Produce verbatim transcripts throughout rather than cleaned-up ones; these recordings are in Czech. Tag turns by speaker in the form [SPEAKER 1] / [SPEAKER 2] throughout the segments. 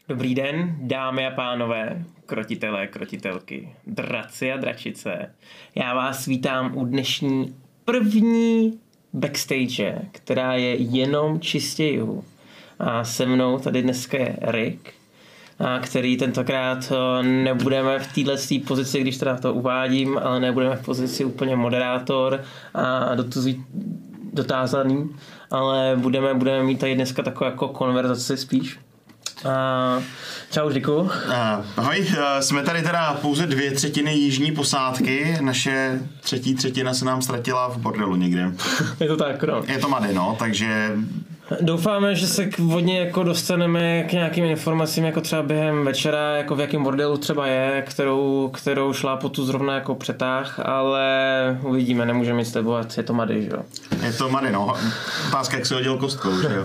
[SPEAKER 1] Dobrý den, dámy a pánové, krotitelé, krotitelky, draci a dračice. Já vás vítám u dnešní první backstage, která je jenom čistě jihu. A se mnou tady dneska je Rick, a který tentokrát nebudeme v této pozici, když teda to uvádím, ale nebudeme v pozici úplně moderátor a dotuzí, dotázaný, ale budeme, budeme mít tady dneska takovou jako konverzaci spíš. Uh, čau, Říku. Uh,
[SPEAKER 2] ahoj, uh, jsme tady teda pouze dvě třetiny jižní posádky, naše třetí třetina se nám ztratila v bordelu někde.
[SPEAKER 1] Je to tak, no.
[SPEAKER 2] Je to Mady, no, takže...
[SPEAKER 1] Doufáme, že se k vodně jako dostaneme k nějakým informacím, jako třeba během večera, jako v jakém bordelu třeba je, kterou, kterou šlápotu zrovna jako přetáh, ale uvidíme, nemůžeme nic slibovat, je to Mady, že jo?
[SPEAKER 2] Je to Mady, no. Otázka, jak se hodil kostkou, že jo?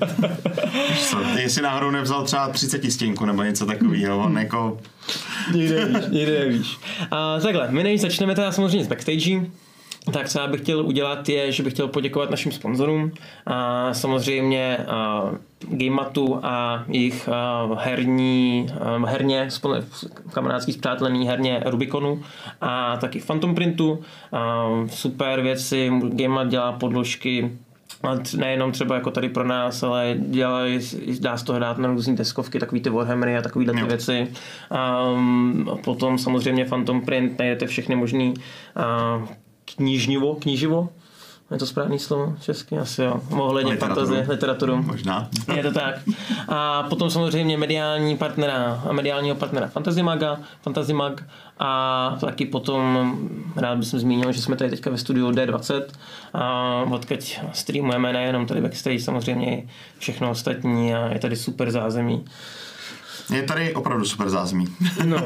[SPEAKER 2] Ty jsi náhodou nevzal třeba třicetistěnku nebo něco takového, on jako...
[SPEAKER 1] Nikde nevíš, nikde nevíš. A takhle, my než začneme teda samozřejmě z backstage, tak co já bych chtěl udělat je, že bych chtěl poděkovat našim sponzorům a samozřejmě uh, Gamematu a jejich uh, herní, uh, herně, kamarádský spřátelený herně Rubiconu a taky Phantom Printu. Uh, super věci, Gamemat dělá podložky, nejenom třeba jako tady pro nás, ale dělají, dá se toho dát na různý deskovky, takový ty Warhammery a takovýhle ty no. věci. Um, a potom samozřejmě Phantom Print, najdete všechny možný uh, knižnivo, kniživo, je to správný slovo česky? Asi jo. Ohledně fantasy, literaturu.
[SPEAKER 2] Možná.
[SPEAKER 1] Je to tak. A potom samozřejmě mediální partnera, mediálního partnera Fantasy Maga, Fantasy Mag a taky potom rád bych zmínil, že jsme tady teďka ve studiu D dvacet a odkud streamujeme nejenom tady backstage, samozřejmě všechno ostatní a je tady super zázemí.
[SPEAKER 2] Je tady opravdu super zázemí.
[SPEAKER 1] No.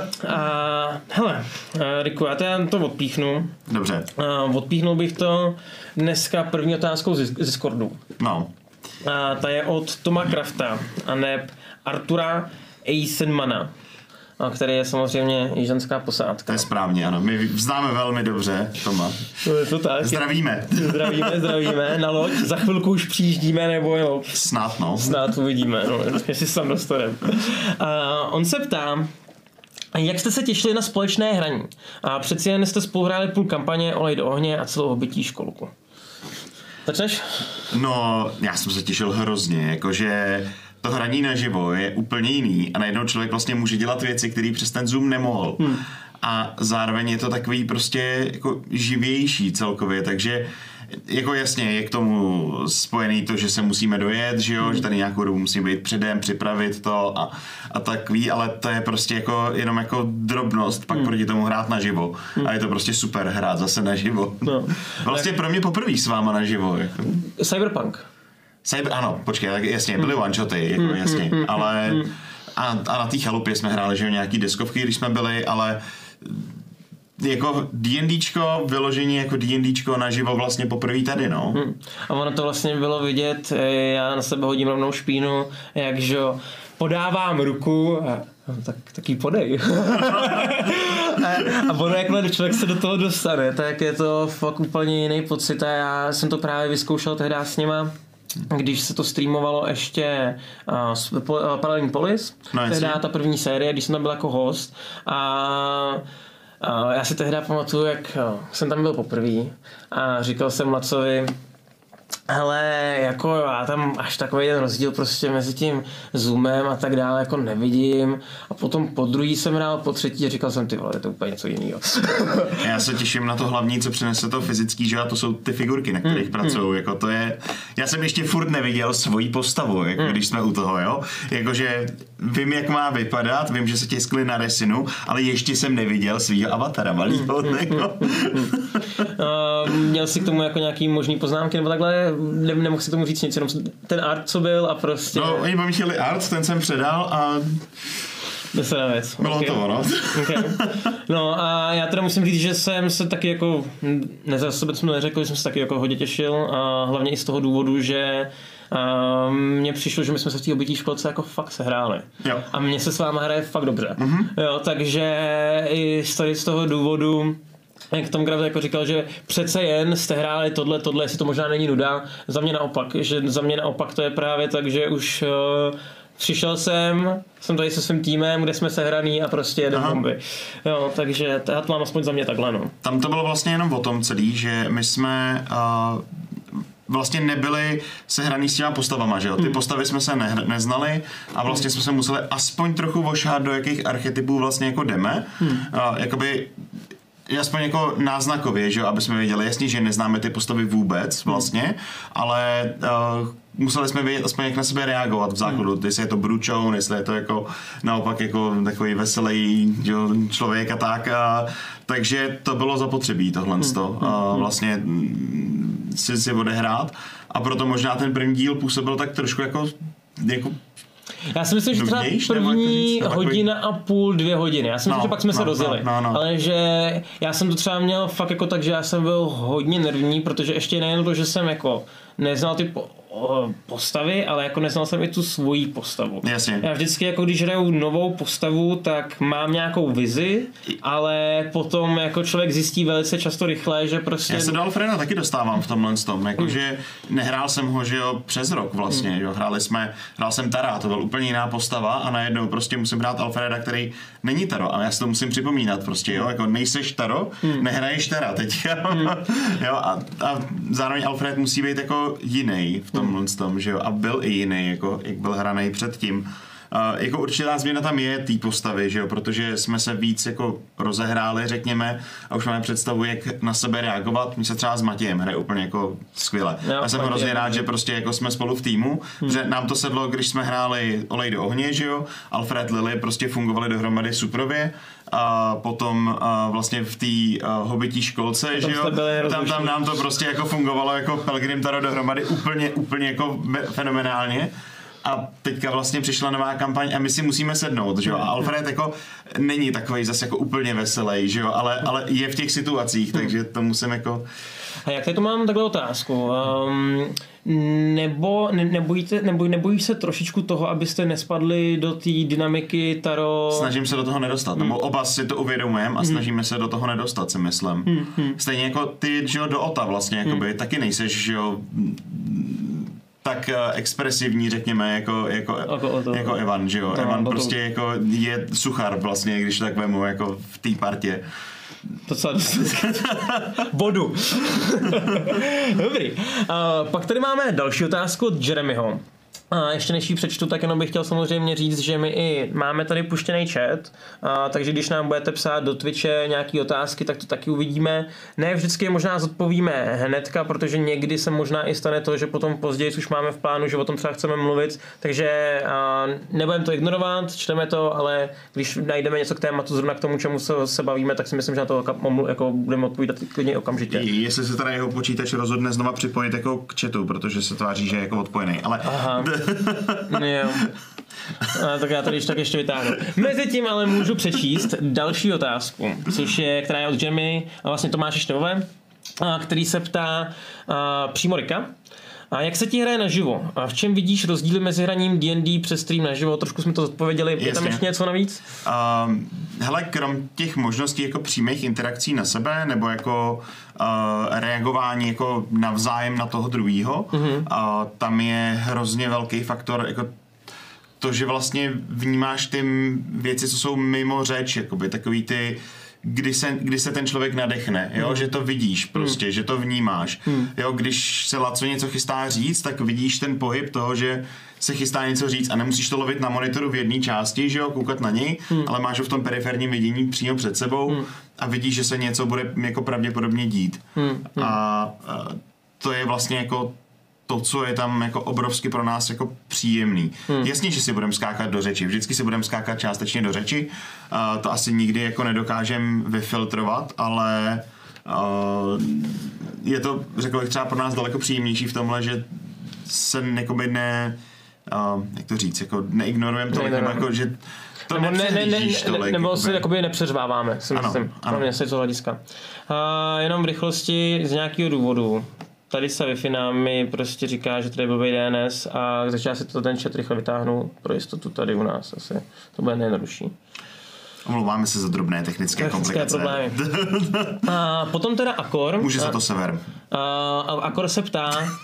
[SPEAKER 1] A hele, Riku, já teda to odpíchnu.
[SPEAKER 2] Dobře.
[SPEAKER 1] A odpíchnul bych to dneska první otázkou z Discordu.
[SPEAKER 2] No.
[SPEAKER 1] A ta je od Toma Krafta a neb Artura Eisenmana, který je samozřejmě jižanská posádka.
[SPEAKER 2] To je správně, ano. My známe velmi dobře Toma.
[SPEAKER 1] To je to tak.
[SPEAKER 2] Zdravíme.
[SPEAKER 1] Zdravíme, zdravíme. Na loď. Za chvilku už přijíždíme, nebo jo.
[SPEAKER 2] Snad, no.
[SPEAKER 1] Snad uvidíme, no. Jestli se tam dostaneme. A on se ptá, jak jste se těšili na společné hraní? A přeci jen jste spolu hráli půl kampaně Olej do ohně a celou hobití školku. Začneš?
[SPEAKER 2] No, já jsem se těšil hrozně, jakože to hraní naživo je úplně jiný a najednou člověk vlastně může dělat věci, které přes ten Zoom nemohl. Hmm. A zároveň je to takový prostě jako živější celkově, takže jako jasně je k tomu spojený to, že se musíme dojet, že jo, hmm. že tady nějakou dobu musíme být předem, připravit to a, a takový, ale to je prostě jako jenom jako drobnost, pak hmm. proti tomu hrát naživo. Hmm. A je to prostě super hrát zase naživo. No. Vlastně pro mě poprvé s váma naživo. Jako.
[SPEAKER 1] Cyberpunk.
[SPEAKER 2] Cyber, ano, počkej, tak jasně, byly one-shoty, jako jasně, ale a, a na té chalupě jsme hráli, že jo, nějaký deskovky, když jsme byli, ale jako D&Dčko, vyložení jako D&Dčko naživo vlastně poprvé tady, no.
[SPEAKER 1] Hmm. A ono to vlastně bylo vidět, já na sebe hodím rovnou špínu, jakže podávám ruku a no, tak, tak jí podej. A ono, jakmile člověk se do toho dostane, tak je to fakt úplně jiný pocit a já jsem to právě vyzkoušel tehdy s nima, když se to streamovalo ještě uh, Paralelní Polis, no, tehdy ta první série, když jsem tam byl jako host a uh, já si tehdy pamatuju, jak uh, jsem tam byl poprvé a říkal jsem Lacovi, hele, jako já tam až takový jeden rozdíl prostě mezi tím Zoomem a tak dále jako nevidím a potom po druhý jsem hrál, po třetí a říkal jsem, ty vole, to je úplně něco jiného.
[SPEAKER 2] Já se těším na to hlavní, co přinese to fyzický, že a to jsou ty figurky, na kterých mm, pracují, mm. jako to je, já jsem ještě furt neviděl svoji postavu, jako mm. když jsme u toho, jo, jakože vím, jak má vypadat, vím, že se tiskli na resinu, ale ještě jsem neviděl svýho avatara malýho, mm, jako. Mm, mm, mm.
[SPEAKER 1] uh, měl jsi k tomu jako nějaký možný poznámky nebo takhle? Ne, nemohl si tomu říct nic, jenom ten art, co byl a prostě...
[SPEAKER 2] No, oni pomíchili art, ten jsem předal a...
[SPEAKER 1] Jde se na věc.
[SPEAKER 2] Bylo okay. to, no.
[SPEAKER 1] Okay. No a já teda musím říct, že jsem se taky jako... Ne, za sebe jsem neřekl, že jsem se taky jako hodně těšil a hlavně i z toho důvodu, že a mně přišlo, že my jsme se v té hobití školce jako fakt sehráli. Jo. A mně se s váma hraje fakt dobře. Mm-hmm. Jo, takže i z toho důvodu jak Tom Graf jako říkal, že přece jen jste hráli tohle, tohle, jestli to možná není nuda. Za mě naopak, že za mě naopak to je právě tak, že už přišel jsem, jsem tady se svým týmem, kde jsme sehraný a prostě jedem bomby. Jo, takže to mám aspoň za mě takhle, no.
[SPEAKER 2] Tam to bylo vlastně jenom o tom celý, že my jsme uh, vlastně nebyli sehraný s těma postavama, že jo? Ty hmm. postavy jsme se ne, neznali a vlastně jsme se museli aspoň trochu vošát, do jakých archetypů vlastně jako jdeme. Hmm. Uh, jakoby aspoň jako náznakově, že jo, aby jsme věděli, jasně, že neznáme ty postavy vůbec vlastně, hmm. ale uh, museli jsme vědět aspoň jak na sebe reagovat v základu, hmm. jestli je to bručoun, jestli je to jako naopak jako takový veselý jo, člověk a tak. A, takže to bylo zapotřebí tohle hmm. to, a vlastně si, si odehrát a proto možná ten první díl působil tak trošku jako, jako
[SPEAKER 1] já si myslím, že třeba první hodina a půl, dvě hodiny. Já si myslím, no, že pak jsme no, se rozjeli. No, no, no. Ale že já jsem to třeba měl fakt jako tak, že já jsem byl hodně nervní, protože ještě nejen to, že jsem jako neznal ty po, o, postavy, ale jako neznal jsem i tu svoji postavu.
[SPEAKER 2] Jasně.
[SPEAKER 1] Já vždycky jako když hraju novou postavu, tak mám nějakou vizi, ale potom jako člověk zjistí velice často rychle, že prostě...
[SPEAKER 2] Já se do Alfreda taky dostávám v tomhle tom, jakože hmm. nehrál jsem ho, že jo, přes rok vlastně, hmm. jo, hráli jsme, hrál jsem Tara, to byl úplně jiná postava a najednou prostě musím hrát Alfreda, který není Taro, ale já si to musím připomínat prostě, jo, jako nejseš Taro, hmm. nehraješ Tara teďka, hmm. jo, a, a zároveň Alfred musí být jako jiný v tomhle tom, že jo, a byl i jiný, jako jak byl hraný předtím. Uh, jako určitá změna tam je té postavy, že jo, protože jsme se víc jako rozehráli, řekněme, a už máme představu, jak na sebe reagovat. My se třeba s Matějem hraje úplně jako skvěle. Jo, já jsem hrozně rád, že prostě jako jsme spolu v týmu, hmm. že nám to sedlo, když jsme hráli Olej do ohně, že jo, Alfred, Lily prostě fungovali dohromady suprově. A potom a vlastně v té hobití školce, že jo, tam, tam nám to prostě jako fungovalo jako Pelgrim Taro dohromady úplně, úplně jako fenomenálně. A teďka vlastně přišla nová kampaň a my si musíme sednout, že jo, a Alfred jako není takovej zase jako úplně veselý, že jo, ale, ale je v těch situacích, takže to musím jako...
[SPEAKER 1] A jak tady to mám takhle otázku? Um, nebo ne, nebojíte, neboj, nebojíš se trošičku toho, abyste nespadli do té dynamiky Taro?
[SPEAKER 2] Snažím se do toho nedostat, hmm. nebo oba si to uvědomujeme a snažíme hmm. se do toho nedostat, si myslím. Hmm. Hmm. Stejně jako ty, že jo, do Ota vlastně, jakoby, hmm. taky nejseš, že jo, tak uh, expresivní, řekněme, jako, jako, jako, to, jako Evan, že jo. No, Evan prostě to... jako je suchar vlastně, když tak vemu, jako v té partě.
[SPEAKER 1] To co dost... Bodu. Dobrý. Uh, pak tady máme další otázku od Jeremyho. A ještě než ji přečtu, tak jenom bych chtěl samozřejmě říct, že my i máme tady puštěný chat, a, takže když nám budete psát do Twitche nějaké otázky, tak to taky uvidíme. Ne vždycky možná zodpovíme hnedka, protože někdy se možná i stane to, že potom později už máme v plánu, že o tom třeba chceme mluvit, takže nebudeme to ignorovat, čteme to, ale když najdeme něco k tématu, zrovna k tomu, čemu se, se bavíme, tak si myslím, že na to jako budeme odpovídat klidně okamžitě.
[SPEAKER 2] Jestli se teda jeho počítač rozhodne znova připojit jako k chatu, protože se tváří, že je jako odpojený, ale...
[SPEAKER 1] Aha. Jo. A, tak já to když tak ještě vytáhnu. Mezitím ale můžu přečíst další otázku, což je, která je od Jeremy a vlastně Tomáše Števové, který se ptá a, přímo Rika. A jak se ti hraje naživo? A v čem vidíš rozdíly mezi hraním D and D přes stream naživo? Trošku jsme to odpověděli. Je tam ještě něco navíc?
[SPEAKER 2] Uh, hele, krom těch možností jako přímých interakcí na sebe nebo jako uh, reagování jako navzájem na toho druhýho, uh-huh. uh, tam je hrozně velký faktor jako to, že vlastně vnímáš ty věci, co jsou mimo řeč, jakoby takový ty Kdy se, kdy se ten člověk nadechne, jo? Hmm. Že to vidíš prostě, hmm. že to vnímáš. Hmm. Jo? Když se Laco něco chystá říct, tak vidíš ten pohyb toho, že se chystá něco říct a nemusíš to lovit na monitoru v jedné části, že jo, koukat na něj, hmm. ale máš ho v tom periferním vidění přímo před sebou hmm. a vidíš, že se něco bude jako pravděpodobně dít. Hmm. Hmm. A, a to je vlastně jako to, co je tam jako obrovsky pro nás jako příjemný. Hmm. Jasně, že si budeme skákat do řeči. Vždycky si budeme skákat částečně do řeči. Uh, to asi nikdy jako nedokážeme vyfiltrovat, ale uh, je to, řekl bych, třeba pro nás daleko příjemnější v tomhle, že se jakoby ne, uh, jak to říct, jako neignorujeme tolik, nebo jako, že to
[SPEAKER 1] nebo ne, ne, ne, tolik, nebo si jakoby nepřeřváváme, si ano, myslím, ano. Pro mě se to hlediska. Uh, jenom v rychlosti z nějakého důvodu. Tady se Wi-Fi nám mi prostě říká, že tady byl D N S a takže já si to ten chat rychle vytáhnu pro jistotu tady u nás asi. To bude nejjednodušší.
[SPEAKER 2] Omlouváme se za drobné technické, technické komplikace.
[SPEAKER 1] Problémy. A potom teda Akor.
[SPEAKER 2] Může za to sever.
[SPEAKER 1] A Akor se ptá,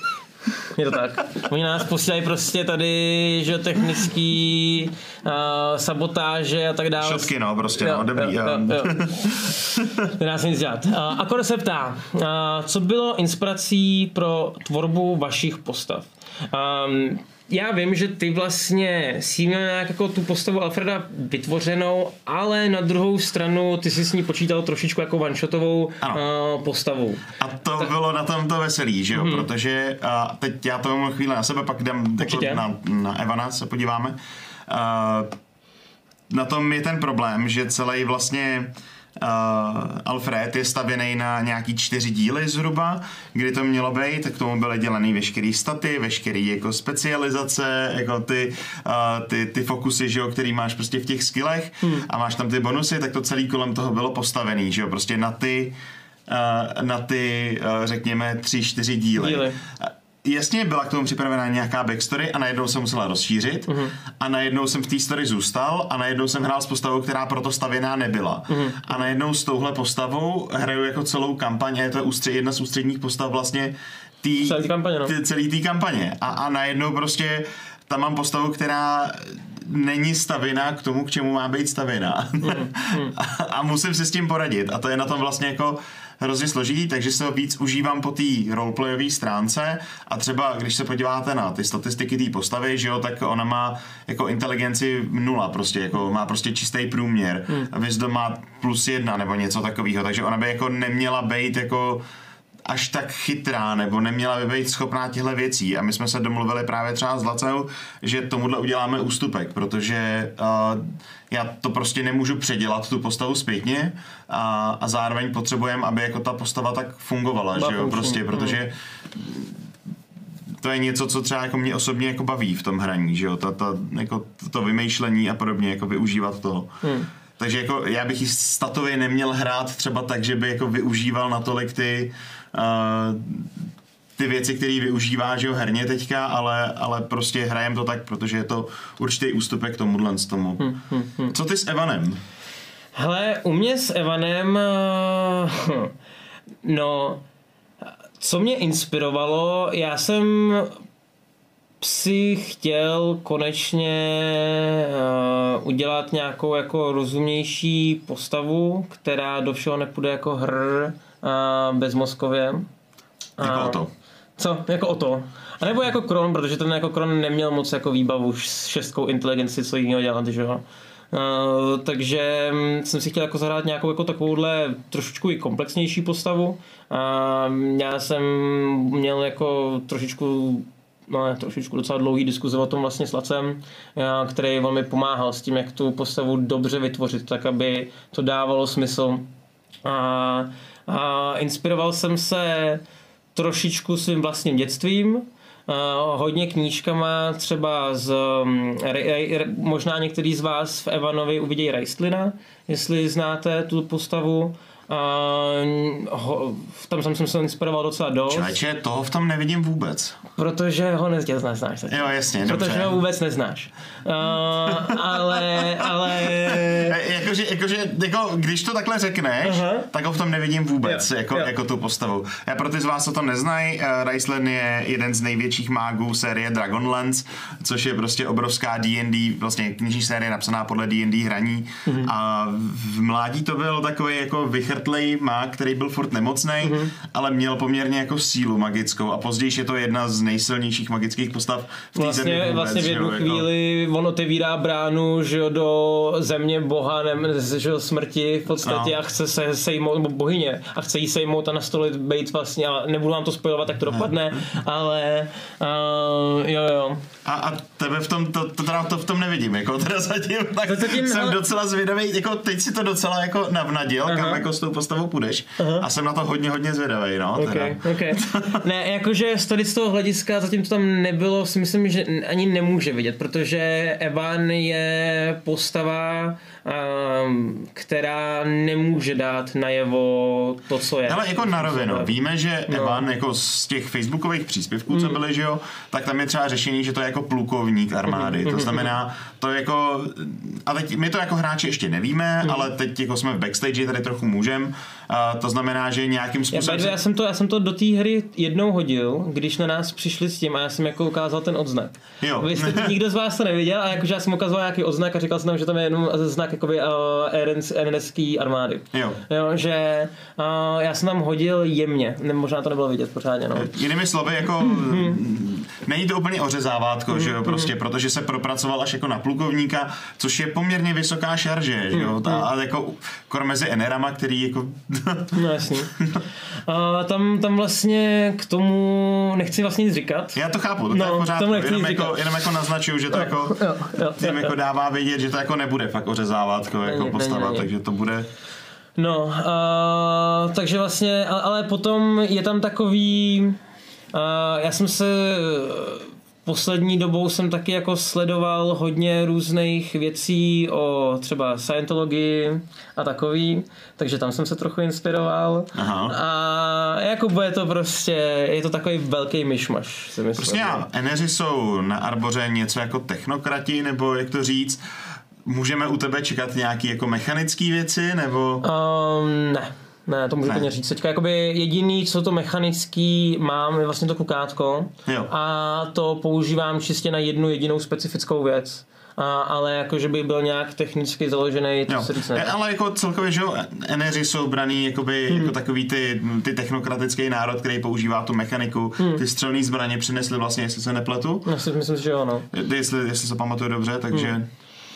[SPEAKER 1] Je to tak. Oni nás posílají prostě tady, že technický uh, sabotáže a tak dále.
[SPEAKER 2] Šotky, no, prostě, jo, no, dobrý. Jo, jo, jo.
[SPEAKER 1] To nás nic dělat. Uh, Akor se ptá, uh, co bylo inspirací pro tvorbu vašich postav? Um, Já vím, že ty vlastně si měl nějak jako tu postavu Alfreda vytvořenou, ale na druhou stranu ty jsi s ní počítal trošičku jako one-shotovou uh, postavu.
[SPEAKER 2] A to tak bylo na tom to veselý, že jo, hmm. protože uh, teď já to mám chvíli na sebe, pak jdem na, na Evana se podíváme. Uh, na tom je ten problém, že celý vlastně Uh, Alfred je stavěný na nějaký čtyři díly zhruba, kdy to mělo být, tak k tomu byly dělaný veškerý staty, veškerý jako specializace, jako ty, uh, ty, ty fokusy, že jo, který máš prostě v těch skillech hmm. a máš tam ty bonusy, tak to celý kolem toho bylo postavený, že jo, prostě na ty, uh, na ty uh, řekněme tři, čtyři díly. díly. Jasně, byla k tomu připravená nějaká backstory a najednou jsem musela rozšířit uh-huh. a najednou jsem v té story zůstal a najednou jsem hrál s postavou, která proto stavěná nebyla. Uh-huh. A najednou s touhle postavou hraju jako celou kampaň a je to ústřed, jedna z ústředních postav vlastně tý,
[SPEAKER 1] celý té kampaně. No.
[SPEAKER 2] Tý, celý té kampaně. A, a najednou prostě tam mám postavu, která není stavěná k tomu, k čemu má být stavěná. Uh-huh. a, a musím si s tím poradit. A to je na tom vlastně jako hrozně složitý, takže se ho víc užívám po té roleplayové stránce a třeba, když se podíváte na ty statistiky té postavy, že jo, tak ona má jako inteligenci nula prostě, jako má prostě čistý průměr. Hmm. Wisdom má plus jedna nebo něco takového, takže ona by jako neměla být jako až tak chytrá, nebo neměla by být schopná těchto věcí. A my jsme se domluvili právě třeba s Lacou, že tomuhle uděláme ústupek, protože uh, já to prostě nemůžu předělat tu postavu zpětně a, a zároveň potřebujeme, aby jako ta postava tak fungovala, že jo, prostě, protože to je něco, co třeba jako mě osobně jako baví v tom hraní, že jo, ta, ta, jako to vymýšlení a podobně, jako využívat toho. Hmm. Takže jako já bych ji statově neměl hrát třeba tak, že by jako využíval natolik ty uh, ty věci, které využívá, že jo, herně teďka, ale, ale prostě hrajem to tak, protože je to určitý ústupek tomuhle z tomu. Hmm, hmm, hmm. Co ty s Evanem?
[SPEAKER 1] Hele, u mě s Evanem uh, no co mě inspirovalo, já jsem si chtěl konečně uh, udělat nějakou jako rozumnější postavu, která do všeho nepůjde jako hr uh, bezmozkově.
[SPEAKER 2] Jako
[SPEAKER 1] uh,
[SPEAKER 2] o to.
[SPEAKER 1] Co? Jako o to. A nebo jako Kron, protože ten jako Kron neměl moc jako výbavu s šestkou inteligenci, co jiného dělat, že jo. Uh, takže jsem si chtěl jako zahrát nějakou jako takovouhle trošičku i komplexnější postavu. Uh, já jsem měl jako trošičku no ne, trošičku docela dlouhý diskuze o tom vlastně s Lacem, který velmi pomáhal s tím, jak tu postavu dobře vytvořit, tak aby to dávalo smysl. A, a inspiroval jsem se trošičku svým vlastním dětstvím, Uh, hodně knížkama, třeba z um, re, re, možná některý z vás v Evanovi uvidějí Raistlina, jestli znáte tu postavu. Uh, ho, tam jsem se inspiroval docela dost.
[SPEAKER 2] Čajče, toho v tom nevidím vůbec.
[SPEAKER 1] Protože ho nezděl, neznáš. Tak.
[SPEAKER 2] Jo, jasně,
[SPEAKER 1] Protože
[SPEAKER 2] dobře.
[SPEAKER 1] ho vůbec neznáš. Uh, ale, ale...
[SPEAKER 2] jakože, jakože, jako, když to takhle řekneš, uh-huh. tak ho v tom nevidím vůbec, jo, jako, jo. jako tu postavu. Já pro ty z vás, co to neznají, uh, Raistlin je jeden z největších mágů série Dragonlance, což je prostě obrovská D and D, vlastně knižní série napsaná podle D and D hraní. Uh-huh. A v mládí to byl takový jako vychrtlej mák, který byl furt nemocnej, uh-huh. ale měl poměrně jako sílu magickou a později je to jedna z nejsilnějších magických postav v té
[SPEAKER 1] vlastně,
[SPEAKER 2] zemi vůbec.
[SPEAKER 1] Vlastně v jednu chvíli jako... on otevírá bránu, že jo, do země boha, ne, že jo, smrti v podstatě no. a chce se sejmout, nebo bohyně, a chce jí sejmout a nastolit bejt vlastně, a nebudu vám to spojovat, tak to dopadne, ale uh, jo, jo.
[SPEAKER 2] A, a tebe v tom, to, to, teda to v tom nevidím, jako teda zatím, tak to zatím, jsem ale... docela zvědavý, jako teď si to docela jako navnadil, uh-huh. kam jako s tou postavou půjdeš uh-huh. a jsem na to hodně, hodně zvědavý, no.
[SPEAKER 1] Okay, okay. Ne, jakože z toho hlediska zatím to tam nebylo, si myslím, že ani nemůže vidět, protože Evan je postava, um, která nemůže dát najevo to, co je.
[SPEAKER 2] Ale jako na rovinu, víme, že no. Evan jako z těch facebookových příspěvků, co byly, že jo, tak tam je třeba řešení, že to je jako plukovník armády. To znamená, to jako, a teď my to jako hráči ještě nevíme, mm. ale teď jako jsme v backstage, tady trochu můžem, a to znamená, že nějakým způsobem...
[SPEAKER 1] Já, já, jsem to, já jsem to do té hry jednou hodil, když na nás přišli s tím a já jsem jako ukázal ten odznak.
[SPEAKER 2] Jo.
[SPEAKER 1] Vy jste, nikdo z vás to neviděl a jakože já jsem ukazoval nějaký odznak a říkal jsem tam, že tam je jenom znak jakoby uh, N S K armády.
[SPEAKER 2] Jo.
[SPEAKER 1] Jo, že uh, já jsem tam hodil jemně, ne, možná to nebylo vidět pořádně, no.
[SPEAKER 2] Jinými slovy, jako není to úplně ořezávátko, že jo, prostě, protože se propracoval až jako na plukovníka, což je poměrně vysoká šarže, že jo, ta, a jako kor mezi enerama, který jako...
[SPEAKER 1] No jasný. A tam, tam vlastně k tomu nechci vlastně nic říkat.
[SPEAKER 2] Já to chápu, to
[SPEAKER 1] no,
[SPEAKER 2] je v pořádku, jenom jako, jenom jako naznačuju, že to
[SPEAKER 1] jo,
[SPEAKER 2] jako,
[SPEAKER 1] jo, jo,
[SPEAKER 2] tím
[SPEAKER 1] jo,
[SPEAKER 2] jako
[SPEAKER 1] jo.
[SPEAKER 2] dává vědět, že to jako nebude fakt ořezávátko jako
[SPEAKER 1] není,
[SPEAKER 2] postava,
[SPEAKER 1] není, není.
[SPEAKER 2] takže to bude...
[SPEAKER 1] No, uh, takže vlastně, ale, ale potom je tam takový, uh, já jsem se poslední dobou jsem taky jako sledoval hodně různých věcí o třeba Scientologii a takový, takže tam jsem se trochu inspiroval.
[SPEAKER 2] Aha.
[SPEAKER 1] A jako bude to prostě, je to takový velký myšmaš, si myslím.
[SPEAKER 2] Prostě já, Eneři jsou na Arboře něco jako technokrati, nebo jak to říct, můžeme u tebe čekat nějaký jako mechanický věci, nebo...
[SPEAKER 1] Um, ne. Ne, to můžu úplně říct. Teďka jakoby jediný, co to mechanický mám, je vlastně to kukátko.
[SPEAKER 2] Jo.
[SPEAKER 1] A to používám čistě na jednu jedinou specifickou věc. A, ale jako, že by byl nějak technicky založený, to
[SPEAKER 2] jo.
[SPEAKER 1] se říct ne.
[SPEAKER 2] Ale jako celkově, že jo, Eneři jsou braný jakoby, hmm. jako takový ty, ty technokratický národ, který používá tu mechaniku. Hmm. Ty střelné zbraně přinesly vlastně, jestli se nepletu.
[SPEAKER 1] Já si myslím, že jo, no.
[SPEAKER 2] Jestli, jestli se pamatuju dobře, takže... Hmm.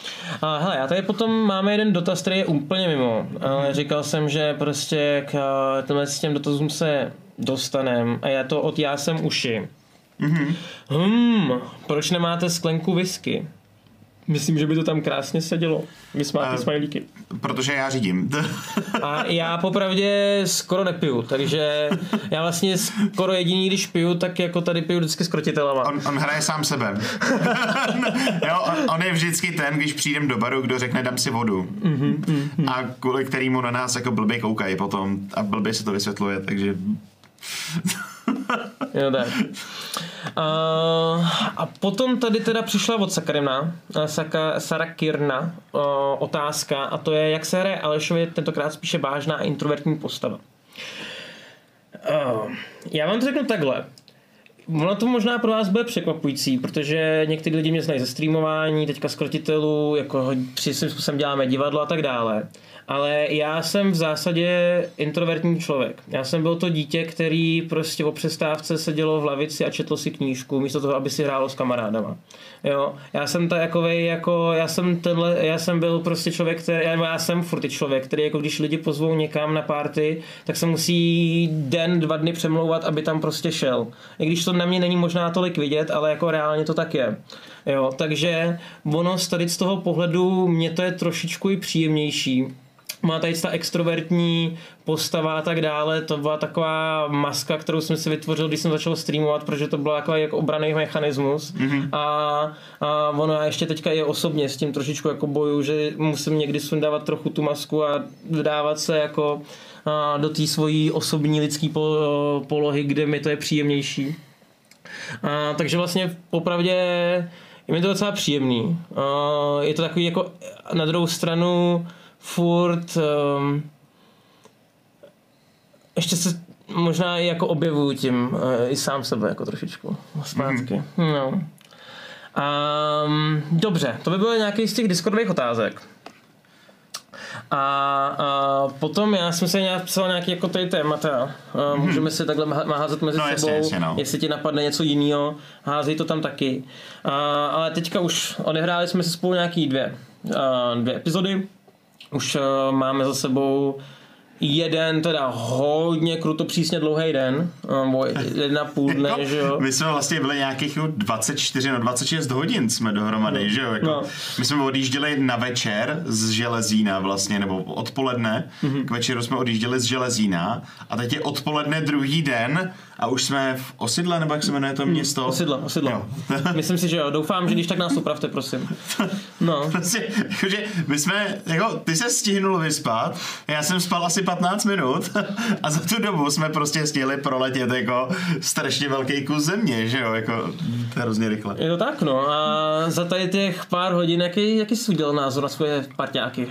[SPEAKER 1] A hele, já tady potom máme jeden dotaz, který je úplně mimo. Ale říkal jsem, že prostě k tenhle s těm dotazům se dostanem a já to od já jsem uši.
[SPEAKER 2] Mm-hmm.
[SPEAKER 1] Hmm, proč nemáte sklenku whisky? Myslím, že by to tam krásně sedělo. Vysmátý uh, smajlíky.
[SPEAKER 2] Protože já řídím.
[SPEAKER 1] A já popravdě skoro nepiju, takže já vlastně skoro jediný, když piju, tak jako tady piju vždycky s krotitelama.
[SPEAKER 2] On, on hraje sám sebe. Jo, on, on je vždycky ten, když přijdem do baru, kdo řekne dám si vodu.
[SPEAKER 1] Mm-hmm, mm-hmm.
[SPEAKER 2] A kvůli kterýmu na nás jako blbě koukají potom a blbě se to vysvětluje, takže...
[SPEAKER 1] Jo, tak. Uh, a potom tady teda přišla od Sakarina, Saka, Sarakirna uh, otázka a to je, jak se hraje Alešově tentokrát spíše vážná a introvertní postava. Uh, já vám to řeknu takhle. Ono to možná pro vás bude překvapující, protože někteří lidi mě znají ze streamování, teďka z krotitelů, jako při svým způsobem děláme divadlo a tak dále. Ale já jsem v zásadě introvertní člověk. Já jsem byl to dítě, který prostě o přestávce sedělo v lavici a četlo si knížku, místo toho, aby si hrálo s kamarádama. Jo, já jsem takovej jako, já jsem tenhle, já jsem byl prostě člověk, který, já jsem furt i člověk, který jako když lidi pozvou někam na party, tak se musí den, dva dny přemlouvat, aby tam prostě šel. I když to na mě není možná tolik vidět, ale jako reálně to tak je. Jo, takže ono z tady z toho pohledu mě to je trošičku i příjemnější. Má tady ta extrovertní postava a tak dále, to byla taková maska, kterou jsem si vytvořil, když jsem začal streamovat, protože to byl takový jako obranný mechanismus. Mm-hmm. A, a ono já ještě teďka je osobně s tím trošičku jako boju, že musím někdy sundávat trochu tu masku a dávat se jako a, do té svojí osobní lidské polohy, kde mi to je příjemnější. A, takže vlastně popravdě je mi to docela příjemný. A, je to takový jako na druhou stranu furt um, ještě se možná i jako objevuju tím uh, i sám sebe jako trošičku zpátky. Mm. No. Um, dobře, to by bylo nějaký z těch Discordových otázek. A, a potom já jsem se nějak psal nějaký jako tady témata. Uh, mm. Můžeme si takhle házet mezi
[SPEAKER 2] no,
[SPEAKER 1] sebou,
[SPEAKER 2] jasně, jasně, no.
[SPEAKER 1] Jestli ti napadne něco jiného, házej to tam taky. Uh, ale teďka už odehráli jsme si spolu nějaký dvě, uh, dvě epizody. Už uh, máme za sebou jeden teda hodně kruto přísně dlouhý den, um, jedna půl dne, že jo.
[SPEAKER 2] My jsme vlastně byli nějakých dvacet čtyři no dvacet šest hodin jsme dohromady, no. Že jo. Jako, no. My jsme odjížděli na večer z Železína vlastně, nebo odpoledne, mm-hmm. K večeru jsme odjížděli z Železína a teď je odpoledne druhý den a už jsme v Osidle, nebo jak se jmenuje to město?
[SPEAKER 1] Osidle, Osidle. Myslím si, že jo. Doufám, že když tak nás upravte, prosím. No.
[SPEAKER 2] Prostě, jakože my jsme, jako, ty se stihnul vyspat, já jsem spal asi patnáct minut a za tu dobu jsme prostě stihli proletět jako strašně velký kus země, že jo, jako hrozně rychle.
[SPEAKER 1] Je to tak, no. A za tady těch pár hodin, jaký, jaký jsi udělal názor na svoje parťáky?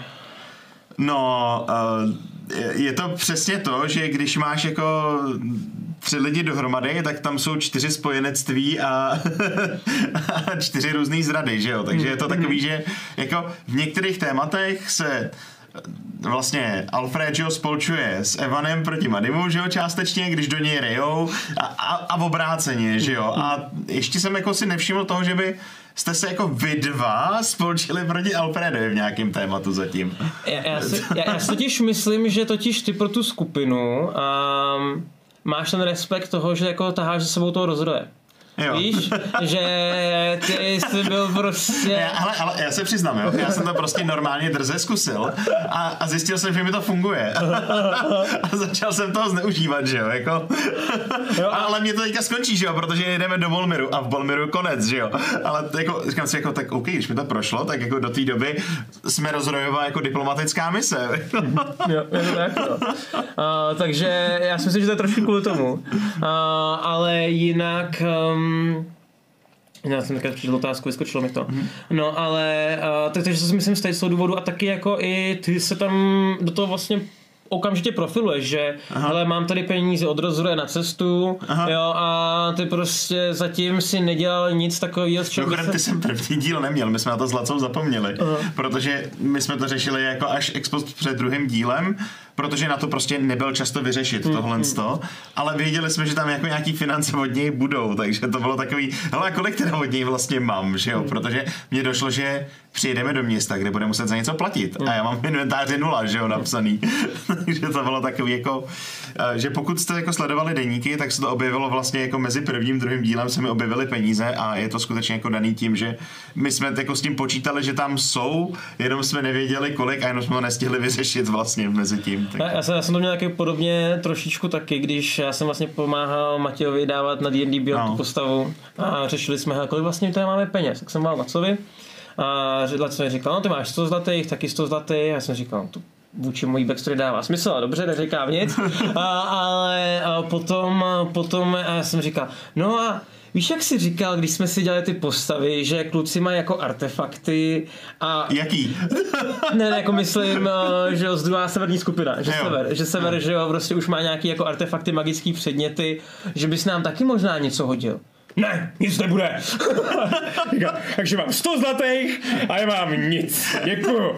[SPEAKER 2] No, je to přesně to, že když máš jako tři lidi dohromady, tak tam jsou čtyři spojenectví a, a čtyři různý zrady, že jo? Takže je to takový, že jako v některých tématech se vlastně Alfred spolčuje s Evanem proti Madimu, že jo, částečně, když do něj rejou a, a, a obráceně, že jo. A ještě jsem jako si nevšiml toho, že by jste se jako vy dva spolčili proti Alfredovi v nějakém tématu zatím.
[SPEAKER 1] Já, já, si, já, já si totiž myslím, že totiž ty pro tu skupinu um, máš ten respekt toho, že jako taháš za sebou toho rozroje. Jo. Víš, že ty jsi byl prostě...
[SPEAKER 2] Já, ale, ale já se přiznám, jo, já jsem to prostě normálně drze zkusil a, a zjistil jsem, že mi to funguje. A začal jsem toho zneužívat, že jo, jako... Jo, a... Ale mě to teďka skončí, že jo, protože jedeme do Bolmiru a v Bolmiru konec, že jo. Ale jako, říkám si, jako, tak OK, když mi to prošlo, tak jako do té doby jsme rozrojová jako diplomatická mise.
[SPEAKER 1] Jo, je to tak, jo. Uh, takže já si myslím, že to je trošku kvůli tomu. Uh, ale jinak... Um, Já jsem teďka přišel otázku, vyskočilo mi to. Mm-hmm. No ale, uh, tak, takže si myslím z toho důvodu a taky jako i ty se tam do toho vlastně okamžitě profiluješ, že hele, mám tady peníze od rozroje na cestu, jo, a ty prostě zatím si nedělal nic takového, z čeho
[SPEAKER 2] by se... ty jsem první díl neměl, my jsme na to s Lacou zapomněli, Aha. protože my jsme to řešili jako až ex post před druhým dílem, protože na to prostě nebyl často vyřešit hmm, tohle hmm. ale věděli jsme, že tam jako nějaký finance od něj budou, takže to bylo takový, hele, kolik teda od něj vlastně mám, že jo, hmm. protože mně došlo, že přijedeme do města, kde bude muset za něco platit hmm. a já mám inventáři nula, že jo, napsaný. Takže to bylo takový jako, že pokud jste jako sledovali deníky, tak se to objevilo vlastně jako mezi prvním a druhým dílem se mi objevily peníze a je to skutečně jako daný tím, že my jsme jako s tím počítali, že tam jsou, jenom jsme nevěděli kolik a jenom jsme ho nestihli vyřešit vlastně mezi tím.
[SPEAKER 1] Já, já, jsem, já jsem to měl taky podobně trošičku taky, když já jsem vlastně pomáhal Matějovi dávat na D and D Beyond no. tu postavu a řešili jsme, kolik vlastně tady máme peněz, tak jsem mal Lacovi a Lacovi říkal, no ty máš sto zlatých, taky sto zlatých, já jsem říkal, no, to vůči mojí backstory dává smysl, a dobře, neříkám nic, a, ale a potom, potom já jsem říkal, no a víš, jak jsi říkal, když jsme si dělali ty postavy, že kluci mají jako artefakty a...
[SPEAKER 2] Jaký?
[SPEAKER 1] Ne, ne, jako myslím, že jo, z druhá severní skupina, že jo. sever, že sever, jo. že jo, prostě už má nějaký jako artefakty, magický předměty, že bys nám taky možná něco hodil. Ne, nic nebude. Takže mám sto zlatých a já mám nic. Děkuju.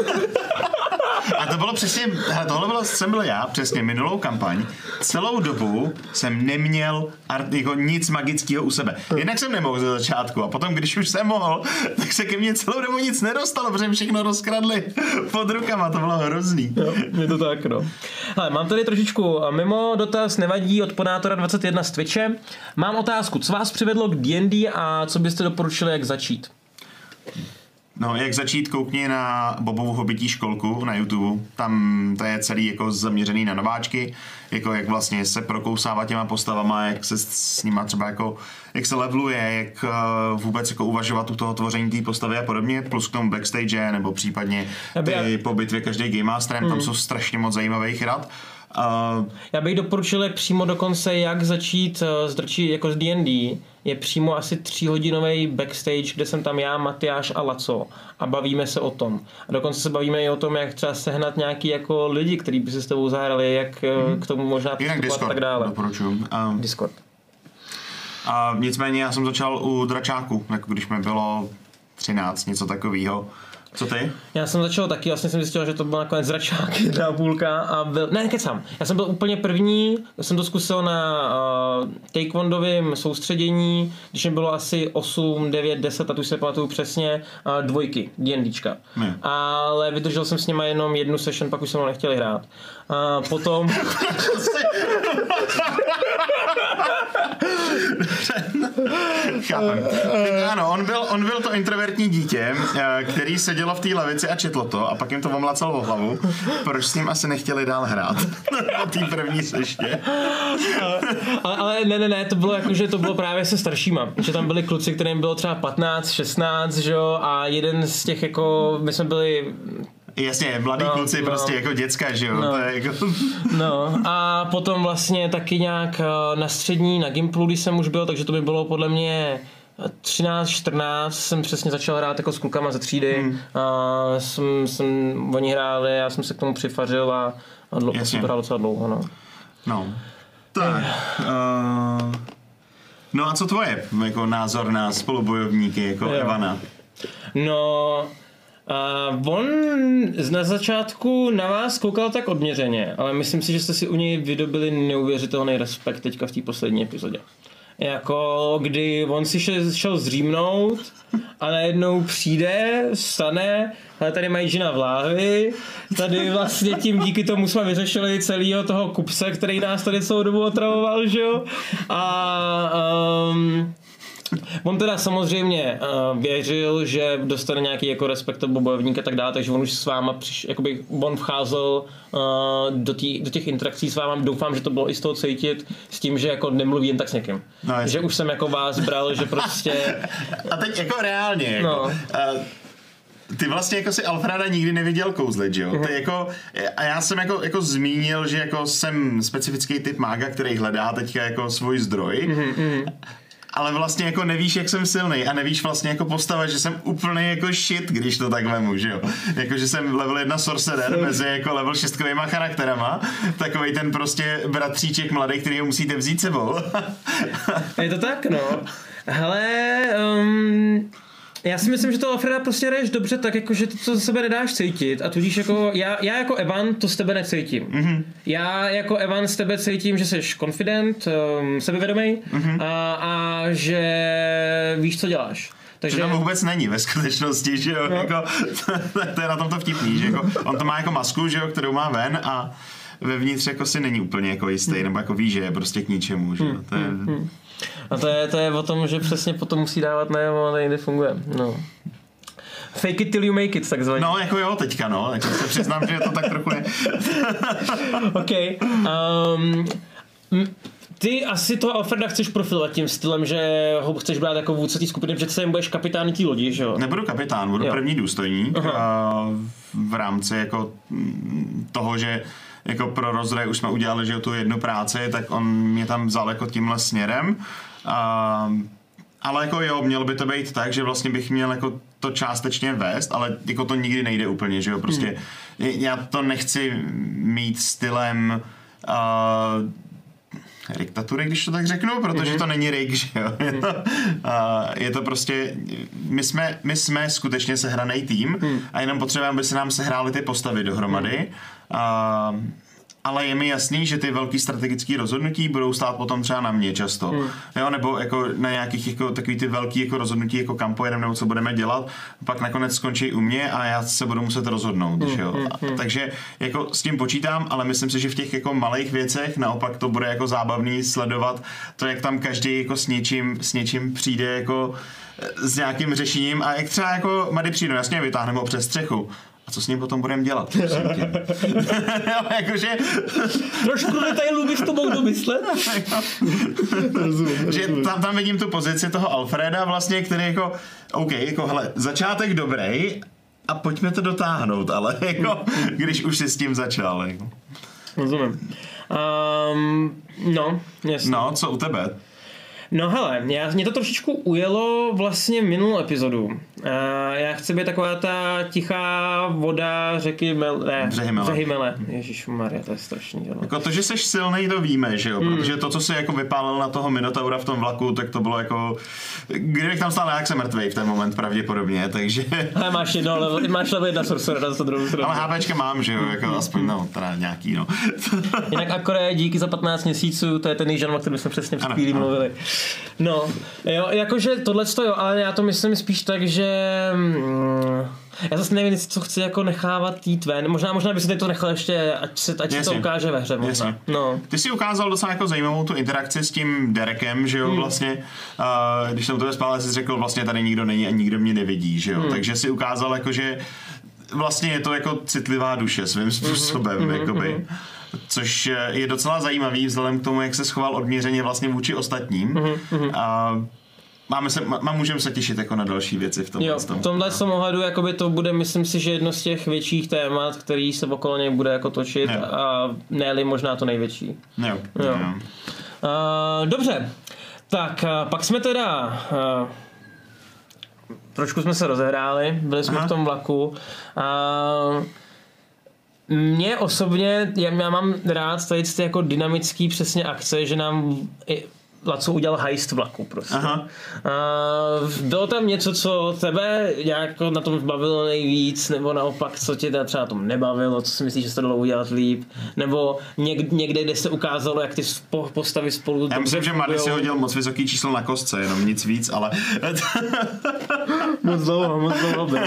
[SPEAKER 2] A to bylo přesně, tohle bylo, jsem byl já, přesně minulou kampaň. Celou dobu jsem neměl art, jako nic magického u sebe. Jednak jsem nemohl ze začátku a potom, když už jsem mohl, tak se ke mně celou dobu nic nedostalo, protože všechno rozkradli pod rukama, to bylo hrozný.
[SPEAKER 1] Jo, je to tak, no. Hele, mám tady trošičku mimo dotaz, nevadí, od Ponátora dvacet jedna z Twitche. Mám otázku, co vás přivedlo k D and D a co byste doporučili, jak začít?
[SPEAKER 2] No, jak začít, koukni na Bobovu hobití školku na YouTube. Tam to je celý jako zaměřený na nováčky, jako jak vlastně se prokousává těma postavama, jak se s nima třeba jako, jak se leveluje, jak uh, vůbec jako uvažovat u toho tvoření té postavy a podobně, plus k tomu backstage, nebo případně ty po bitvě každý Game Masterem, mm. tam jsou strašně moc zajímavých rad. Uh,
[SPEAKER 1] Já bych doporučil přímo dokonce, jak začít s drčí jako z D and D. Je přímo asi tříhodinový backstage, kde jsem tam já, Matyáš a Laco a bavíme se o tom. A dokonce se bavíme i o tom, jak třeba sehnat nějaký jako lidi, kteří by se s tebou zahrali, jak mm. k tomu možná přistupovat a tak dále.
[SPEAKER 2] Doporučuji. Um,
[SPEAKER 1] Discord.
[SPEAKER 2] A nicméně já jsem začal u dračáku, jako když mi bylo třináct, něco takového. Co ty?
[SPEAKER 1] Já jsem začal taky, vlastně jsem zjistil, že to byl nakonec zračák, jedna půlka a byl, ne, nekecám, já jsem byl úplně první, jsem to zkusil na uh, taekwondovém soustředění, když mi bylo asi osm, devět, deset, a tu si pamatuju přesně, uh, dvojky, D&Dčka. Ne. Ale vydržel jsem s nima jenom jednu session, pak už jsem ho nechtěl hrát. Uh, potom...
[SPEAKER 2] Chápem. Ano, on byl, on byl to introvertní dítě, který sedělo v té lavici a četlo to a pak jim to omlacal o hlavu, proč s ním asi nechtěli dál hrát. Po té první seště.
[SPEAKER 1] ale, ale ne, ne, ne, to bylo jako, že to bylo právě se staršíma, že tam byli kluci, kterým bylo třeba patnáct, šestnáct, že jo, a jeden z těch jako, my jsme byli
[SPEAKER 2] Jasně, mladý no, kluci no. prostě jako děcka, že jo?
[SPEAKER 1] No.
[SPEAKER 2] To je jako...
[SPEAKER 1] no a potom vlastně taky nějak na střední, na Gimplu, když jsem už byl, takže to by bylo podle mě třináct čtrnáct jsem přesně začal hrát jako s klukama ze třídy. Hmm. A jsem, jsem, oni hráli, já jsem se k tomu přifařil a, a dlouho, jsem to hrál docela dlouho. No.
[SPEAKER 2] no. Tak. Uh, no a co tvoje jako názor na spolubojovníky jako jo. Evana?
[SPEAKER 1] No... Uh, on na začátku na vás koukal tak odměřeně, ale myslím si, že jste si u něj vydobili neuvěřitelný respekt teďka v té poslední epizodě. Jako kdy on si šel, šel zřímnout a najednou přijde, vstane, ale tady mají žena v láhvi, tady vlastně tím díky tomu jsme vyřešili celého toho kupce, který nás tady celou dobu otravoval, že jo? A... Um, on teda samozřejmě uh, věřil, že dostane nějaký jako respekt od bojovníka a tak dále, takže on už s váma přiš, jakoby on vcházel uh, do, tý, do těch interakcí s váma, doufám, že to bylo i z toho cítit s tím, že jako nemluví jen tak s někým. No, že už jsem jako vás bral, že prostě...
[SPEAKER 2] A teď jako reálně, jako, no. uh, ty vlastně jako si Alfreda nikdy neviděl kouzlit, že jo? Uh-huh. Ty jako, a já jsem jako, jako zmínil, že jako jsem specifický typ mága, který hledá teďka jako svůj zdroj, uh-huh. ale vlastně jako nevíš, jak jsem silný a nevíš vlastně jako postava, že jsem úplně jako shit, když to tak vemu, že jo. Jako, že jsem level jedna sorcerer mezi jako level šestkovýma charakterama, takovej ten prostě bratříček mladý, který ho musíte vzít sebou.
[SPEAKER 1] Je to tak, no. Hele, um... já si myslím, že to Alfreda prostě hraješ dobře tak, jako, že ty to ze sebe nedáš cítit a tudíž jako, já, já jako Evan to z tebe necítím. Mm-hmm. Já jako Evan z tebe cítím, že jsi confident, um, sebevědomý mm-hmm. a, a že víš, co děláš.
[SPEAKER 2] Takže to vůbec není ve skutečnosti, že jo, no. Jako, to je na tom to vtipný, že jako, on to má jako masku, že jo, kterou má ven a vevnitř jako si není úplně jako jistý, mm. nebo jako ví, že je prostě k ničemu, že jo, to je... Mm.
[SPEAKER 1] A to je, to je o tom, že přesně potom musí dávat najevo a tady funguje. No. Fake it till you make it, takzvaně.
[SPEAKER 2] No, jako jo, teďka, no. Jako se přiznám, že to tak trochu je.
[SPEAKER 1] OK. Um, ty asi toho Alfreda chceš profilovat tím stylem, že ho chceš brát jako vůdce té skupiny, protože se jim budeš kapitán té lodi, že jo?
[SPEAKER 2] Nebudu kapitán, budu jo. první důstojník. V rámci jako toho, že jako pro rozhraj už jsme udělali, že tu jednu práci, tak on mě tam vzal jako tímhle směrem. A, ale jako jo, mělo by to být tak, že vlastně bych měl jako to částečně vést, ale jako to nikdy nejde úplně, že jo, prostě hmm. já to nechci mít stylem uh, diktatury, když to tak řeknu, protože mm-hmm. to není rig, že jo. Je to, uh, je to prostě, my jsme, my jsme skutečně sehraný tým mm. a jenom potřebujeme, aby se nám sehrály ty postavy dohromady. Mm. Uh, ale je mi jasný, že ty velký strategické rozhodnutí budou stát potom třeba na mě často. Mm. Jo, nebo jako na nějakých jako takový ty velký jako rozhodnutí, jako kam pojedeme, nebo co budeme dělat, pak nakonec skončí u mě a já se budu muset rozhodnout. Mm. Jo. A, takže jako s tím počítám, ale myslím si, že v těch jako malých věcech naopak to bude jako zábavný sledovat to, jak tam každý jako s něčím, s něčím přijde jako s nějakým řešením a jak třeba jako Mady přijde, jasně vytáhneme ho přes střechu. A co s ním potom budeme dělat? Jakože...
[SPEAKER 1] Trošku detailů bys to mohl domyslet.
[SPEAKER 2] Že tam, tam vidím tu pozici toho Alfreda vlastně, který jako, OK, jako hele, začátek dobrý a pojďme to dotáhnout, ale jako, když už jsi s tím začal. Jako.
[SPEAKER 1] Rozumím. Um, no, jasně.
[SPEAKER 2] No, co u tebe?
[SPEAKER 1] No hele, já, mě to trošičku ujelo vlastně minulou epizodu. Uh, já chci být taková ta tichá voda řeky Mel... Ne,
[SPEAKER 2] Břehy Mele.
[SPEAKER 1] Břehy Mele. Ježišmarja, to je strašný. No.
[SPEAKER 2] Jako to, že jsi silnej, to víme, že jo? Mm. Protože to, co jsi jako vypálil na toho Minotaura v tom vlaku, tak to bylo jako... Kdybych tam stál, jak jsem mrtvej v ten moment pravděpodobně, takže...
[SPEAKER 1] Ale máš jedno, level, máš level jedna sorcerera za druhou stranu.
[SPEAKER 2] Ale HPčka mám, že jo? Jako aspoň, no, teda nějaký, no.
[SPEAKER 1] Jinak akorát díky za patnáct měsíců, to je ten Jižan, o kterém jsme přesně před chvílí mluvili. No, jo, jakože tohleto jo, ale já to myslím spíš tak, že mm, já zase nevím, co chci jako nechávat jít ven. Možná, možná by si to nechal ještě, ať se, ať se to ukáže ve hře. Možná. No.
[SPEAKER 2] Ty jsi ukázal docela jako zajímavou tu interakci s tím Derekem, že jo, hmm. vlastně, uh, když jsem u tebe spál, jsi řekl, vlastně tady nikdo není a nikdo mě nevidí, že jo, hmm. takže si ukázal jako, že vlastně je to jako citlivá duše svým způsobem, mm-hmm, jakoby. Mm-hmm. Což je docela zajímavý vzhledem k tomu, jak se schoval odměřeně vlastně vůči ostatním. Mm-hmm. A máme se, má, můžeme se těšit jako na další věci v tomhle.
[SPEAKER 1] Jo, v tomhle tom ohledu jakoby to bude, myslím si, že jedno z těch větších témat, který se okolo něj bude jako točit jo. a ne-li možná to největší.
[SPEAKER 2] Jo, jo. jo.
[SPEAKER 1] Uh, dobře, tak uh, pak jsme teda uh, trošku jsme se rozehráli, byli jsme Aha. v tom vlaku. Uh, Mně osobně, já mám rád tady ty jako dynamický přesně akce, že nám Laco udělal heist vlaku prostě. Aha. Uh, bylo tam něco, co tebe nějak na tom bavilo nejvíc, nebo naopak, co tě třeba na tom nebavilo, co si myslíš, že se to dalo udělat líp, nebo něk, někde, kde se ukázalo, jak ty postavy spolu...
[SPEAKER 2] Já myslím, že Mady si hodil moc vysoký číslo na kostce, jenom nic víc, ale...
[SPEAKER 1] moc dlouho, moc dlouho byl.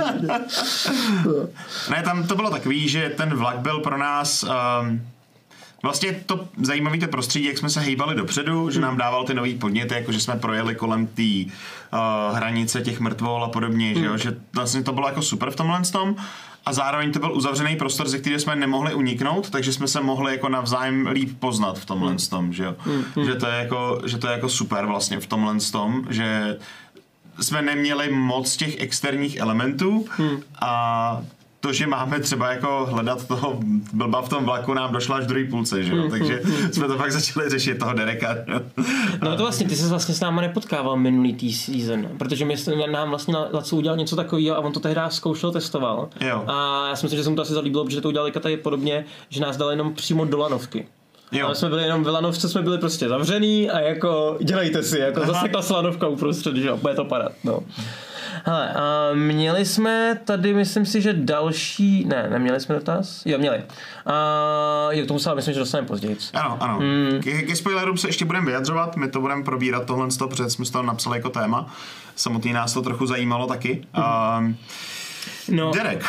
[SPEAKER 2] Ne, tam to bylo takový, že ten vlak byl pro nás... Um, Vlastně to zajímavý to prostředí, jak jsme se hejbali dopředu, že nám dával ty nový podněty, jako že jsme projeli kolem té uh, hranice těch mrtvol a podobně, mm. že, jo? Že vlastně to bylo jako super v tomhle tom a zároveň to byl uzavřený prostor, ze kterého jsme nemohli uniknout, takže jsme se mohli jako navzájem líp poznat v tomhle tom, že jo? Mm. Že to je jako, že to je jako super vlastně v tomhle tom, že jsme neměli moc těch externích elementů mm. a to, že máme třeba jako hledat toho blba v tom vlaku, nám došlo až v druhé půlce, že jo? Takže jsme to pak začali řešit, toho Dereka.
[SPEAKER 1] No to vlastně, ty jsi vlastně s náma nepotkával minulý tý season, protože my jsme, nám vlastně Laco udělal něco takového a on to tehdy zkoušel, testoval.
[SPEAKER 2] Jo.
[SPEAKER 1] A já si myslím, že se mu to asi zalíbilo, protože to udělali tady podobně, že nás dali jenom přímo do lanovky. Jo. Ale jsme byli jenom v lanovce, jsme byli prostě zavřený a jako dělejte si, jako Aha. zase ta slanovka uprostřed, že jo, bude to padat, no. Hele, a měli jsme tady, myslím si, že další, ne, neměli jsme dotaz? Jo, měli. A jo, k tomu se myslím, že dostaneme později.
[SPEAKER 2] Ano, ano. Hmm. Ke, ke spoilerům se ještě budeme vyjadřovat, my to budeme probírat tohle z toho, protože jsme to napsali jako téma. Samotný nás to trochu zajímalo taky. Hmm. Um, no. Derek.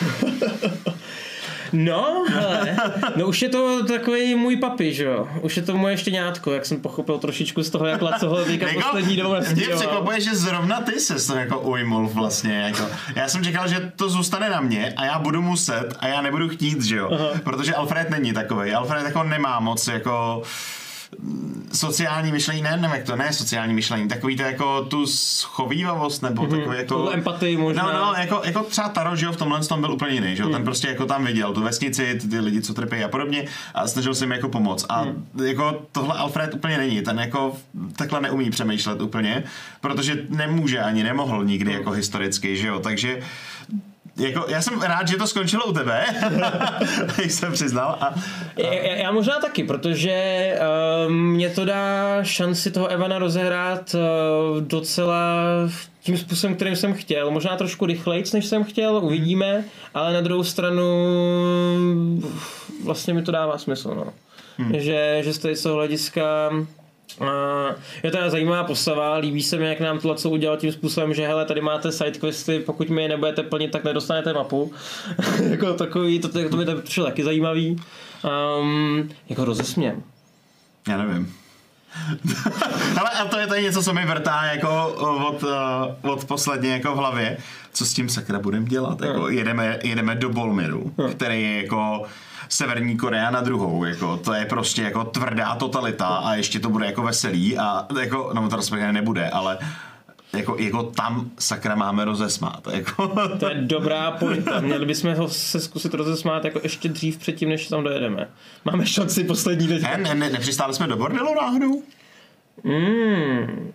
[SPEAKER 1] No, hele, no už je to takový můj papi, že jo? Už je to moje štěňátko, jak jsem pochopil trošičku z toho, jak Laco ho teďka poslední dobou nastěňoval.
[SPEAKER 2] Mě překvapuje, že zrovna ty se to jako ujmul vlastně, jako. Já jsem čekal, že to zůstane na mě a já budu muset a já nebudu chtít, že jo? Aha. Protože Alfred není takovej. Alfred jako nemá moc jako sociální myšlení, ne, nevím jak to, ne sociální myšlení, takový to jako tu schovívavost, nebo mm-hmm. takový jako...
[SPEAKER 1] Tu empatii možná.
[SPEAKER 2] No, no, jako, jako třeba Taro, že jo, v tomhle tom byl úplně jiný, že jo, mm. ten prostě jako tam viděl tu vesnici, ty, ty lidi, co trpí a podobně a snažil se jim jako pomoct a mm. jako tohle Alfred úplně není, ten jako takhle neumí přemýšlet úplně, protože nemůže ani nemohl nikdy mm. jako historicky, že jo, takže jako, já jsem rád, že to skončilo u tebe, jak jsem přiznal. A, a...
[SPEAKER 1] Já, já možná taky, protože uh, mě to dá šanci toho Evana rozehrát uh, docela tím způsobem, kterým jsem chtěl. Možná trošku rychlejc, než jsem chtěl, uvidíme, ale na druhou stranu vlastně mi to dává smysl. No. Hmm. Že, že z toho hlediska... Uh, je to zajímavá postava, líbí se mi, jak nám to Laco udělal tím způsobem, že hele, tady máte sidequesty, pokud mi je nebudete plnit, tak nedostanete mapu. Jako takový, to, to, to mi to přišlo taky zajímavý. Um, jako rozesměm.
[SPEAKER 2] Já nevím. Ale a to je tady něco, co mi vrtá jako od, od posledně jako v hlavě. Co s tím sakra budeme dělat? Jako jedeme, jedeme do Bolmiru, který je jako Severní Korea na druhou, jako to je prostě jako tvrdá totalita a ještě to bude jako veselý a jako, no to respektive nebude, ale jako, jako tam sakra máme rozesmát. Jako.
[SPEAKER 1] To je dobrá pointa. Měli bychom ho se zkusit rozesmát jako ještě dřív předtím, než tam dojedeme. Máme šanci poslední teď.
[SPEAKER 2] Ne, ne, ne, nepřistáli jsme do bordelu náhodou?
[SPEAKER 1] Mm.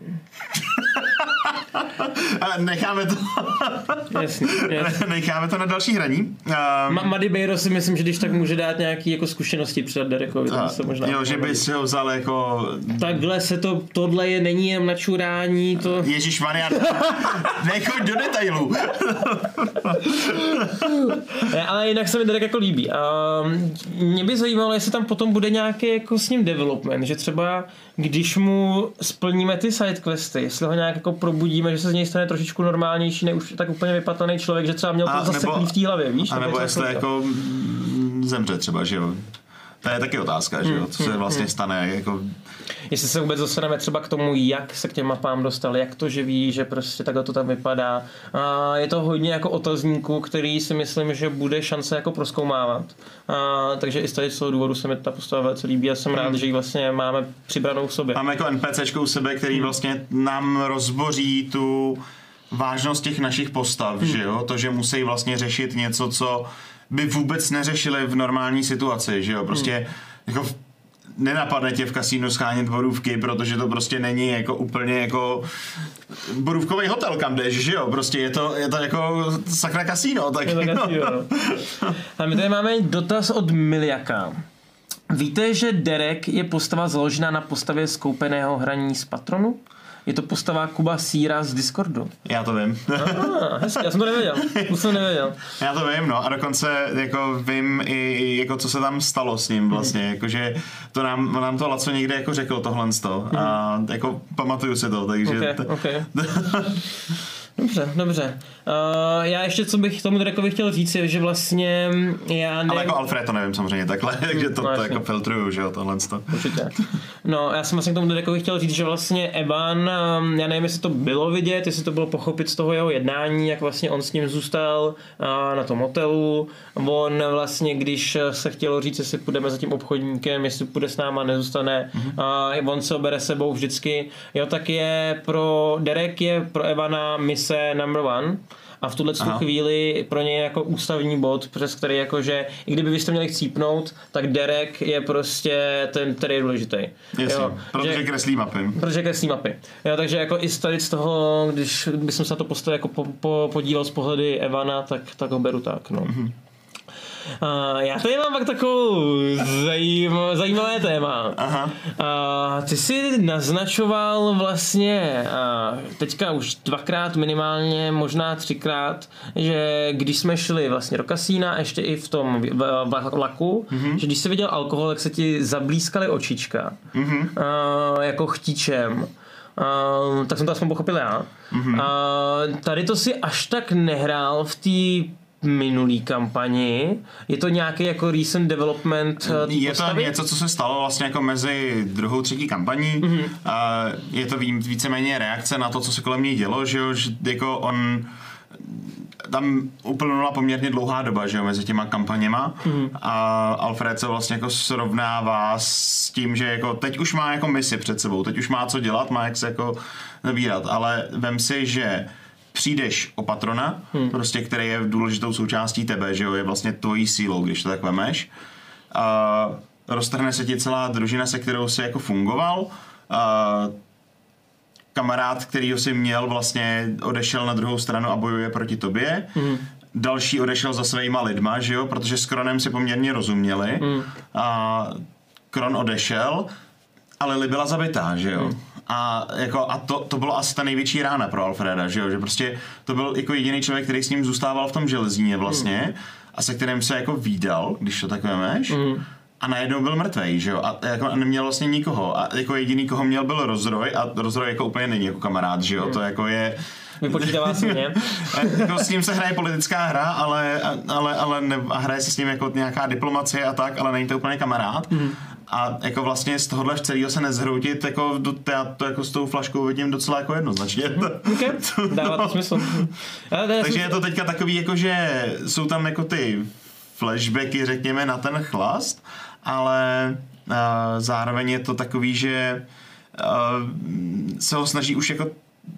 [SPEAKER 2] Necháme to
[SPEAKER 1] jasně, jasně.
[SPEAKER 2] Necháme to na další hraní. Um,
[SPEAKER 1] Ma- Mady Bejro si myslím, že když tak může dát nějaký jako zkušenosti předat Derekovi.
[SPEAKER 2] A, se možná jo, že by si ho vzal jako...
[SPEAKER 1] Takhle se to, tohle je, není jen na čurání, to...
[SPEAKER 2] Ježišmarja, nechoď do detailů.
[SPEAKER 1] Ne, ale jinak se mi Derek jako líbí. A mě by zajímalo, jestli tam potom bude nějaký jako s ním development, že třeba když mu splníme ty sidequesty, jestli ho nějak jako probudíme, že se z něj stane trošičku normálnější, ne už tak úplně vypatlaný člověk, že třeba měl to zaseklý v té hlavě, víš?
[SPEAKER 2] A nebo jestli jako zemře třeba, že jo. To je taky otázka, že jo, co se vlastně stane, jako...
[SPEAKER 1] Jestli se vůbec dostaneme třeba k tomu, jak se k těm mapám dostali, jak to, že ví, že prostě takhle to tam vypadá. A je to hodně jako otazníků, který si myslím, že bude šance jako prozkoumávat. A, takže i z tady z toho důvodu se mi ta postava velice líbí a jsem rád, hmm. že ji vlastně máme přibranou v sobě.
[SPEAKER 2] Máme jako NPCčko u sebe, který hmm. vlastně nám rozboří tu vážnost těch našich postav, hmm. že jo, to, že musí vlastně řešit něco, co by vůbec neřešili v normální situaci, že jo, prostě hmm. jako v, nenapadne tě v kasínu schánět borůvky, protože to prostě není jako úplně jako borůvkový hotel, kam jdeš, že jo, prostě je to, je to jako sakra kasíno, tak
[SPEAKER 1] je to kasíno. A my tady máme dotaz od Miliaka. Víte, že Derek je postava založená na postavě skoupeného hraní z Patronu? Je to postava Kuba Síra z Discordu.
[SPEAKER 2] Já to vím.
[SPEAKER 1] Ah, hezky, já jsem to nevěděl. Už jsem nevěděl.
[SPEAKER 2] Já to vím, no. A dokonce jako vím i, i jako co se tam stalo s ním vlastně. Hmm. Jakože to nám, nám to Laco někde jako řekl tohle sto. Hmm. A jako pamatuju si to, takže...
[SPEAKER 1] Okay, t- okay. Dobře, dobře. Uh, já ještě, co bych tomu Derekovi chtěl říct, je, že vlastně já ne...
[SPEAKER 2] Ale jako Alfred to nevím samozřejmě takhle, takže to, no, to jako filtruju, že jo, tohle to.
[SPEAKER 1] Určitě. No, já jsem vlastně k tomu Derekovi chtěl říct, že vlastně Evan, já nevím, jestli to bylo vidět, jestli to bylo pochopit z toho jeho jednání, jak vlastně on s ním zůstal uh, na tom hotelu. On vlastně, když se chtělo říct, jestli půjdeme za tím obchodníkem, jestli půjde s náma, nezůstane, mm-hmm. uh, on se ho bere sebou vždycky. Jo, tak je pro Derek je pro Evana mise number one. A v tuhle chvíli pro něj je jako ústavní bod, přes který jakože, i kdyby byste měli chcípnout, tak Derek je prostě ten, který je důležitý.
[SPEAKER 2] Jasně, jo, protože že, kreslí mapy. Protože
[SPEAKER 1] kreslí mapy. Jo, takže jako i tady z toho, když bychom se na to postavili jako po, po, podíval z pohledy Evana, tak, tak ho beru tak, no. Mm-hmm. Uh, já tady mám pak takovou zajím, zajímavé téma. Aha. Uh, ty jsi naznačoval vlastně uh, teďka už dvakrát minimálně, možná třikrát, že když jsme šli vlastně do kasína, ještě i v tom vlaku, mm-hmm. že když jsi viděl alkohol, tak se ti zablízkaly očička. Mm-hmm. Uh, jako chtíčem. Uh, tak jsem to aspoň pochopil já. Mm-hmm. Uh, tady to si až tak nehrál v té minulý kampani. Je to nějaký jako recent development té
[SPEAKER 2] Je
[SPEAKER 1] postavy?
[SPEAKER 2] to něco, co se stalo vlastně jako mezi druhou, třetí kampaní. Mm-hmm. Uh, je to víceméně reakce na to, co se kolem něj dělo, že jo, že jako on tam uplynula poměrně dlouhá doba, že jo, mezi těma kampaněma mm. a Alfred se vlastně jako srovnává s tím, že jako teď už má jako misi před sebou, teď už má co dělat, má jak se jako nabírat, ale vem si, že přijdeš o patrona, hmm. prostě, který je důležitou součástí tebe, že jo, je vlastně tvojí sílou, když to tak vemeš. A roztrhne se ti celá družina, se kterou jsi jako fungoval. A kamarád, kterýho jsi měl, vlastně odešel na druhou stranu a bojuje proti tobě. Hmm. Další odešel za svýma lidma, že jo, protože s Kronem si poměrně rozuměli. Hmm. A Kron odešel, ale Lily byla zabitá, že jo. Hmm. A, jako, a to, to bylo asi ta největší rána pro Alfreda, že jo? Že prostě to byl jako jediný člověk, který s ním zůstával v tom železíně vlastně mm. a se kterým se jako vídal, když to tak vemeš, mm. a najednou byl mrtvej, že jo? A jako neměl vlastně nikoho a jako jediný, koho měl, byl Rozroj a Rozroj jako úplně není jako kamarád, že jo? Mm. To jako je...
[SPEAKER 1] Vypočítává si mě.
[SPEAKER 2] Jako s ním se hraje politická hra, ale, ale, ale ne, a hraje se s ním jako nějaká diplomacie a tak, ale není to úplně kamarád. Mm. A jako vlastně z tohohle celého se nezhroutit, jako do, já to jako s tou flaškou vidím docela jako jednoznačně.
[SPEAKER 1] Okay. Dává to smysl.
[SPEAKER 2] Takže je to teďka takový, jako že jsou tam jako ty flashbacky, řekněme, na ten chlast, ale uh, zároveň je to takový, že uh, se ho snaží už jako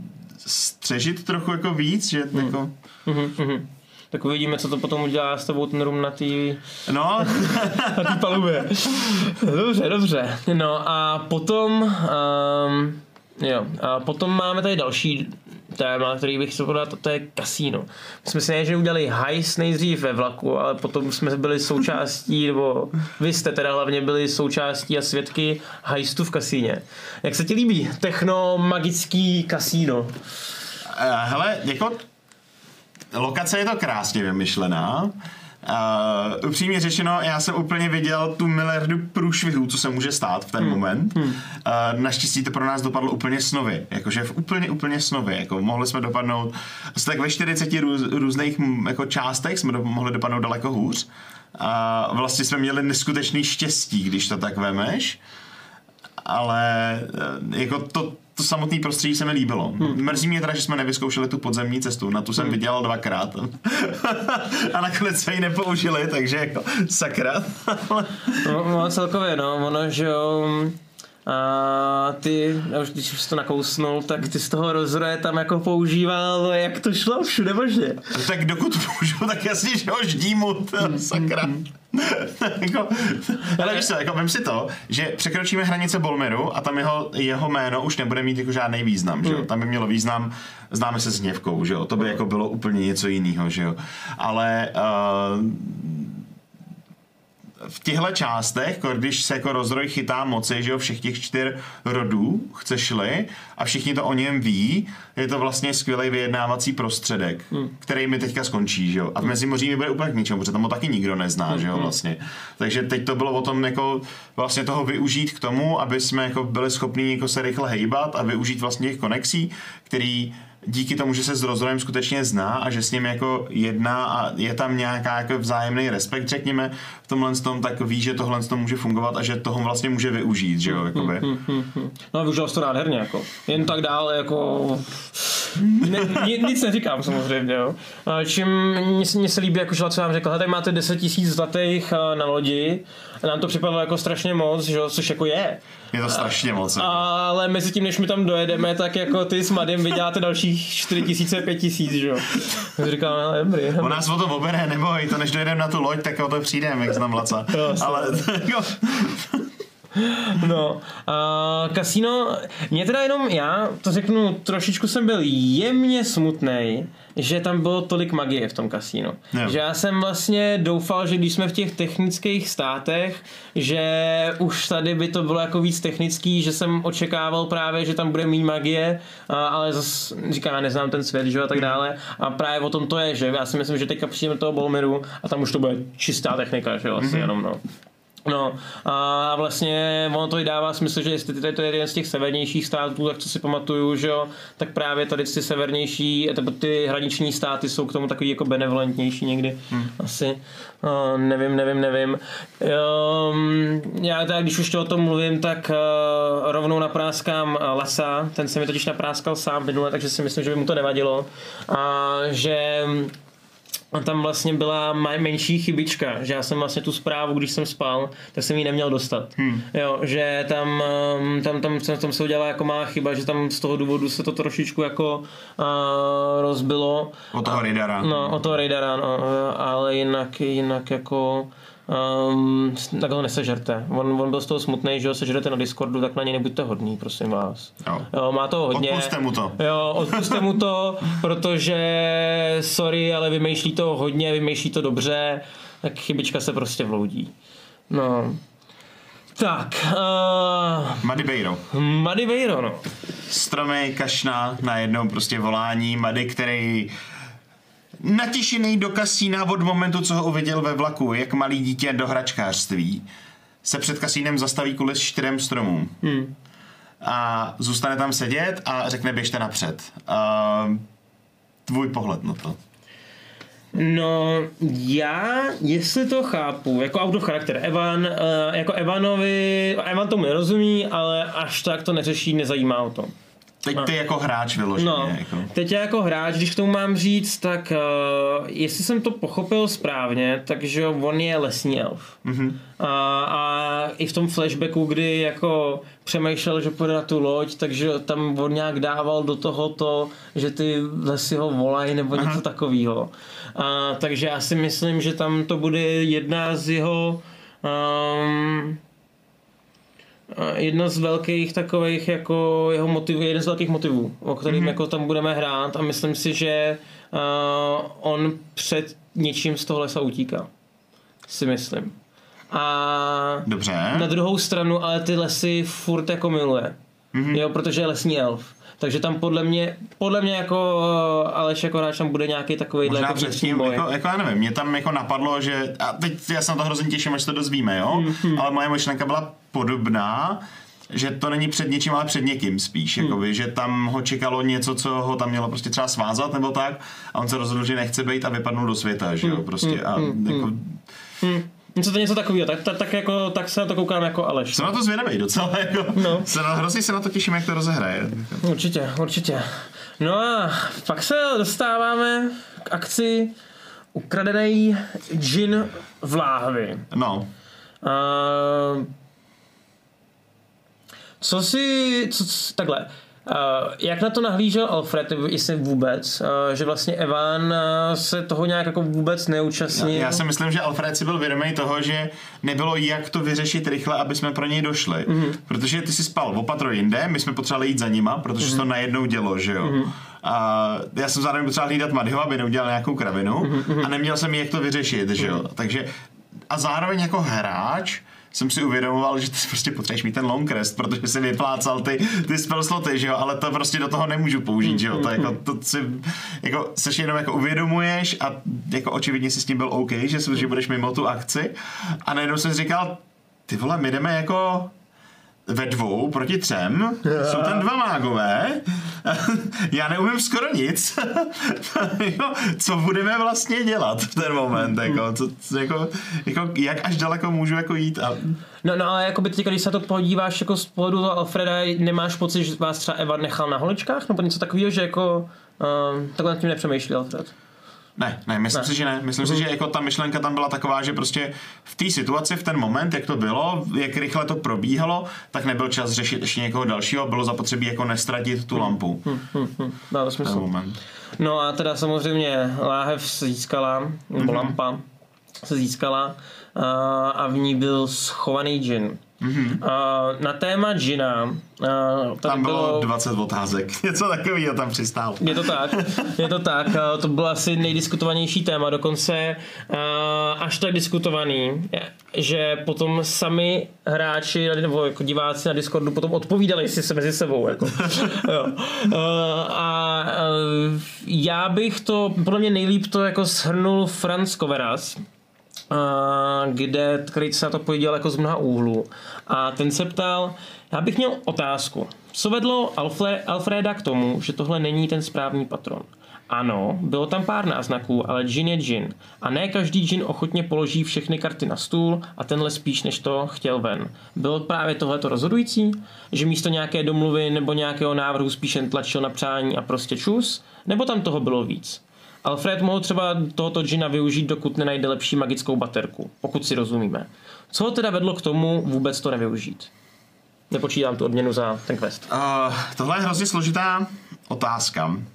[SPEAKER 2] střežit trochu jako víc, že hmm. jako...
[SPEAKER 1] Mm-hmm. Tak uvidíme, co to potom udělá s tebou ten rum na té
[SPEAKER 2] no.
[SPEAKER 1] na té palubě. Dobře, dobře. No a potom um, jo, a potom máme tady další téma, který bych chtěl podat, to je kasíno. My jsme si nejdřív udělali heist nejdřív ve vlaku, ale potom jsme byli součástí, nebo vy jste teda hlavně byli součástí a svědky heistu v kasíně. Jak se ti líbí techno-magický kasíno? Uh,
[SPEAKER 2] hele, jako lokace je to krásně vymyšlená. Uh, upřímně řečeno, já jsem úplně viděl tu miliardu průšvihů, co se může stát v ten hmm. moment. Hmm. Uh, naštěstí to pro nás dopadlo úplně snově. Jakože v úplně, úplně snově. Jako mohli jsme dopadnout, asi tak ve čtyřiceti růz, různých jako částech jsme do, mohli dopadnout daleko hůř. A vlastně jsme měli neskutečný štěstí, když to tak vemeš. Ale jako to, to samotné prostředí se mi líbilo. Hmm. Mrzí mě teda, že jsme nevyzkoušeli tu podzemní cestu, na tu jsem hmm. vydělal dvakrát. A nakonec jsme ji nepoužili, takže jako sakra.
[SPEAKER 1] no, no celkově, no, ono, že jo, a ty, už když jsi to nakousnul, tak ty z toho rozroje tam jako používal, jak to šlo všude možně.
[SPEAKER 2] Tak dokud můžu, tak jasně, že ho ždímu, to sakra. jako, ale víš co, jako vem si to, že překročíme hranice Bolmeru a tam jeho, jeho jméno už nebude mít jako žádný význam, že jo? Tam by mělo význam, známe se s Hněvkou, že jo? To by jako bylo úplně něco jiného, že jo? Ale uh, v těchto částech, když se jako rozroj chytá moci, že jo, všech těch čtyř rodů, chceš-li, a všichni to o něm ví, je to vlastně skvělý vyjednávací prostředek, hmm. který mi teďka skončí, že jo. A v Mezimoří mi bude úplně k ničemu, protože tam ho taky nikdo nezná, hmm. že jo, vlastně. Takže teď to bylo o tom jako vlastně toho využít k tomu, aby jsme jako byli schopni jako se rychle hejbat a využít vlastně těch konexí, který díky tomu, že se s rozrojem skutečně zná a že s ním jako jedná a je tam nějaká jako vzájemný respekt, řekněme, v tomhle tom, tak ví, že tohle to může fungovat a že toho vlastně může využít, že jo, jakoby. Hmm, hmm, hmm.
[SPEAKER 1] No využil jsi to nádherně, jako. Jen tak dále, jako ne, nic neříkám samozřejmě, jo. Čím mně se líbí, jako co vám řekl, tady máte deset tisíc zlatých na lodi, a nám to připadalo jako strašně moc, že jo, což jako je.
[SPEAKER 2] Je to strašně moc. Jako.
[SPEAKER 1] Ale mezi tím, než my tam dojedeme, tak jako ty s Madem vyděláte dalších čtyři tisíce, pět tisíc, že jo. Říkám, ale dobrý.
[SPEAKER 2] On nás o to obere, neboj, to než dojedeme na tu loď, tak o to přijdeme, jak znám Laca. Ale
[SPEAKER 1] no, a kasino, mě teda jenom, já to řeknu, trošičku jsem byl jemně smutnej, že tam bylo tolik magie v tom kasínu. No. Že já jsem vlastně doufal, že když jsme v těch technických státech, že už tady by to bylo jako víc technický, že jsem očekával právě, že tam bude méně magie, a, ale zase říkám, já neznám ten svět, že a tak dále. A právě o tom to je, že já si myslím, že teďka přijdeme do toho Bolmeru a tam už to bude čistá technika, že vlastně mm-hmm. jenom no. No a vlastně ono to i dává smysl, že jestli to je jeden z těch severnějších států, tak co si pamatuju, že jo, tak právě tady ty severnější, ty hraniční státy jsou k tomu takový jako benevolentnější někdy, hmm. asi, no, nevím, nevím, nevím. Um, já tak, když už o tom mluvím, tak uh, rovnou napráskám Lasa, ten se mi totiž napráskal sám minule, takže si myslím, že by mu to nevadilo, a že a tam vlastně byla menší chybička, že já jsem vlastně tu zprávu, když jsem spal, tak jsem ji neměl dostat. Hmm. Jo, že tam, tam, tam, tam, tam se udělala jako má chyba, že tam z toho důvodu se to trošičku jako uh, rozbilo.
[SPEAKER 2] O toho radara.
[SPEAKER 1] No, o toho radara, no, ale jinak, jinak jako Um, tak ho nesežerte. On, on byl z toho smutný, že ho sežerete na Discordu, tak na něj nebuďte hodný, prosím vás.
[SPEAKER 2] Jo.
[SPEAKER 1] Jo, má to hodně.
[SPEAKER 2] Odpuste mu to.
[SPEAKER 1] Jo, odpuste mu to, protože sorry, ale vymýšlí to hodně, vymýšlí to dobře, tak chybička se prostě vloudí. No. Tak. Uh,
[SPEAKER 2] Madibeiro.
[SPEAKER 1] Madibeiro, no.
[SPEAKER 2] Stromy, kašna, najednou prostě volání. Mady, který natěšený do kasína od momentu, co ho uviděl ve vlaku, jak malý dítě do hračkářství, se před kasínem zastaví kvůli čtyřem stromům. Hmm. A zůstane tam sedět a řekne běžte napřed. Uh, tvůj pohled na to.
[SPEAKER 1] No, já, jestli to chápu, jako autocharakter Evan, uh, jako Evanovi, Evan tomu nerozumí, ale až tak to neřeší, nezajímá o to.
[SPEAKER 2] Teď ty jako hráč vyloženě.
[SPEAKER 1] No,
[SPEAKER 2] jako.
[SPEAKER 1] teď já jako hráč, když k tomu mám říct, tak uh, jestli jsem to pochopil správně, takže on je lesní elf. Mm-hmm. A, a i v tom flashbacku, kdy jako přemýšlel, že půjde na tu loď, takže tam on nějak dával do toho to, že ty lesy ho volají nebo něco takového. Takže já si myslím, že tam to bude jedna z jeho... Um, jedna z velkých takových jako jeho motivů, jeden z velkých motivů, o kterým mm-hmm. jako tam budeme hrát, a myslím si, že uh, on před něčím z toho lesa utíká. Si myslím. A
[SPEAKER 2] dobře.
[SPEAKER 1] Na druhou stranu ale ty lesy furt jako miluje. Mm-hmm. Jo, protože je lesní elf. Takže tam podle mě, podle mě jako Aleš jako hráč tam bude nějaký takový
[SPEAKER 2] jako předtím, jako, jako já nevím, mě tam jako napadlo, že a teď já se na to hrozně těším, až to dozvíme, jo, mm-hmm. ale moje myšlenka byla podobná, že to není před něčím, ale před někým spíš, hmm. jakoby, že tam ho čekalo něco, co ho tam mělo prostě třeba svázat nebo tak a on se rozhodl, že nechce být a vypadnul do světa, že jo, prostě a
[SPEAKER 1] hmm.
[SPEAKER 2] jako...
[SPEAKER 1] Hmm. Něco to něco takového, tak, tak, tak, jako, tak se na to koukám jako Aleš.
[SPEAKER 2] Jsem na to zvědavý docela, jako, no. se na, hrozně se na to těším, jak to rozehraje.
[SPEAKER 1] Určitě, určitě. No a pak se dostáváme k akci Ukradený džin v láhvi.
[SPEAKER 2] No.
[SPEAKER 1] Uh, co si, co, takhle, uh, jak na to nahlížel Alfred, jestli vůbec, uh, že vlastně Evan uh, se toho nějak jako vůbec neúčastnil?
[SPEAKER 2] Já, já si myslím, že Alfred si byl vědomý toho, že nebylo jak to vyřešit rychle, aby jsme pro něj došli. Mm-hmm. Protože ty si spal opatro jinde, my jsme potřebovali jít za nima, protože mm-hmm. se to najednou dělo, že jo. Mm-hmm. A já jsem zároveň potřeboval hlídat Madhyho, aby neudělal nějakou kravinu mm-hmm. a neměl jsem jak to vyřešit, že jo. Mm-hmm. Takže a zároveň jako hráč jsem si uvědomoval, že ty prostě potřebuješ mít ten long rest, protože si vyplácal ty, ty spell sloty, že jo, ale to prostě do toho nemůžu použít, že jo, to jako, to si, jako, seš jenom jako uvědomuješ a jako očividně si s tím byl OK, že, že budeš mimo tu akci a najednou jsem si říkal, ty vole, my jdeme jako ve dvou proti třem, jsou tam dva mágové, já neumím skoro nic, co budeme vlastně dělat v ten moment, jako, co, jako, jako, jak až daleko můžu jako jít a...
[SPEAKER 1] No, no ale jakoby teď, když se to podíváš jako z pohledu toho Alfreda, nemáš pocit, že vás třeba Evan nechal na holičkách, nebo něco takového, že jako um, takhle nad tím nepřemýšlí Alfred?
[SPEAKER 2] Ne, ne, myslím ne. si, že ne. Myslím mm. si, že jako ta myšlenka tam byla taková, že prostě v té situaci, v ten moment, jak to bylo, jak rychle to probíhalo, tak nebyl čas řešit ještě někoho dalšího, bylo zapotřebí jako nestratit tu lampu.
[SPEAKER 1] Mm, mm, mm. Dá to smysl. Moment. No a teda samozřejmě láhev se získala, nebo mm-hmm. lampa se získala a, a v ní byl schovaný džin. Mm-hmm. Uh, na téma džina uh,
[SPEAKER 2] tam bylo, bylo dvacet otázek, něco takového tam přistál.
[SPEAKER 1] Je to tak, je to tak, uh, to bylo asi nejdiskutovanější téma, dokonce uh, až tak diskutovaný, že potom sami hráči nebo jako diváci na Discordu potom odpovídali si se mezi sebou. Jako. Jo. Uh, a uh, já bych to, podle mě nejlíp to jako shrnul Franz Koveras, Uh, kde, který se na to podíval jako z mnoha úhlů. A ten se ptal, já bych měl otázku. Co vedlo Alfre, Alfreda k tomu, že tohle není ten správný patron? Ano, bylo tam pár náznaků, ale džin je džin. A ne každý džin ochotně položí všechny karty na stůl a tenhle spíš než to chtěl ven. Bylo právě tohleto rozhodující? Že místo nějaké domluvy nebo nějakého návrhu spíš jen tlačil na přání a prostě čus? Nebo tam toho bylo víc? Alfred mohl třeba tohoto džina využít, dokud nenajde lepší magickou baterku, pokud si rozumíme. Co ho teda vedlo k tomu vůbec to nevyužít? Nepočítám tu odměnu za ten quest.
[SPEAKER 2] Uh, tohle je hrozně složitá otázka. Uh,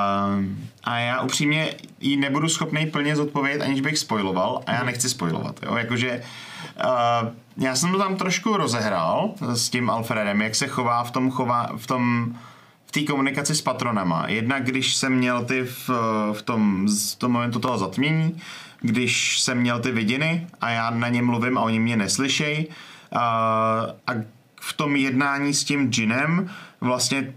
[SPEAKER 2] a já upřímně ji nebudu schopný plně zodpovědět, aniž bych spoiloval, a já nechci spoilovat. Jo? Jakože, uh, já jsem to tam trošku rozehrál s tím Alfredem, jak se chová v tom, chová, v tom v té komunikaci s patronama. Jednak když jsem měl ty v, v, tom, v tom momentu toho zatmění, když jsem měl ty vidiny a já na ně mluvím a oni mě neslyšejí, a, a v tom jednání s tím džinem vlastně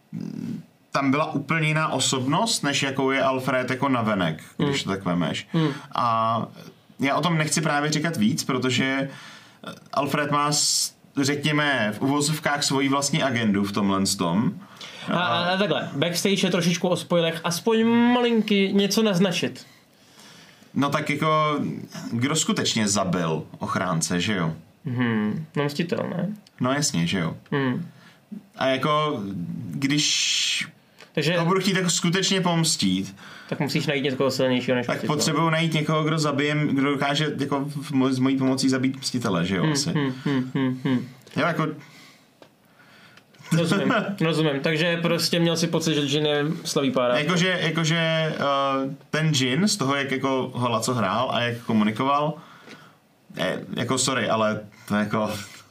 [SPEAKER 2] tam byla úplně jiná osobnost, než jakou je Alfred jako navenek, když to tak vemeš. Hmm. A já o tom nechci právě říkat víc, protože Alfred má, řekněme, v uvozovkách svoji vlastní agendu v tomhle tom.
[SPEAKER 1] A, a, a takhle, backstage je trošičku o spoilech, aspoň malinky něco naznačit.
[SPEAKER 2] No tak jako, kdo skutečně zabil ochránce, že jo?
[SPEAKER 1] Hmm, no mstitel, ne?
[SPEAKER 2] No jasně, že jo. Hmm. A jako, když Takže, to budu chtít jako skutečně pomstít,
[SPEAKER 1] tak musíš najít někoho silnějšího než
[SPEAKER 2] tak
[SPEAKER 1] mstitel.
[SPEAKER 2] potřebuju najít někoho, kdo zabijem, kdo dokáže jako s mojí pomocí zabít mstitele, že jo,
[SPEAKER 1] hmm,
[SPEAKER 2] asi.
[SPEAKER 1] Hmm, hmm, hmm, hmm.
[SPEAKER 2] Jo, jako...
[SPEAKER 1] Rozumím, rozumím. Takže prostě měl si pocit, že džin je slavý pára.
[SPEAKER 2] Jakože, jakože uh, ten džin z toho, jak jako ho Laco hrál a jak komunikoval, je, jako sorry, ale to jako...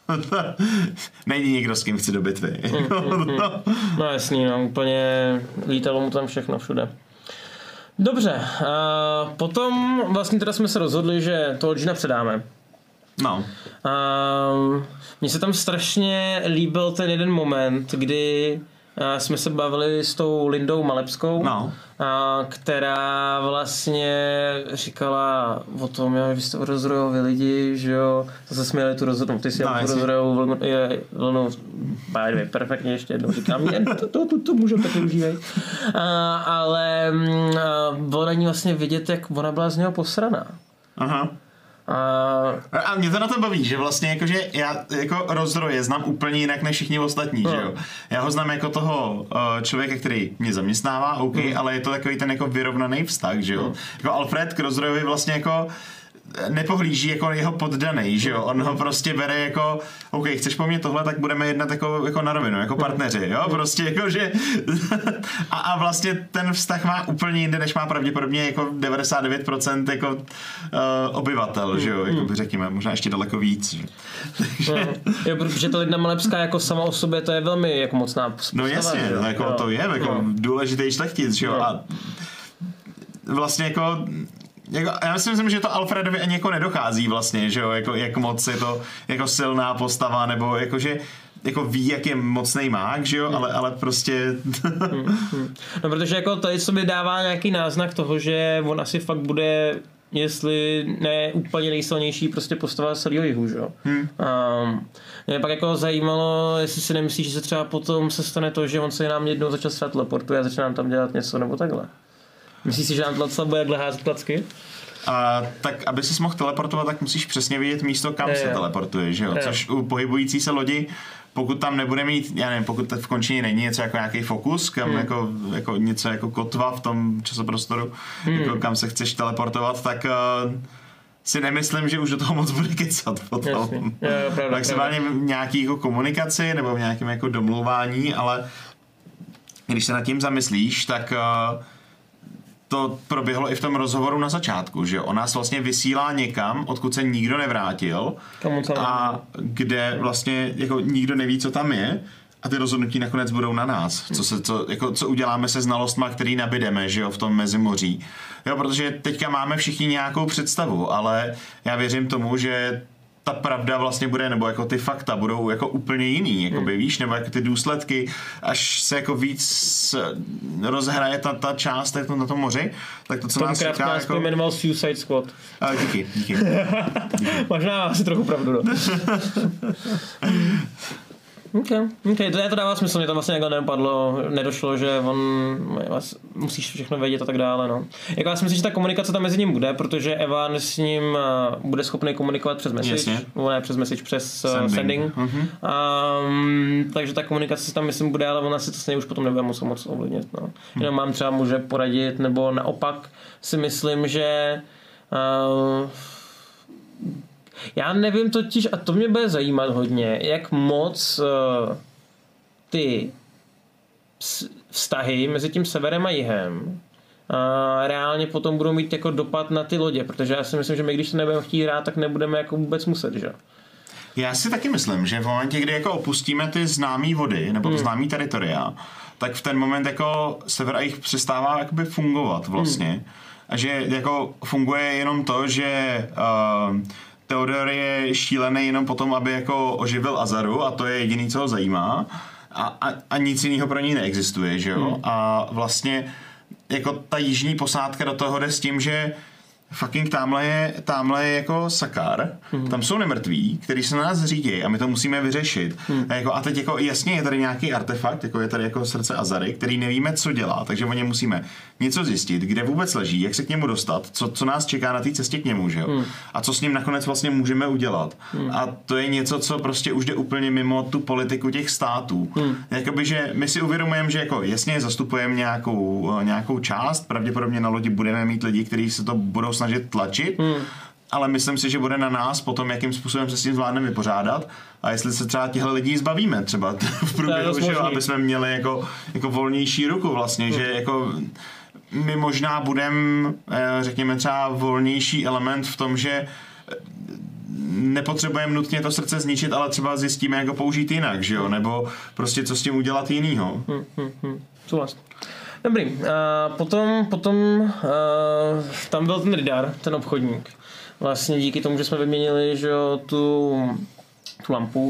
[SPEAKER 2] není nikdo, s kým chci do bitvy.
[SPEAKER 1] mm, mm, mm. No jasný, no, úplně lítalo mu tam všechno všude. Dobře, a potom vlastně teda jsme se rozhodli, že toho džina předáme.
[SPEAKER 2] No.
[SPEAKER 1] A mně se tam strašně líbil ten jeden moment, kdy jsme se bavili s tou Lindou Malepskou,
[SPEAKER 2] no.
[SPEAKER 1] která vlastně říkala o tom, že vy jste rozrojoví lidi, že jo, to se směli tu rozhodnou, ty si no, tu rozrojovou vlnu, je, vlnu, by the way, perfektně ještě jednou říkám, jen to, to, to, to můžu tak využívat. Ale bylo na ní vlastně vidět, jak ona byla z něho posraná. Aha.
[SPEAKER 2] A... a mě to na to baví, že vlastně jakože já jako Rozroje znám úplně jinak než všichni ostatní, no. Že jo. Já ho znám jako toho uh, člověka, který mě zaměstnává, OK, mm. ale je to takový ten jako vyrovnaný vztah, že jo. Mm. Jako Alfred k Rozrojovi vlastně jako nepohlíží jako jeho poddanej, že jo, on ho prostě bere jako, OK, chceš po mně tohle, tak budeme jednat jako, jako na rovinu, jako partneři, jo, prostě jako, že a, a vlastně ten vztah má úplně jinde, než má pravděpodobně jako devadesát devět procent jako uh, obyvatel, že jo, jako by řekněme, možná ještě daleko víc, že?
[SPEAKER 1] Takže... Jo, protože to Linda Malepská jako sama o sobě, to je velmi jako mocná postava.
[SPEAKER 2] No jasně, že? Jako, jo. To je jako jo. Důležitý šlechtic, že jo, jo. A vlastně jako Jako, já si myslím, že to Alfredovi ani jako nedochází vlastně, že jo, jako, jak moc je to jako silná postava, nebo jakože jako ví, jak je mocnej mák, že jo, hmm. ale, ale prostě...
[SPEAKER 1] hmm, hmm. No protože jako tady co mi dává nějaký náznak toho, že on asi fakt bude, jestli ne úplně nejsilnější prostě postava celého jihu, že jo. Hmm. Um, mě pak jako zajímalo, jestli si nemyslíš, že se třeba potom se stane to, že on se nám jednou začal třeba teleportuje a začne nám tam dělat něco nebo takhle. Myslíš si, že nám tlaca bude takhle házet klacky?
[SPEAKER 2] A, tak aby ses mohl teleportovat, tak musíš přesně vidět místo, kam je, se teleportuje, že jo? Je. Což u pohybující se lodi, pokud tam nebude mít, já nevím, pokud v končině není něco jako nějaký fokus, kam hmm. jako, jako něco jako kotva v tom časoprostoru, hmm. jako kam se chceš teleportovat, tak uh, si nemyslím, že už do toho moc bude kecat potom. Maximálně v nějaký jako komunikaci nebo v nějakém jako domlouvání, ale když se nad tím zamyslíš, tak uh, to proběhlo i v tom rozhovoru na začátku, že on nás vlastně vysílá někam, odkud se nikdo nevrátil a kde vlastně jako nikdo neví, co tam je a ty rozhodnutí nakonec budou na nás. Co, se, co, jako, co uděláme se znalostma, který nabydeme, že jo, v tom Mezimoří. Jo, protože teďka máme všichni nějakou představu, ale já věřím tomu, že ta pravda vlastně bude, nebo jako ty fakta budou jako úplně jiný, jakoby, víš, nebo jako ty důsledky, až se jako víc rozhraje ta, ta část jako na tom moři, tak to, co
[SPEAKER 1] Tom
[SPEAKER 2] nás
[SPEAKER 1] čeká, nás jako... jmenoval Suicide Squad.
[SPEAKER 2] A, díky, díky. díky.
[SPEAKER 1] Možná asi trochu pravdu, no. Okay, okay, to, to dává smysl, mě to vlastně jako nedopadlo, nedošlo, že on musíš všechno vědět a tak dále, no. Jako já si myslím, že ta komunikace tam mezi ním bude, protože Evan s ním bude schopný komunikovat přes message, nebo ne přes message, přes sending, sending. Mm-hmm. Um, takže ta komunikace tam myslím bude, ale ona si to stejně už potom nebude moc moc ovlivnit, no. Mm. Jenom mám třeba může poradit, nebo naopak si myslím, že uh, já nevím totiž, a to mě bude zajímat hodně, jak moc uh, ty vztahy mezi tím severem a jihem uh, reálně potom budou mít jako dopad na ty lodě, protože já si myslím, že my když to nebudeme chtít hrát, tak nebudeme jako vůbec muset, že?
[SPEAKER 2] Já si taky myslím, že v momentě, kdy jako opustíme ty známé vody, nebo to hmm. známý teritoria, tak v ten moment jako sever a jich přestává jakoby fungovat vlastně. Hmm. A že jako funguje jenom to, že uh, Theodor je šílený jenom potom, aby jako oživil Azaru a to je jediný, co ho zajímá a, a, a nic jiného pro ní neexistuje, že jo? Hmm. A vlastně jako ta jižní posádka do toho jde s tím, že fucking tamhle je, tamhle je jako Sakar, hmm. tam jsou nemrtví, kteří se na nás řídí a my to musíme vyřešit. Hmm. A, jako, a teď jako jasně je tady nějaký artefakt, jako je tady jako srdce Azary, který nevíme, co dělá, takže o něm musíme něco zjistit, kde vůbec leží, jak se k němu dostat, co, co nás čeká na té cestě k němu, že jo? Hmm. A co s ním nakonec vlastně můžeme udělat. Hmm. A to je něco, co prostě už jde úplně mimo tu politiku těch států. Hmm. Jakoby, že my si uvědomujeme, že jako jasně zastupujeme nějakou, nějakou část, pravděpodobně na lodi budeme mít lidi, kteří se to budou snažit tlačit, hmm. ale myslím si, že bude na nás potom, jakým způsobem se s tím zvládneme vypořádat a jestli se třeba těchto lidí zbavíme třeba v průběhu, že, aby jsme měli jako, jako volnější ruku vlastně, hmm. že jako my možná budeme, řekněme třeba volnější element v tom, že nepotřebujeme nutně to srdce zničit, ale třeba zjistíme, jak ho použít jinak, že jo, nebo prostě co s tím udělat jinýho.
[SPEAKER 1] Hmm, hmm, hmm. Souhlasím. Dobrý, uh, potom, potom uh, tam byl ten Ridar, ten obchodník. Vlastně díky tomu, že jsme vyměnili, že jo, tu, tu lampu,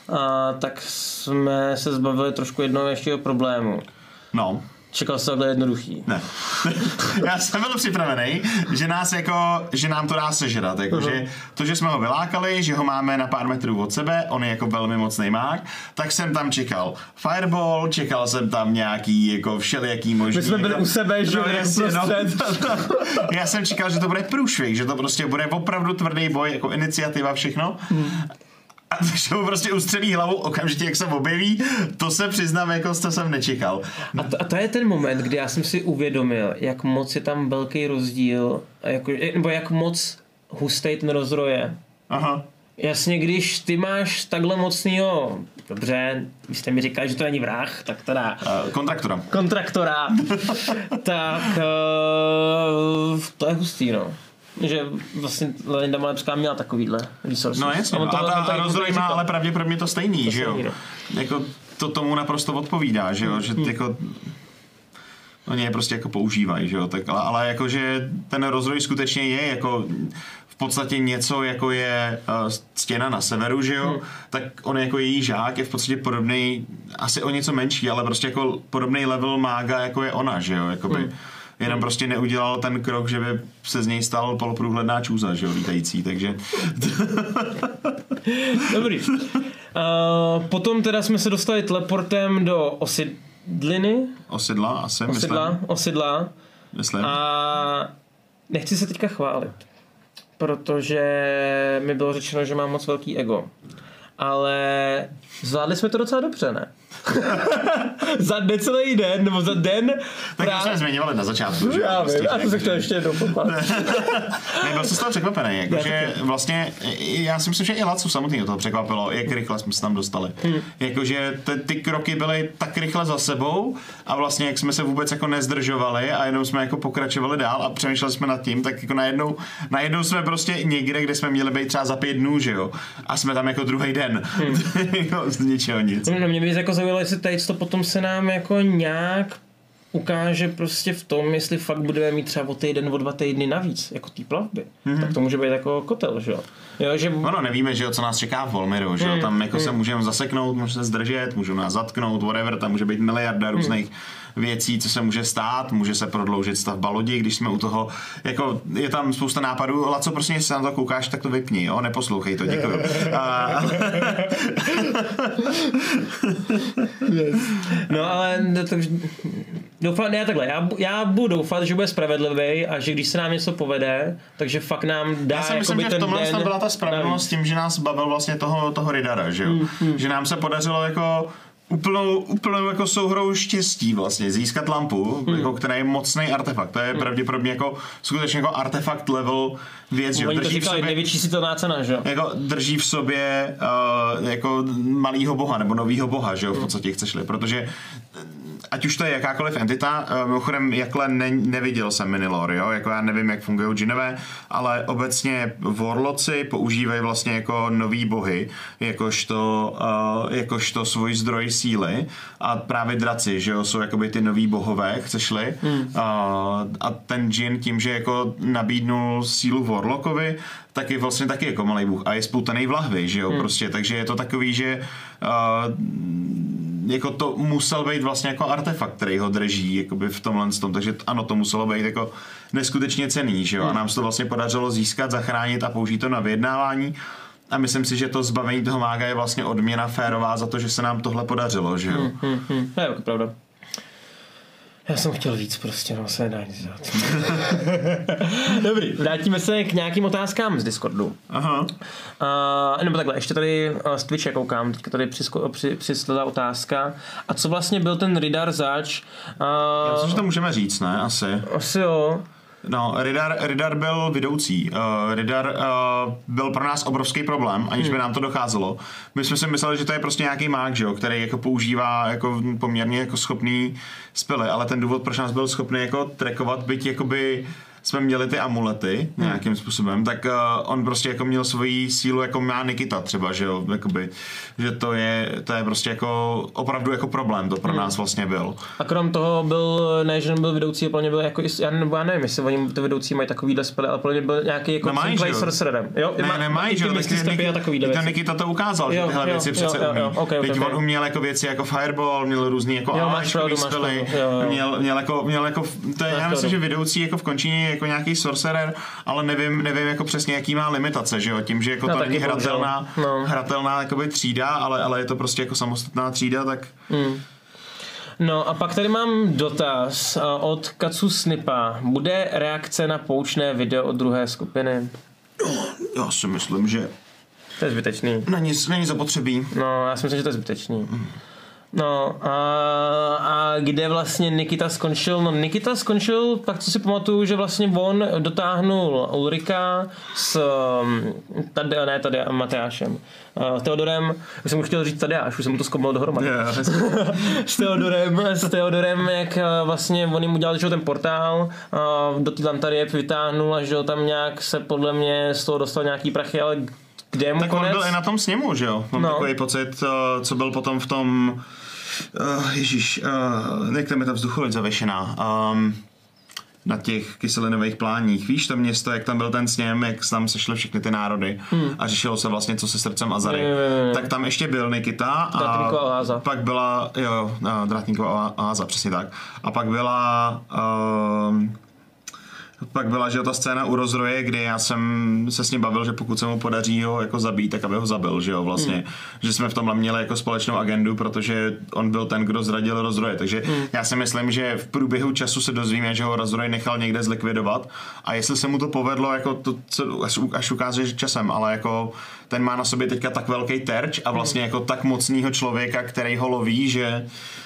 [SPEAKER 1] a tak jsme se zbavili trošku jednoho ještě problému.
[SPEAKER 2] No.
[SPEAKER 1] Čekal jsem takhle jednoduchý.
[SPEAKER 2] Ne. Já jsem byl připravený, že nás jako, že nám to dá sežrat, jako, uh-huh. že to, že jsme ho vylákali, že ho máme na pár metrů od sebe, on je jako velmi mocný mák, tak jsem tam čekal Fireball, čekal jsem tam nějaký jako všelijaký možný.
[SPEAKER 1] My jsme byli
[SPEAKER 2] jako,
[SPEAKER 1] u sebe, že
[SPEAKER 2] no, jasně, no. Já jsem čekal, že to bude průšvih, že to prostě bude opravdu tvrdý boj, jako iniciativa, všechno. Hmm. A když mu prostě ustřelí hlavu okamžitě, jak se objeví, to se přiznám, jako to jsem nečekal.
[SPEAKER 1] A to, a to je ten moment, kdy já jsem si uvědomil, jak moc je tam velký rozdíl, jako, nebo jak moc hustý ten rozroj je.
[SPEAKER 2] Aha.
[SPEAKER 1] Jasně, když ty máš takhle mocnýho, dobře, vy jste mi říkali, že to není vrah, tak teda...
[SPEAKER 2] Uh, kontraktora.
[SPEAKER 1] Kontraktora. tak uh, to je hustý, no. Že vlastně Linda Malepská měla takovýhle resources.
[SPEAKER 2] No jasně, a, a, a rozroj má ale pravděpodobně to stejný, to že jo? Stejný, no. Jako to tomu naprosto odpovídá, že jo? Hmm. Že hmm. jako... Oni je prostě jako používají, že jo? Tak, ale, ale jakože ten rozroj skutečně je jako... v podstatě něco, jako je uh, stěna na severu, že jo, hmm. tak on jako její žák je v podstatě podobný, asi o něco menší, ale prostě jako podobný level mága, jako je ona, že jo, jakoby. Hmm. Jenom prostě neudělal ten krok, že by se z něj stal poloprůhledná čůza, že jo, lítající, takže...
[SPEAKER 1] Dobrý. Uh, potom teda jsme se dostali teleportem do Osidliny.
[SPEAKER 2] Osidla, asi,
[SPEAKER 1] Osidla,
[SPEAKER 2] myslím.
[SPEAKER 1] Osidla.
[SPEAKER 2] Myslím.
[SPEAKER 1] A nechci se teďka chválit, protože mi bylo řečeno, že mám moc velký ego. Ale zvládli jsme to docela dobře, ne? Za necelý den, nebo za den...
[SPEAKER 2] Tak právě... jsme zmiňovali na začátku, že?
[SPEAKER 1] Já vím, já jsem se chtěl ještě jednou poplat.
[SPEAKER 2] Byl jsem z toho překvapený, jakože vlastně, já si myslím, že i Lacu samotný toho překvapilo, jak rychle jsme se tam dostali. Hmm. Jakože ty, ty kroky byly tak rychle za sebou a vlastně jak jsme se vůbec jako nezdržovali a jenom jsme jako pokračovali dál a přemýšleli jsme nad tím, tak jako najednou, najednou jsme prostě někde, kde jsme měli být třeba za pět dnů, že jo? A jsme tam jako druhý den. Hmm. Z ničeho nic.
[SPEAKER 1] No, mě by jako zaujalo, jestli tady to potom se nám jako nějak ukáže prostě v tom, jestli fakt budeme mít třeba o týden, o dva týdny navíc, jako té plavby. Mm-hmm. Tak to může být jako kotel, že jo? jo že...
[SPEAKER 2] Ono nevíme, že jo, co nás čeká v Volmiru, že jo? Mm, tam jako mm. se můžeme zaseknout, můžeme se zdržet, můžou nás zatknout, whatever, tam může být miliarda různých mm. věcí, co se může stát, může se prodloužit stavba lodi, když jsme u toho, jako je tam spousta nápadů, Laco, prostě jestli se na to koukáš, tak to vypni, jo? Neposlouchej to, děkuju. A...
[SPEAKER 1] yes. No ale takže doufám, ne takhle, já, já budu doufat, že bude spravedlivý a že když se nám něco povede, takže fakt nám dá.
[SPEAKER 2] Já si myslím, že v tomhle tam byla ta spravedlnost s tím, že nás bavil vlastně toho, toho Ridara, že jo? Mm, mm. Že nám se podařilo jako úplnou, úplnou jako souhrou štěstí vlastně získat lampu, mm. jako, která je mocný artefakt. To je mm. pravděpodobně jako skutečně jako artefakt level věc, že jo?
[SPEAKER 1] Drží v sobě největší sitelná cena, že jo?
[SPEAKER 2] Jako drží v sobě uh, jako malýho boha nebo novýho boha, že jo? V podstatě chceš-li, protože ať už to je jakákoliv entita, mimochodem jakhle ne, neviděl jsem Minilore, jo, jako já nevím, jak fungují džinové, ale obecně warloci používají vlastně jako nový bohy, jakožto, uh, jakožto svůj zdroj síly a právě draci, že jo, jsou jakoby ty nový bohové, chceš-li, hmm. uh, a ten džin tím, že jako nabídnul sílu warlockovi, tak je vlastně taky jako malý bůh a je spoutaný v lahvi, že jo, hmm. prostě, takže je to takový, že uh, jako to musel být vlastně jako artefakt, který ho drží jakoby v tomhle tom, takže ano, to muselo být jako neskutečně cenný, že jo, a nám se to vlastně podařilo získat, zachránit a použít to na vyjednávání a myslím si, že to zbavení toho mága je vlastně odměna férová za to, že se nám tohle podařilo, že jo.
[SPEAKER 1] Hmm, hmm, hmm. To je jako pravda. Já jsem chtěl víc prostě, no se nedá nic dělat. Dobrý, vrátíme se k nějakým otázkám z Discordu.
[SPEAKER 2] Aha.
[SPEAKER 1] Uh, nebo takhle, ještě tady uh, z Twitche koukám, teďka tady přisko, při, přislala otázka. A co vlastně byl ten Ridar zač? Uh,
[SPEAKER 2] Já myslím, že to můžeme říct, ne? Asi.
[SPEAKER 1] Asi jo.
[SPEAKER 2] No, Ridar, Ridar byl vedoucí. Uh, Ridar uh, byl pro nás obrovský problém, aniž by hmm. nám to docházelo. My jsme si mysleli, že to je prostě nějaký mák, že jo, který jako používá jako poměrně jako schopný spely, ale ten důvod, proč nás byl schopný jako trackovat, byť jakoby jsme měli ty amulety hmm. nějakým způsobem, tak uh, on prostě jako měl svoji sílu, jako má Nikita třeba, že jo, jakoby, že to je, to je prostě jako opravdu jako problém, to pro hmm. nás vlastně byl.
[SPEAKER 1] A krom toho byl, ne, že byl vedoucí, plně byl jako, já, nebo já nevím, jestli oni ty vedoucí mají takovýhle spely, ale plně byl nějaký jako Clay Sorcererem. Jo,
[SPEAKER 2] ne, má, nemají, že jo, to Nikita to ukázal, jo, že tyhle jo, věci jo, přece jo, umí. Jo, okay, Teď okay, on uměl jako věci jako Fireball, měl různý jako áčkový spely, měl, měl jako, měl jako, to je, já myslím, že vedoucí jako v končině jako nějaký sorcerer, ale nevím, nevím jako přesně jaký má limitace, že jo, tím, že jako no, to není hratelná, no. hratelná jakoby třída, ale, ale je to prostě jako samostatná třída, tak... Hmm.
[SPEAKER 1] No a pak tady mám dotaz od Katsu Snipa. Bude reakce na poučné video od druhé skupiny?
[SPEAKER 2] No, já si myslím, že...
[SPEAKER 1] To je zbytečný.
[SPEAKER 2] Není, není zapotřebí.
[SPEAKER 1] No, já si myslím, že to je zbytečný. Mm. No a, a kde vlastně Nikita skončil? No Nikita skončil, tak co si pamatuju, že vlastně on dotáhnul Ulrika s tady, ne tady Matyášem. Uh, Teodorem, už jsem mu chtěl říct Tadeáš, už jsem mu to zkoumil dohromady. Yeah. s Teodorem, s Teodorem, jak vlastně on jim udělal ten portál, uh, do té Lantarie vytáhnul a že tam nějak se podle mě z toho dostal nějaký prachy, ale kde mu
[SPEAKER 2] tak
[SPEAKER 1] konec?
[SPEAKER 2] On byl i na tom sněmu, že jo? Mám no. takový pocit, co byl potom v tom uh, ježíš, uh, jak tam je ta vzducholoď zavěšená um, na těch kyselinových pláních. Víš to město, jak tam byl ten sněm, jak tam sešly všechny ty národy hmm. a řešilo se vlastně, co se srdcem Azary. Je, je, je. Tak tam ještě byl Nikita a
[SPEAKER 1] oáza.
[SPEAKER 2] Pak byla, jo, Drátníková oáza, přesně tak. A pak byla... Uh, Pak byla, že ta scéna u rozroje, kdy já jsem se s ním bavil, že pokud se mu podaří ho jako zabít, tak aby ho zabil, že jo, vlastně. Mm. Že jsme v tomhle měli jako společnou agendu, protože on byl ten, kdo zradil rozroje. Takže mm. já si myslím, že v průběhu času se dozvíme, že ho rozroj nechal někde zlikvidovat a jestli se mu to povedlo, jako to, co, až ukáže že časem, ale jako ten má na sobě teďka tak velký terč a vlastně jako tak mocnýho člověka, který ho loví, že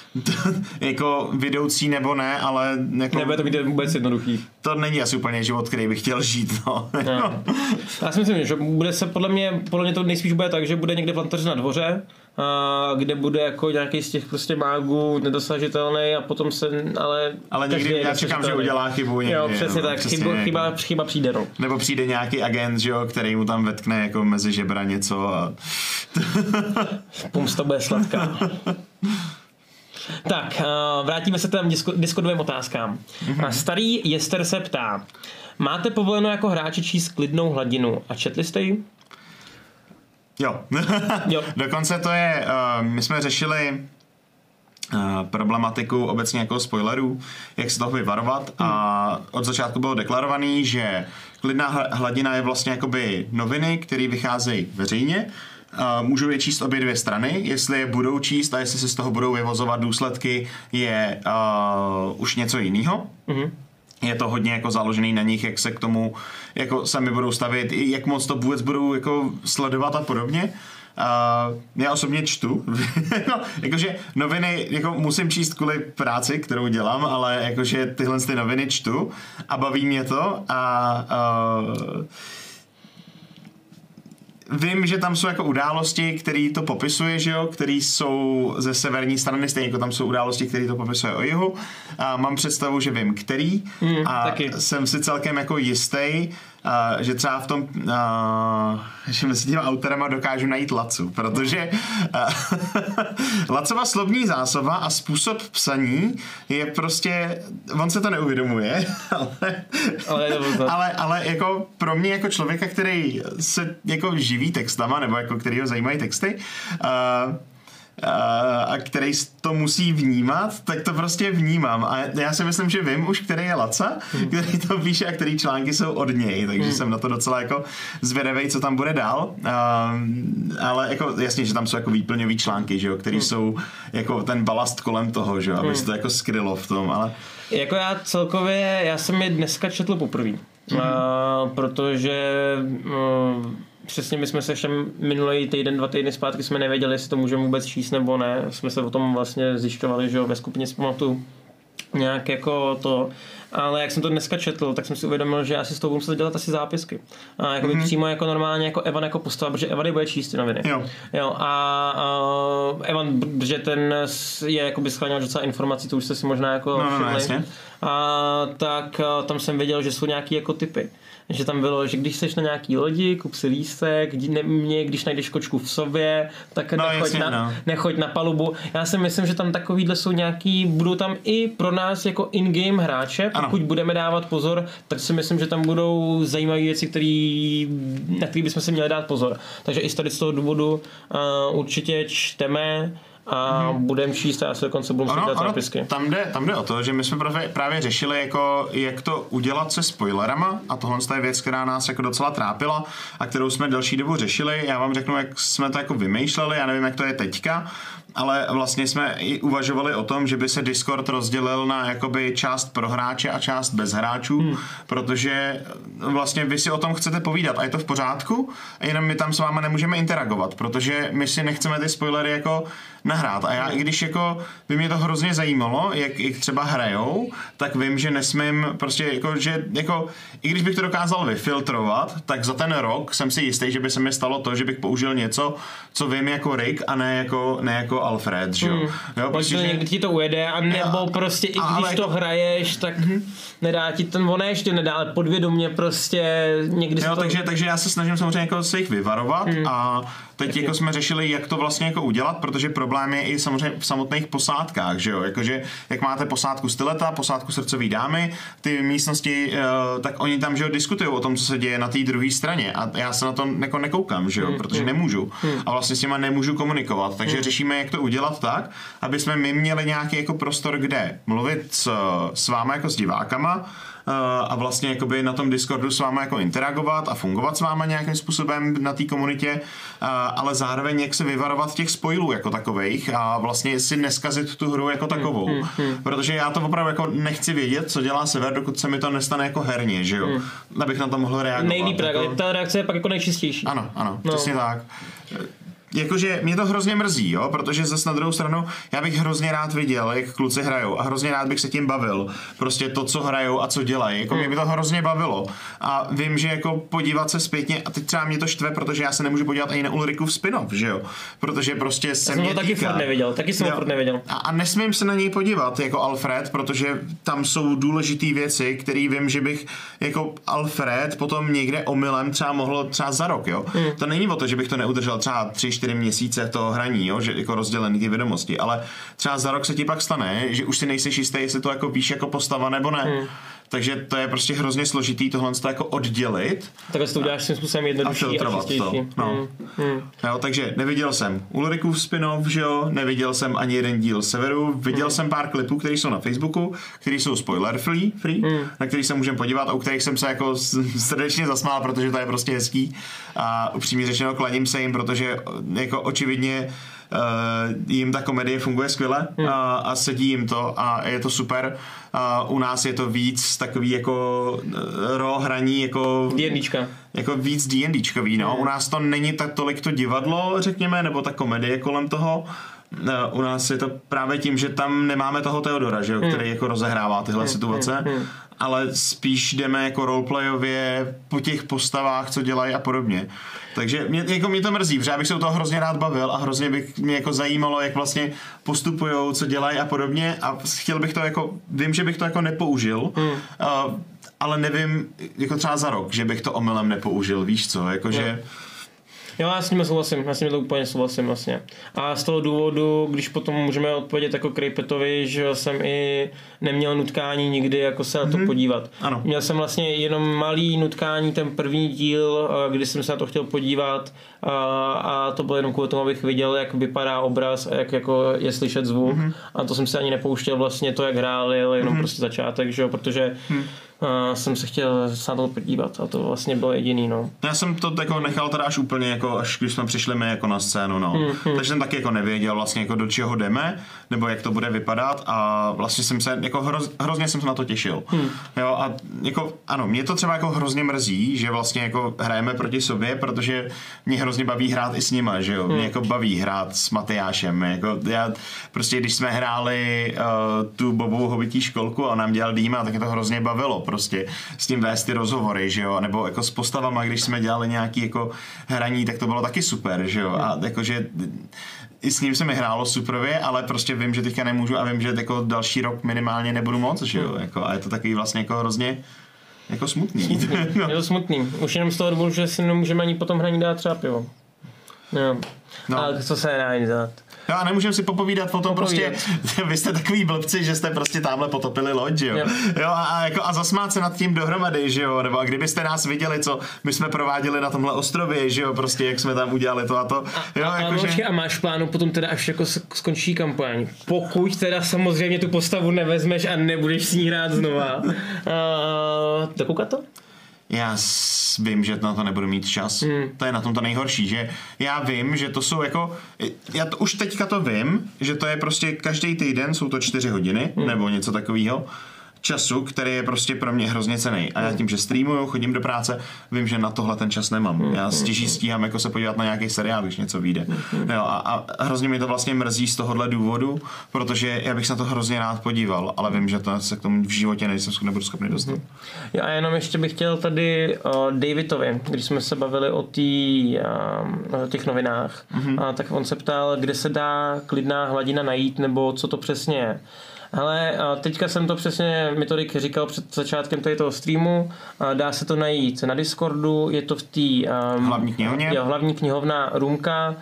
[SPEAKER 2] jako vedoucí nebo ne, ale jako...
[SPEAKER 1] Nebude to být vůbec jednoduchý.
[SPEAKER 2] To není asi úplně život, který bych chtěl žít, no.
[SPEAKER 1] no. Já si myslím, že bude se podle mě, podle mě to nejspíš bude tak, že bude někde v Lantaři na dvoře, a kde bude jako nějaký z těch prostě mágů nedosažitelný a potom se, ale...
[SPEAKER 2] Ale někdy já čekám, že udělá chybu někdy.
[SPEAKER 1] Jo, přesně no, tak, přesně chyba, jako. chyba, chyba přijde, no.
[SPEAKER 2] Nebo přijde nějaký agent, že jo, který mu tam vetkne jako mezi žebra něco a...
[SPEAKER 1] Pomsta bude sladká. Tak, vrátíme se tam k Discordovým otázkám. Mm-hmm. Starý Jester se ptá, máte povoleno jako hráči číst klidnou hladinu a četli jste ji?
[SPEAKER 2] Jo. jo. Dokonce to je, uh, my jsme řešili uh, problematiku obecně jako spoilerů, jak se toho vyvarovat hmm. a od začátku bylo deklarovaný, že klidná hladina je vlastně jakoby noviny, které vycházejí veřejně. Uh, můžou je číst obě dvě strany, jestli je budou číst a jestli se z toho budou vyvozovat důsledky, je uh, už něco jiného. Mm-hmm. Je to hodně jako založený na nich, jak se k tomu jako sami budou stavět, jak moc to vůbec budou jako sledovat a podobně. Uh, já osobně čtu, no, jakože noviny jako musím číst kvůli práci, kterou dělám, ale jakože tyhle ty noviny čtu a baví mě to a uh, vím, že tam jsou jako události, které to popisuje, že jo, které jsou ze severní strany, stejně jako tam jsou události, které to popisuje o jihu. A mám představu, že vím, který. Mm, a taky. Jsem si celkem jako jistý, uh, že třeba v tom, uh, že mezi těma autorama dokážu najít Lacu, protože uh, Lacova slovní zásoba a způsob psaní je prostě, on se to neuvědomuje, ale, ale, ale, ale jako pro mě jako člověka, který se jako živí textama, nebo jako který ho zajímají texty, uh, a který to musí vnímat, tak to prostě vnímám. A já si myslím, že vím už, který je Laca, mm. který to píše a který články jsou od něj, takže mm. jsem na to docela jako zvědavej, co tam bude dál. Uh, ale jako jasně, že tam jsou jako výplňový články, že jo, který mm. jsou jako ten balast kolem toho, že jo, aby mm. se to jako skrylo v tom, ale...
[SPEAKER 1] Jako já celkově, já jsem je dneska četl poprvé, mm. uh, protože... Uh, Přesně, my jsme se ještě minulý týden, dva týdny zpátky jsme nevěděli, jestli to můžeme vůbec číst nebo ne. Jsme se o tom vlastně zjišťovali, že jo, ve skupině si pamatuju nějak jako to. Ale jak jsem to dneska četl, tak jsem si uvědomil, že já si s tou musel dělat asi zápisky. A jako mm-hmm. přímo jako normálně jako Evan jako postava, protože Evan bude číst ty noviny. Jo. Jo a, a Evan, protože ten je jakoby schláněl docela informací, to už jste si možná jako
[SPEAKER 2] no, no, no,
[SPEAKER 1] a tak a tam jsem věděl, že jsou nějaký jako typy. Že tam bylo, že když seš na nějaký lodi, kup si lístek, mě, když najdeš kočku v sobě, tak
[SPEAKER 2] no,
[SPEAKER 1] nechoď,
[SPEAKER 2] jasně,
[SPEAKER 1] na,
[SPEAKER 2] no.
[SPEAKER 1] nechoď na palubu. Já si myslím, že tam takovýhle jsou nějaký, budou tam i pro nás jako in-game hráče, pokud ano. budeme dávat pozor, tak si myslím, že tam budou zajímavé věci, který, na které bychom si měli dát pozor. Takže i z tady z toho důvodu uh, určitě čteme a hmm. budeme číst a já se dokonce budu muset dát zápisky.
[SPEAKER 2] Tam jde, tam jde o to, že my jsme právě, právě řešili, jako, jak to udělat se spoilerama a tohle je věc, která nás jako docela trápila a kterou jsme delší dobu řešili. Já vám řeknu, jak jsme to jako vymýšleli, já nevím, jak to je teďka, ale vlastně jsme i uvažovali o tom, že by se Discord rozdělil na jakoby část pro hráče a část bez hráčů, hmm. protože vlastně vy si o tom chcete povídat a je to v pořádku, jenom my tam s váma nemůžeme interagovat, protože my si nechceme ty spoilery jako nahrát. A já, i když jako by mě to hrozně zajímalo, jak, jak třeba hrajou, tak vím, že nesmím prostě jako, že jako, i když bych to dokázal vyfiltrovat, tak za ten rok jsem si jistý, že by se mi stalo to, že bych použil něco, co vím jako Rick a ne jako, ne jako Alfred, že jo.
[SPEAKER 1] Hmm.
[SPEAKER 2] jo
[SPEAKER 1] prostě, že... někdy ti to ujede, a nebo a, prostě i když to jako... hraješ, tak nedá ti ten, ono ještě nedá, ale podvědomě prostě někdy
[SPEAKER 2] jo,
[SPEAKER 1] to...
[SPEAKER 2] takže, takže já se snažím samozřejmě jako se jich vyvarovat hmm. a teď jako jsme řešili, jak to vlastně jako udělat, protože problém je i samozřejmě v samotných posádkách, že jo, jakože jak máte posádku Styleta, posádku Srdcový dámy, ty místnosti, tak oni tam, že jo, diskutují o tom, co se děje na té druhé straně a já se na to jako nekoukám, že jo, hmm. protože nemůžu a vlastně s těma nemůžu komunikovat, takže hmm. řešíme, jak to udělat tak, aby jsme my měli nějaký jako prostor, kde mluvit s, s váma jako s divákama, a vlastně jakoby na tom Discordu s váma jako interagovat a fungovat s váma nějakým způsobem na té komunitě, ale zároveň jak se vyvarovat těch spoilů jako takovejch a vlastně si neskazit tu hru jako takovou. Hmm, hmm, hmm. Protože já to opravdu jako nechci vědět, co dělá Sever, dokud se mi to nestane jako herně, že jo? Hmm. Abych na to mohl reagovat.
[SPEAKER 1] Nejlíp
[SPEAKER 2] jako...
[SPEAKER 1] ta reakce je pak jako nejčistější.
[SPEAKER 2] Ano, ano, no. Přesně tak. Jakože mě to hrozně mrzí, jo, protože zase na druhou stranu já bych hrozně rád viděl, jak kluci hrajou a hrozně rád bych se tím bavil. Prostě to, co hrajou a co dělají, jako mě by to hrozně bavilo. A vím, že jako podívat se zpětně, a teď třeba mě to štve, protože já se nemůžu podívat ani na Ulrikův spin-off, že jo, protože prostě jsem mě
[SPEAKER 1] taky furt neviděl, taky jsem ho furt neviděl.
[SPEAKER 2] A, a nesmím se na něj podívat jako Alfred, protože tam jsou důležité věci, které vím, že bych jako Alfred potom někde omylem třeba mohl třeba za rok, jo. Hmm. To není o to, že bych to neudržel třeba tři čtyři měsíce toho hraní, jo, že jako rozdělený ty vědomosti, ale třeba za rok se ti pak stane, že už si nejseš jistý, jestli to jako víš jako postava nebo ne. Hmm. Takže to je prostě hrozně složitý tohle to jako oddělit.
[SPEAKER 1] Takhle to uděláš tím způsobem jednodušší a,
[SPEAKER 2] a čistější. To. No. Hmm. Hmm. Jo, takže neviděl jsem Ulrikův spin-off, že jo, neviděl jsem ani jeden díl Severu, viděl hmm. jsem pár klipů, které jsou na Facebooku, které jsou spoiler free, free hmm. na který se můžeme podívat a u kterých jsem se jako srdečně zasmál, protože to je prostě hezký a upřímně řečeno klaním se jim, protože jako očividně Uh, jim ta komedie funguje skvěle hmm. a, a sedí jim to a je to super. Uh, u nás je to víc takový jako uh, raw hraní, jako
[SPEAKER 1] D&Dčka.
[SPEAKER 2] Jako víc D&Dčkový, no. Hmm. U nás to není tak tolik to divadlo, řekněme, nebo ta komedie kolem toho. Uh, u nás je to právě tím, že tam nemáme toho Theodora, že jo, hmm. který jako rozehrává tyhle hmm. situace. Hmm. Ale spíš jdeme jako roleplayově po těch postavách, co dělají a podobně. Takže mě, jako mě to mrzí, protože já bych se u toho hrozně rád bavil a hrozně bych mě jako zajímalo, jak vlastně postupujou, co dělají a podobně a chtěl bych to jako, vím, že bych to jako nepoužil, hmm. uh, ale nevím, jako třeba za rok, že bych to omylem nepoužil, víš co, jakože... Hmm.
[SPEAKER 1] Jo, já s ním souhlasím, já s ním to úplně souhlasím vlastně. A z toho důvodu, když potom můžeme odpovědět jako Krejpetovi, že jsem i neměl nutkání nikdy jako se na to mm-hmm. podívat.
[SPEAKER 2] Ano.
[SPEAKER 1] Měl jsem vlastně jenom malý nutkání, ten první díl, kdy jsem se na to chtěl podívat a, a to bylo jenom kvůli tomu, abych viděl, jak vypadá obraz a jak jako je slyšet zvuk. Mm-hmm. A to jsem se ani nepouštěl vlastně to, jak hráli, ale jenom mm-hmm. prostě začátek, že jo, protože mm. Uh, jsem se chtěl se na to podívat a to vlastně bylo jediný, no.
[SPEAKER 2] Já jsem to jako nechal teda až úplně jako, až když jsme přišli my jako na scénu, no. Hmm, hmm. Takže jsem taky jako nevěděl vlastně jako do čeho jdeme, nebo jak to bude vypadat a vlastně jsem se, jako hroz, hrozně jsem se na to těšil. Hmm. Jo a jako, ano, mě to třeba jako hrozně mrzí, že vlastně jako hrajeme proti sobě, protože mě hrozně baví hrát i s nima, že jo. Hmm. Mě jako baví hrát s Matyášem, jako já prostě když jsme hráli uh, tu Bobovou hobití školku a on nám dělal Dýma, tak mě to hrozně bavilo, prostě s tím vést ty rozhovory, že jo, nebo jako s postavama, když jsme dělali nějaký jako hraní, tak to bylo taky super, že jo, a jakože i s ním se mi hrálo superově, ale prostě vím, že teďka nemůžu a vím, že jako další rok minimálně nebudu moc, že jo, jako, a je to takový vlastně jako hrozně jako smutný.
[SPEAKER 1] smutný.
[SPEAKER 2] No.
[SPEAKER 1] Je to smutný. Už jenom z toho důvodu, že si nemůžeme ani potom hraní dát třeba pivo. Jo. No. Ale co se nedá nic dát.
[SPEAKER 2] Jo, a nemůžeme si popovídat o tom prostě, vy jste takový blbci, že jste prostě tamhle potopili loď, jo. Jo, jo a, a, jako, a zasmát se nad tím dohromady, že jo, nebo a kdybyste nás viděli, co my jsme prováděli na tomhle ostrově, že jo, prostě jak jsme tam udělali to a to. Jo,
[SPEAKER 1] a,
[SPEAKER 2] jako,
[SPEAKER 1] a, že... a máš plánu potom teda až jako skončí kampaň, pokud teda samozřejmě tu postavu nevezmeš a nebudeš s ní hrát znova. Dokoukat to?
[SPEAKER 2] Já vím, že na to nebudu mít čas. Hmm. To je na tom to nejhorší, že já vím, že to jsou jako, já to, už teďka to vím, že to je prostě každý týden, jsou to čtyři hodiny, hmm. nebo něco takového času, který je prostě pro mě hrozně cenný. A já tím, že streamuju, chodím do práce, vím, že na tohle ten čas nemám. Já stěží stíhám jako se podívat na nějaký seriál, když něco vyjde. Jo, a, a hrozně mi to vlastně mrzí z tohohle důvodu, protože já bych se na to hrozně rád podíval, ale vím, že to se k tomu v životě nejsem, nebudu schopný dostat.
[SPEAKER 1] Já jenom ještě bych chtěl tady uh, Davidovi, když jsme se bavili o, tý, uh, o těch novinách, mm-hmm. uh, tak on se ptal, kde se dá klidná hladina najít, nebo co to přesně je. Hele, teďka jsem to přesně Metodik říkal před začátkem tady toho streamu, dá se to najít na Discordu, je to v té um,
[SPEAKER 2] hlavní knihovně,
[SPEAKER 1] jo, hlavní knihovna Roomka,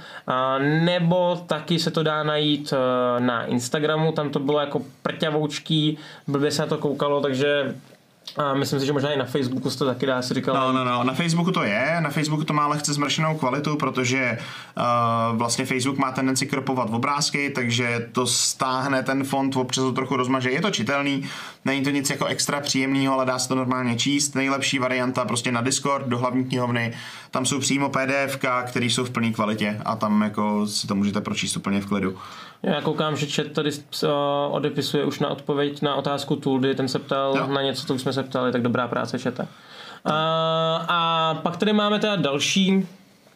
[SPEAKER 1] nebo taky se to dá najít na Instagramu, tam to bylo jako prťavoučký, blbě se na to koukalo, takže a myslím si, že možná i na Facebooku se to taky dá, si říkal.
[SPEAKER 2] No, no, no, na Facebooku to je, na Facebooku to má lehce zmršenou kvalitu, protože uh, vlastně Facebook má tendenci kropovat obrázky, takže to stáhne ten font, občas to trochu rozmaže, je to čitelný, není to nic jako extra příjemného, ale dá se to normálně číst, nejlepší varianta prostě na Discord, do hlavní knihovny, tam jsou přímo PDFka, které jsou v plné kvalitě a tam jako si to můžete pročíst úplně v klidu.
[SPEAKER 1] Já koukám, že chat tady uh, odepisuje už na odpověď na otázku Tuldy, ten se ptal jo. na něco, co už jsme se ptali, tak dobrá práce chata. Uh, a pak tady máme teda další uh,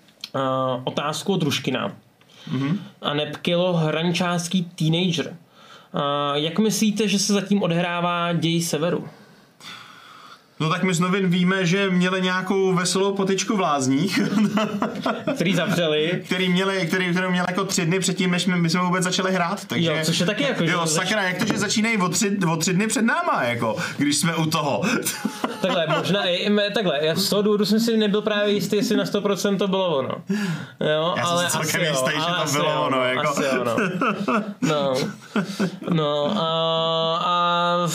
[SPEAKER 1] otázku od Ruškina. Mm-hmm. A Nepkilo hrančářský teenager. Uh, jak myslíte, že se zatím odhrává děj Severu?
[SPEAKER 2] No tak my z novin víme, že měli nějakou veselou potyčku v Lázních.
[SPEAKER 1] Který zavřeli.
[SPEAKER 2] Který měli, který, kterou měli jako tři dny předtím, než my, my jsme vůbec začali hrát. Takže,
[SPEAKER 1] jo, což je taky jako...
[SPEAKER 2] Jo, sakra, zač... jak to, že začínají o tři, o tři dny před náma, jako, když jsme u toho.
[SPEAKER 1] Takhle, možná, takhle, já z toho důvodu jsem si nebyl právě jistý, jestli na sto procent to bylo ono. Jo,
[SPEAKER 2] já
[SPEAKER 1] ale
[SPEAKER 2] jsem si celkem jistý, že to bylo jo, ono, jako.
[SPEAKER 1] Asi jo, no. No, no a... a...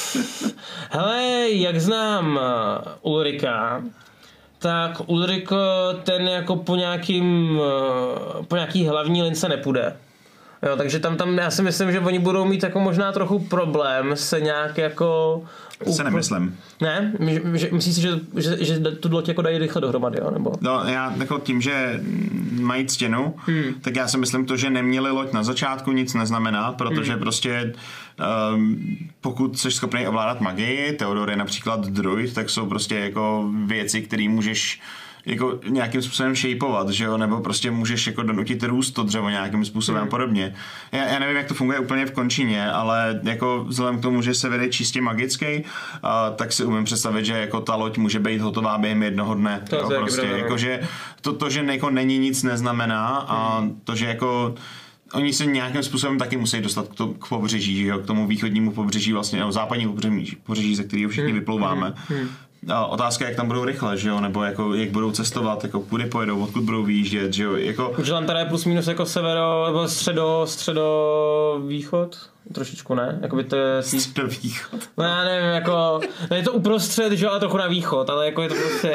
[SPEAKER 1] Hele, jak znám Ulrika, tak Ulrik ten jako po nějakým, po nějaký hlavní lince nepůjde. Jo, takže tam, tam já si myslím, že oni budou mít jako možná trochu problém se nějak jako...
[SPEAKER 2] Se nemyslím.
[SPEAKER 1] Ne? Myslíš si, že, že, že tu loď jako dají rychle dohromady, jo? Nebo?
[SPEAKER 2] No, já jako tím, že mají stěnu, hmm. tak já si myslím to, že neměli loď na začátku, nic neznamená, protože hmm. prostě um, pokud jsi schopný ovládat magii, Theodor je například druid, tak jsou prostě jako věci, které můžeš jako nějakým způsobem shapeovat, že jo, nebo prostě můžeš jako donutit růst to dřevo nějakým způsobem hmm. podobně. Já, já nevím, jak to funguje úplně v končině, ale jako vzhledem k tomu, že se vede čistě magický, uh, tak si umím představit, že jako ta loď může být hotová během jednoho dne. To jo, prostě, jako, že to, to, že jako není nic neznamená a hmm. to, že jako oni se nějakým způsobem taky musí dostat k, to, k pobřeží, že jo, k tomu východnímu pobřeží, vlastně, nebo západnímu pobřeží, pobřeží, ze kterého všichni hmm. vyplouváme. Hmm. A otázka, jak tam budou rychle, že jo, nebo jako, jak budou cestovat, jako kudy pojedou, odkud budou výjíždět, že jo, jako...
[SPEAKER 1] Protože tam teda je plus minus jako severo, nebo středo, středo, východ? Trošičku ne, jakoby to je...
[SPEAKER 2] Středovýchod.
[SPEAKER 1] No já nevím, jako, je to uprostřed, že jo, a trochu na východ, ale jako je to prostě...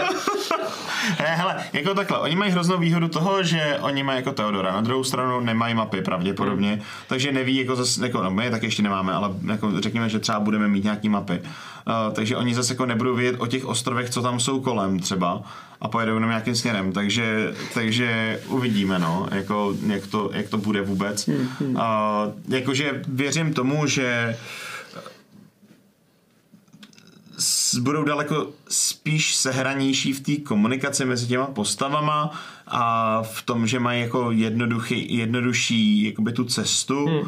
[SPEAKER 2] Ne, hele, jako takhle, oni mají hroznou výhodu toho, že oni mají jako Theodora, na druhou stranu nemají mapy pravděpodobně, hmm. takže neví, jako zase, jako, no my je taky ještě nemáme, ale jako řekněme, že třeba budeme mít nějaký mapy, uh, takže oni zase jako nebudou vědět o těch ostrovech, co tam jsou kolem třeba a pojedou jenom nějakým směrem, takže, takže uvidíme, no, jako, jak, to, jak to bude vůbec. Hmm. Uh, jakože věřím tomu, že budou daleko spíš sehranější v té komunikaci mezi těma postavama a v tom, že mají jako jednoduchý, jednodušší jakoby tu cestu. Hmm.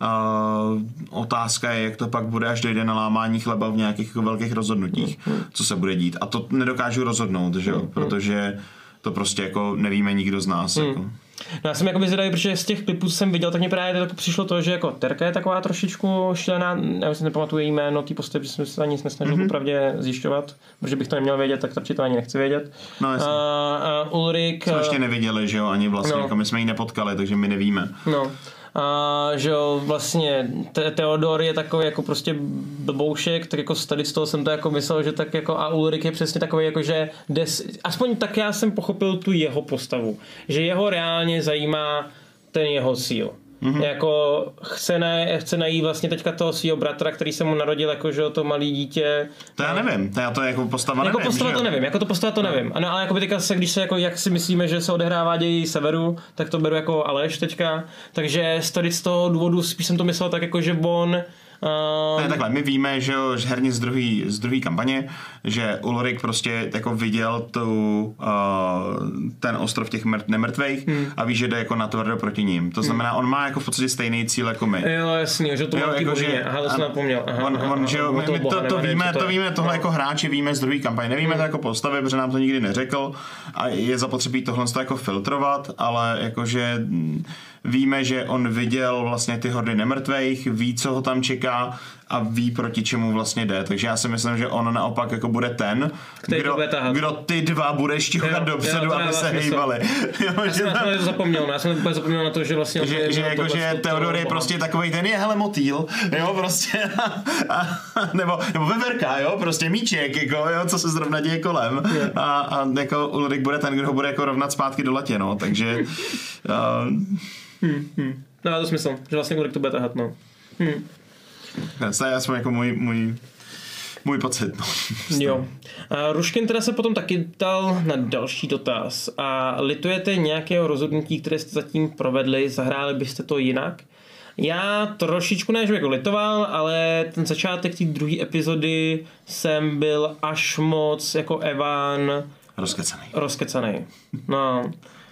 [SPEAKER 2] Uh, otázka je, jak to pak bude, až dojde na lámání chleba v nějakých jako velkých rozhodnutích, co se bude dít. A to nedokážu rozhodnout, že jo? Protože to prostě jako nevíme nikdo z nás.
[SPEAKER 1] Hmm.
[SPEAKER 2] Jako.
[SPEAKER 1] No já jsem jako vyzvedavý, protože z těch klipů, co jsem viděl, tak mě právě tak přišlo to, že jako Terka je taková trošičku šílená, já si nepamatuju její jméno, tý postavy, že jsem se ani nesnažil mm-hmm. popravdě zjišťovat, protože bych to neměl vědět, tak radši to ani nechci vědět.
[SPEAKER 2] No jasně.
[SPEAKER 1] A, a Ulrik...
[SPEAKER 2] Jsme ještě neviděli, že jo, ani vlastně, no. Jako my jsme ji nepotkali, takže my nevíme.
[SPEAKER 1] No. A že jo, vlastně te- Theodor je takový jako prostě blboušek, tak jako tady z toho jsem to jako myslel, že tak jako a Ulrik je přesně takový jako, že des, aspoň tak já jsem pochopil tu jeho postavu, že jeho reálně zajímá ten jeho cíl. Mm-hmm. Jako chce, na, chce najít vlastně teďka toho svého bratra, který se mu narodil jako, že to malý dítě.
[SPEAKER 2] To já nevím, to já to jako postava
[SPEAKER 1] jako
[SPEAKER 2] nevím.
[SPEAKER 1] Postava
[SPEAKER 2] že?
[SPEAKER 1] to nevím, jako to postava to nevím. Ano, ale jako by teďka se, když se jako, jak si myslíme, že se odehrává dějí severu, tak to beru jako Aleš teďka. Takže tady z toho důvodu spíš jsem to myslel tak jako, že on
[SPEAKER 2] Um, ne, takhle, my víme, že, že herně z druhé z druhé kampaně, že Ulrik prostě jako viděl tu, uh, ten ostrov těch mrt, nemrtvejch hmm. a ví, že jde jako natvrdo proti ním. To znamená, hmm. on má jako v podstatě stejný cíl jako my.
[SPEAKER 1] Jo, jasný, že to má jako, že, aha, to jsem napomněl. Aha,
[SPEAKER 2] on,
[SPEAKER 1] aha,
[SPEAKER 2] on, že jo, my, my to, to víme, to víme tohle no. jako hráči, víme z druhé kampaně. Nevíme hmm. to jako postavy, protože nám to nikdy neřekl a je zapotřebí tohle jako filtrovat, ale jakože víme, že on viděl vlastně ty hordy nemrtvejch, ví, co ho tam čeká a ví, proti čemu vlastně jde. Takže já si myslím, že on naopak jako bude ten, kdo, kdo ty dva bude šťoukat dopředu, aby se hejbali.
[SPEAKER 1] Já jsem na to zapomněl, já jsem úplně zapomněl na to, že vlastně...
[SPEAKER 2] Že, že, jako, že Theodor je prostě takovej, ten je hele motýl, jo, prostě, a, a, nebo, nebo veverka, jo, prostě míček, jako, jo, co se zrovna děje kolem. A, a jako Ulrik bude ten, kdo ho bude jako rovnat zpátky do latě, no, takže... Uh,
[SPEAKER 1] Hmm, hmm. No, to smysl, že vlastně Ulrik to bude tahat, no. Hmm.
[SPEAKER 2] To je aspoň jako můj, můj, můj pocit, no.
[SPEAKER 1] Jo. A Ruškin teda se potom taky dal na další dotaz. A litujete nějakého rozhodnutí, které jste zatím provedli, zahráli byste to jinak? Já trošičku než jako litoval, ale ten začátek té druhé epizody jsem byl až moc jako Evan
[SPEAKER 2] rozkecanej.
[SPEAKER 1] Rozkecanej. No.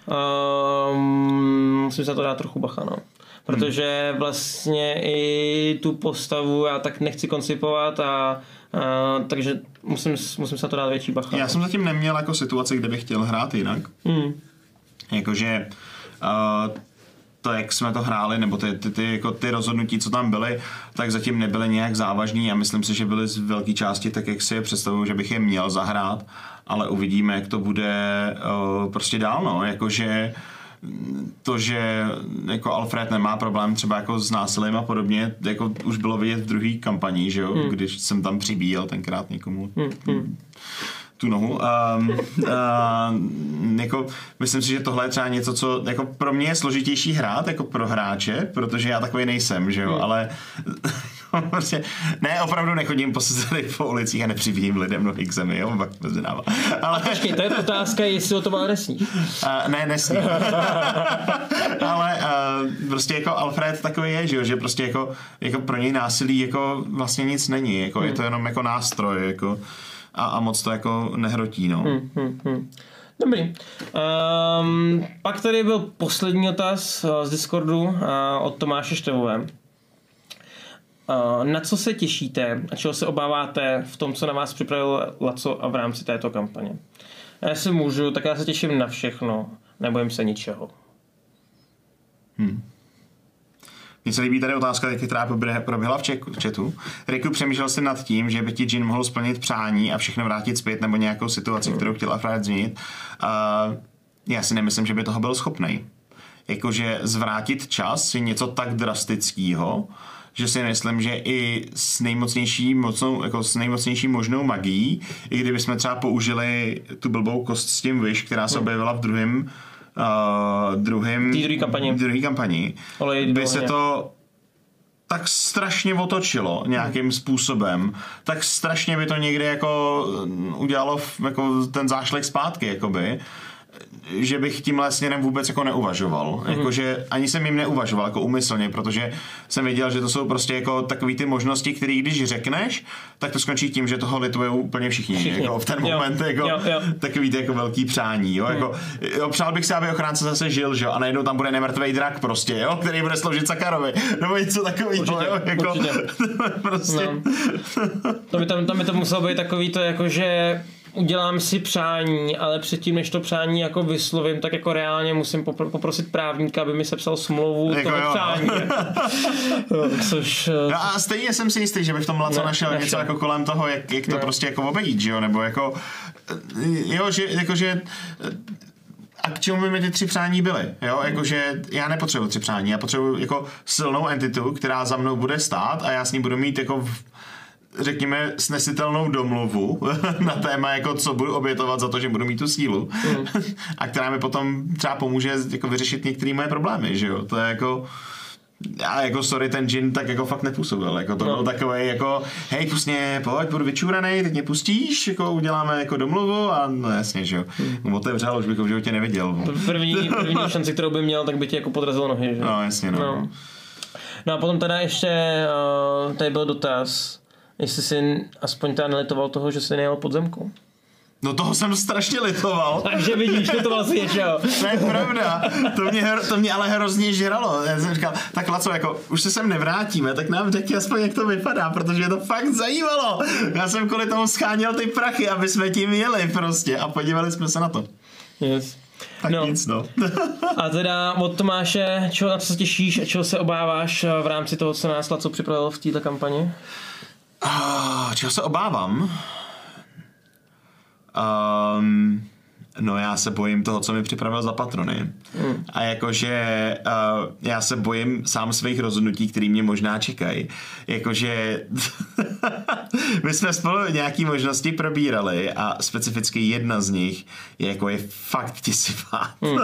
[SPEAKER 1] Um, musím se na to dát trochu bacha, no. Protože vlastně i tu postavu já tak nechci koncipovat a uh, takže musím, musím se na to dát větší bacha.
[SPEAKER 2] Já jsem zatím neměl jako situaci, kde bych chtěl hrát jinak. Hmm. Jakože uh, to, jak jsme to hráli, nebo ty, ty, ty, jako ty rozhodnutí, co tam byly, tak zatím nebyly nějak závažný a myslím si, že byly z velké části tak, jak si je představuju, že bych je měl zahrát, ale uvidíme, jak to bude uh, prostě dál, no, jakože to, že jako Alfred nemá problém třeba jako s násilím a podobně, jako už bylo vidět v druhé kampani, že jo, hmm. když jsem tam přibíjel tenkrát někomu hmm. Hmm. tu nohu. Um, uh, jako, myslím si, že tohle je třeba něco, co jako pro mě je složitější hrát jako pro hráče, protože já takový nejsem, že jo, hmm. ale prostě, ne, opravdu nechodím po, po ulicích a nepřibíjím lidem nohy k zemi, jo, pak pozdává.
[SPEAKER 1] Ale počkej, to je otázka, jestli o to má nesní.
[SPEAKER 2] Uh, ne, nesní. Ale uh, prostě jako Alfred takový je, že jo, že prostě jako, jako pro něj násilí jako vlastně nic není, jako hmm. je to jenom jako nástroj, jako a, a moc to jako nehrotí, no. Hmm, hmm, hmm.
[SPEAKER 1] Dobrý. Um, pak tady byl poslední otaz z Discordu uh, od Tomáše Števové. Uh, na co se těšíte a čeho se obáváte v tom, co na vás připravil Laco a v rámci této kampaně? Já si můžu, tak já se těším na všechno. Nebojím se ničeho.
[SPEAKER 2] Hmm. Mně se líbí tady otázka, která proběhla v chatu. Riku, přemýšlel jsi nad tím, že by ti Jin mohl splnit přání a všechno vrátit zpět nebo nějakou situaci, hmm. kterou chtěl Alfred změnit. Uh, já si nemyslím, že by toho byl schopnej. Jakože zvrátit čas je něco tak drastického, že si myslím, že i s nejmocnější, mocnou, jako s nejmocnější možnou magií, i kdyby jsme třeba použili tu blbou kost s tím Wish, která se objevila v druhém Uh, druhým,
[SPEAKER 1] druhý kampani,
[SPEAKER 2] druhý kampani by se to tak strašně otočilo nějakým hmm. způsobem, tak strašně by to někde jako udělalo jako ten zášlek zpátky, jakoby, že bych tímhle směrem vůbec jako neuvažoval. Mm. Jakože ani jsem jim neuvažoval jako úmyslně, protože jsem věděl, že to jsou prostě jako takový ty možnosti, které když řekneš, tak to skončí tím, že toho litujou úplně všichni. všichni. Jako v ten moment jo. Jako, jo, jo. Takový ty jako velký přání. Jo? Mm. Jako, jo, přál bych se, aby ochránce zase žil, že jo? A najednou tam bude nemrtvej drak prostě, jo? Který bude sloužit Sakarovi. Nebo něco takového. Jako, prostě.
[SPEAKER 1] No. To by tam, tam by to muselo být takový to, jako že udělám si přání, ale předtím, než to přání jako vyslovím, tak jako reálně musím popr- poprosit právníka, aby mi sepsal smlouvu jako toho jo. přání. Jo, což,
[SPEAKER 2] no a stejně jsem si jistý, že by v tom Laco našel nešel. něco jako kolem toho, jak, jak to ne. prostě jako obejít, že jo, nebo jako jo, že, jako že a k čemu by mi ty tři přání byly, jo, jakože já nepotřebuji tři přání, já potřebuji jako silnou entitu, která za mnou bude stát a já s ní budu mít jako v, řekněme, snesitelnou domluvu na téma, jako co budu obětovat za to, že budu mít tu sílu mm. a která mi potom třeba pomůže jako vyřešit některé moje problémy, že jo, to je jako já jako sorry, ten džin tak jako fakt nepůsobil, jako to no. byl takovej jako hej, pusně, pojď, budu vyčúranej, teď mě pustíš, jako uděláme jako domluvu a no jasně, že jo, mm. otevřel, už bych ho v životě neviděl.
[SPEAKER 1] První, první šanci, kterou by měl, tak by ti jako podrazil nohy, že?
[SPEAKER 2] No jasně, no. No,
[SPEAKER 1] no a potom teda ještě uh, tady byl dotaz, jestli jsi aspoň teda nelitoval toho, že jsi nejel podzemku.
[SPEAKER 2] No toho jsem strašně litoval.
[SPEAKER 1] Takže vidíš, litoval si něčeho.
[SPEAKER 2] To je pravda. To mě, to mě ale hrozně žralo. Já jsem říkal, tak Laco, jako, už se sem nevrátíme, tak nám řekni aspoň, jak to vypadá, protože mě to fakt zajímalo. Já jsem kvůli tomu scháněl ty prachy, aby jsme tím jeli prostě a podívali jsme se na to.
[SPEAKER 1] Yes.
[SPEAKER 2] Tak no. nic, no.
[SPEAKER 1] A teda od Tomáše, čeho, na co se těšíš a čeho se obáváš v rámci toho, co nás Laco připravil v této kampani?
[SPEAKER 2] Uh, čeho se obávám? Um, no já se bojím toho, co mi připravil za patrony. Mm. A jakože uh, já se bojím sám svých rozhodnutí, které mě možná čekají. Jakože my jsme spolu nějaký možnosti probírali a specificky jedna z nich je jako je fakt těsivá. Mm.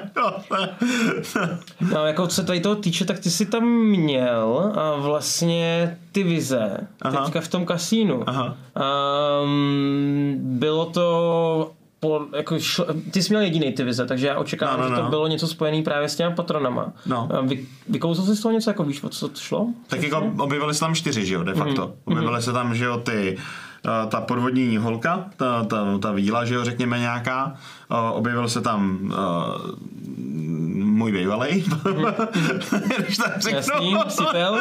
[SPEAKER 1] No jako co tady toho týče, tak ty jsi tam měl a vlastně ty vize Aha. teďka v tom kasínu. Aha. Um, bylo to po, jako šlo, ty jsi měl jediný ty vize, takže já očekávám, no, no, no. že to bylo něco spojené právě s těma patronama. No. Vy, vykouzl jsi z toho něco, jako víš, o co to šlo?
[SPEAKER 2] Tak přesně? Jako objevily se tam čtyři, že jo, de facto. Mm-hmm. Objevily se tam, že jo, ty ta podvodní holka, ta, ta, ta víla, že jo, řekněme nějaká. Objevil se tam uh, můj bývalej. Když tak řeknu.
[SPEAKER 1] Jasný, sipel.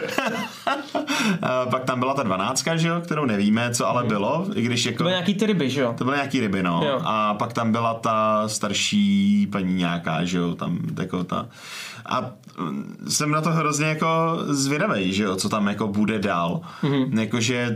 [SPEAKER 2] Pak tam byla ta dvanáctka, že jo, kterou nevíme, co ale bylo. I když jako,
[SPEAKER 1] to byly nějaký ty ryby, že jo?
[SPEAKER 2] To byly nějaký ryby, no. Jo. A pak tam byla ta starší paní nějaká, že jo, tam jako ta. A jsem na to hrozně jako zvědavej, že jo, co tam jako bude dál. Mm-hmm. Jakože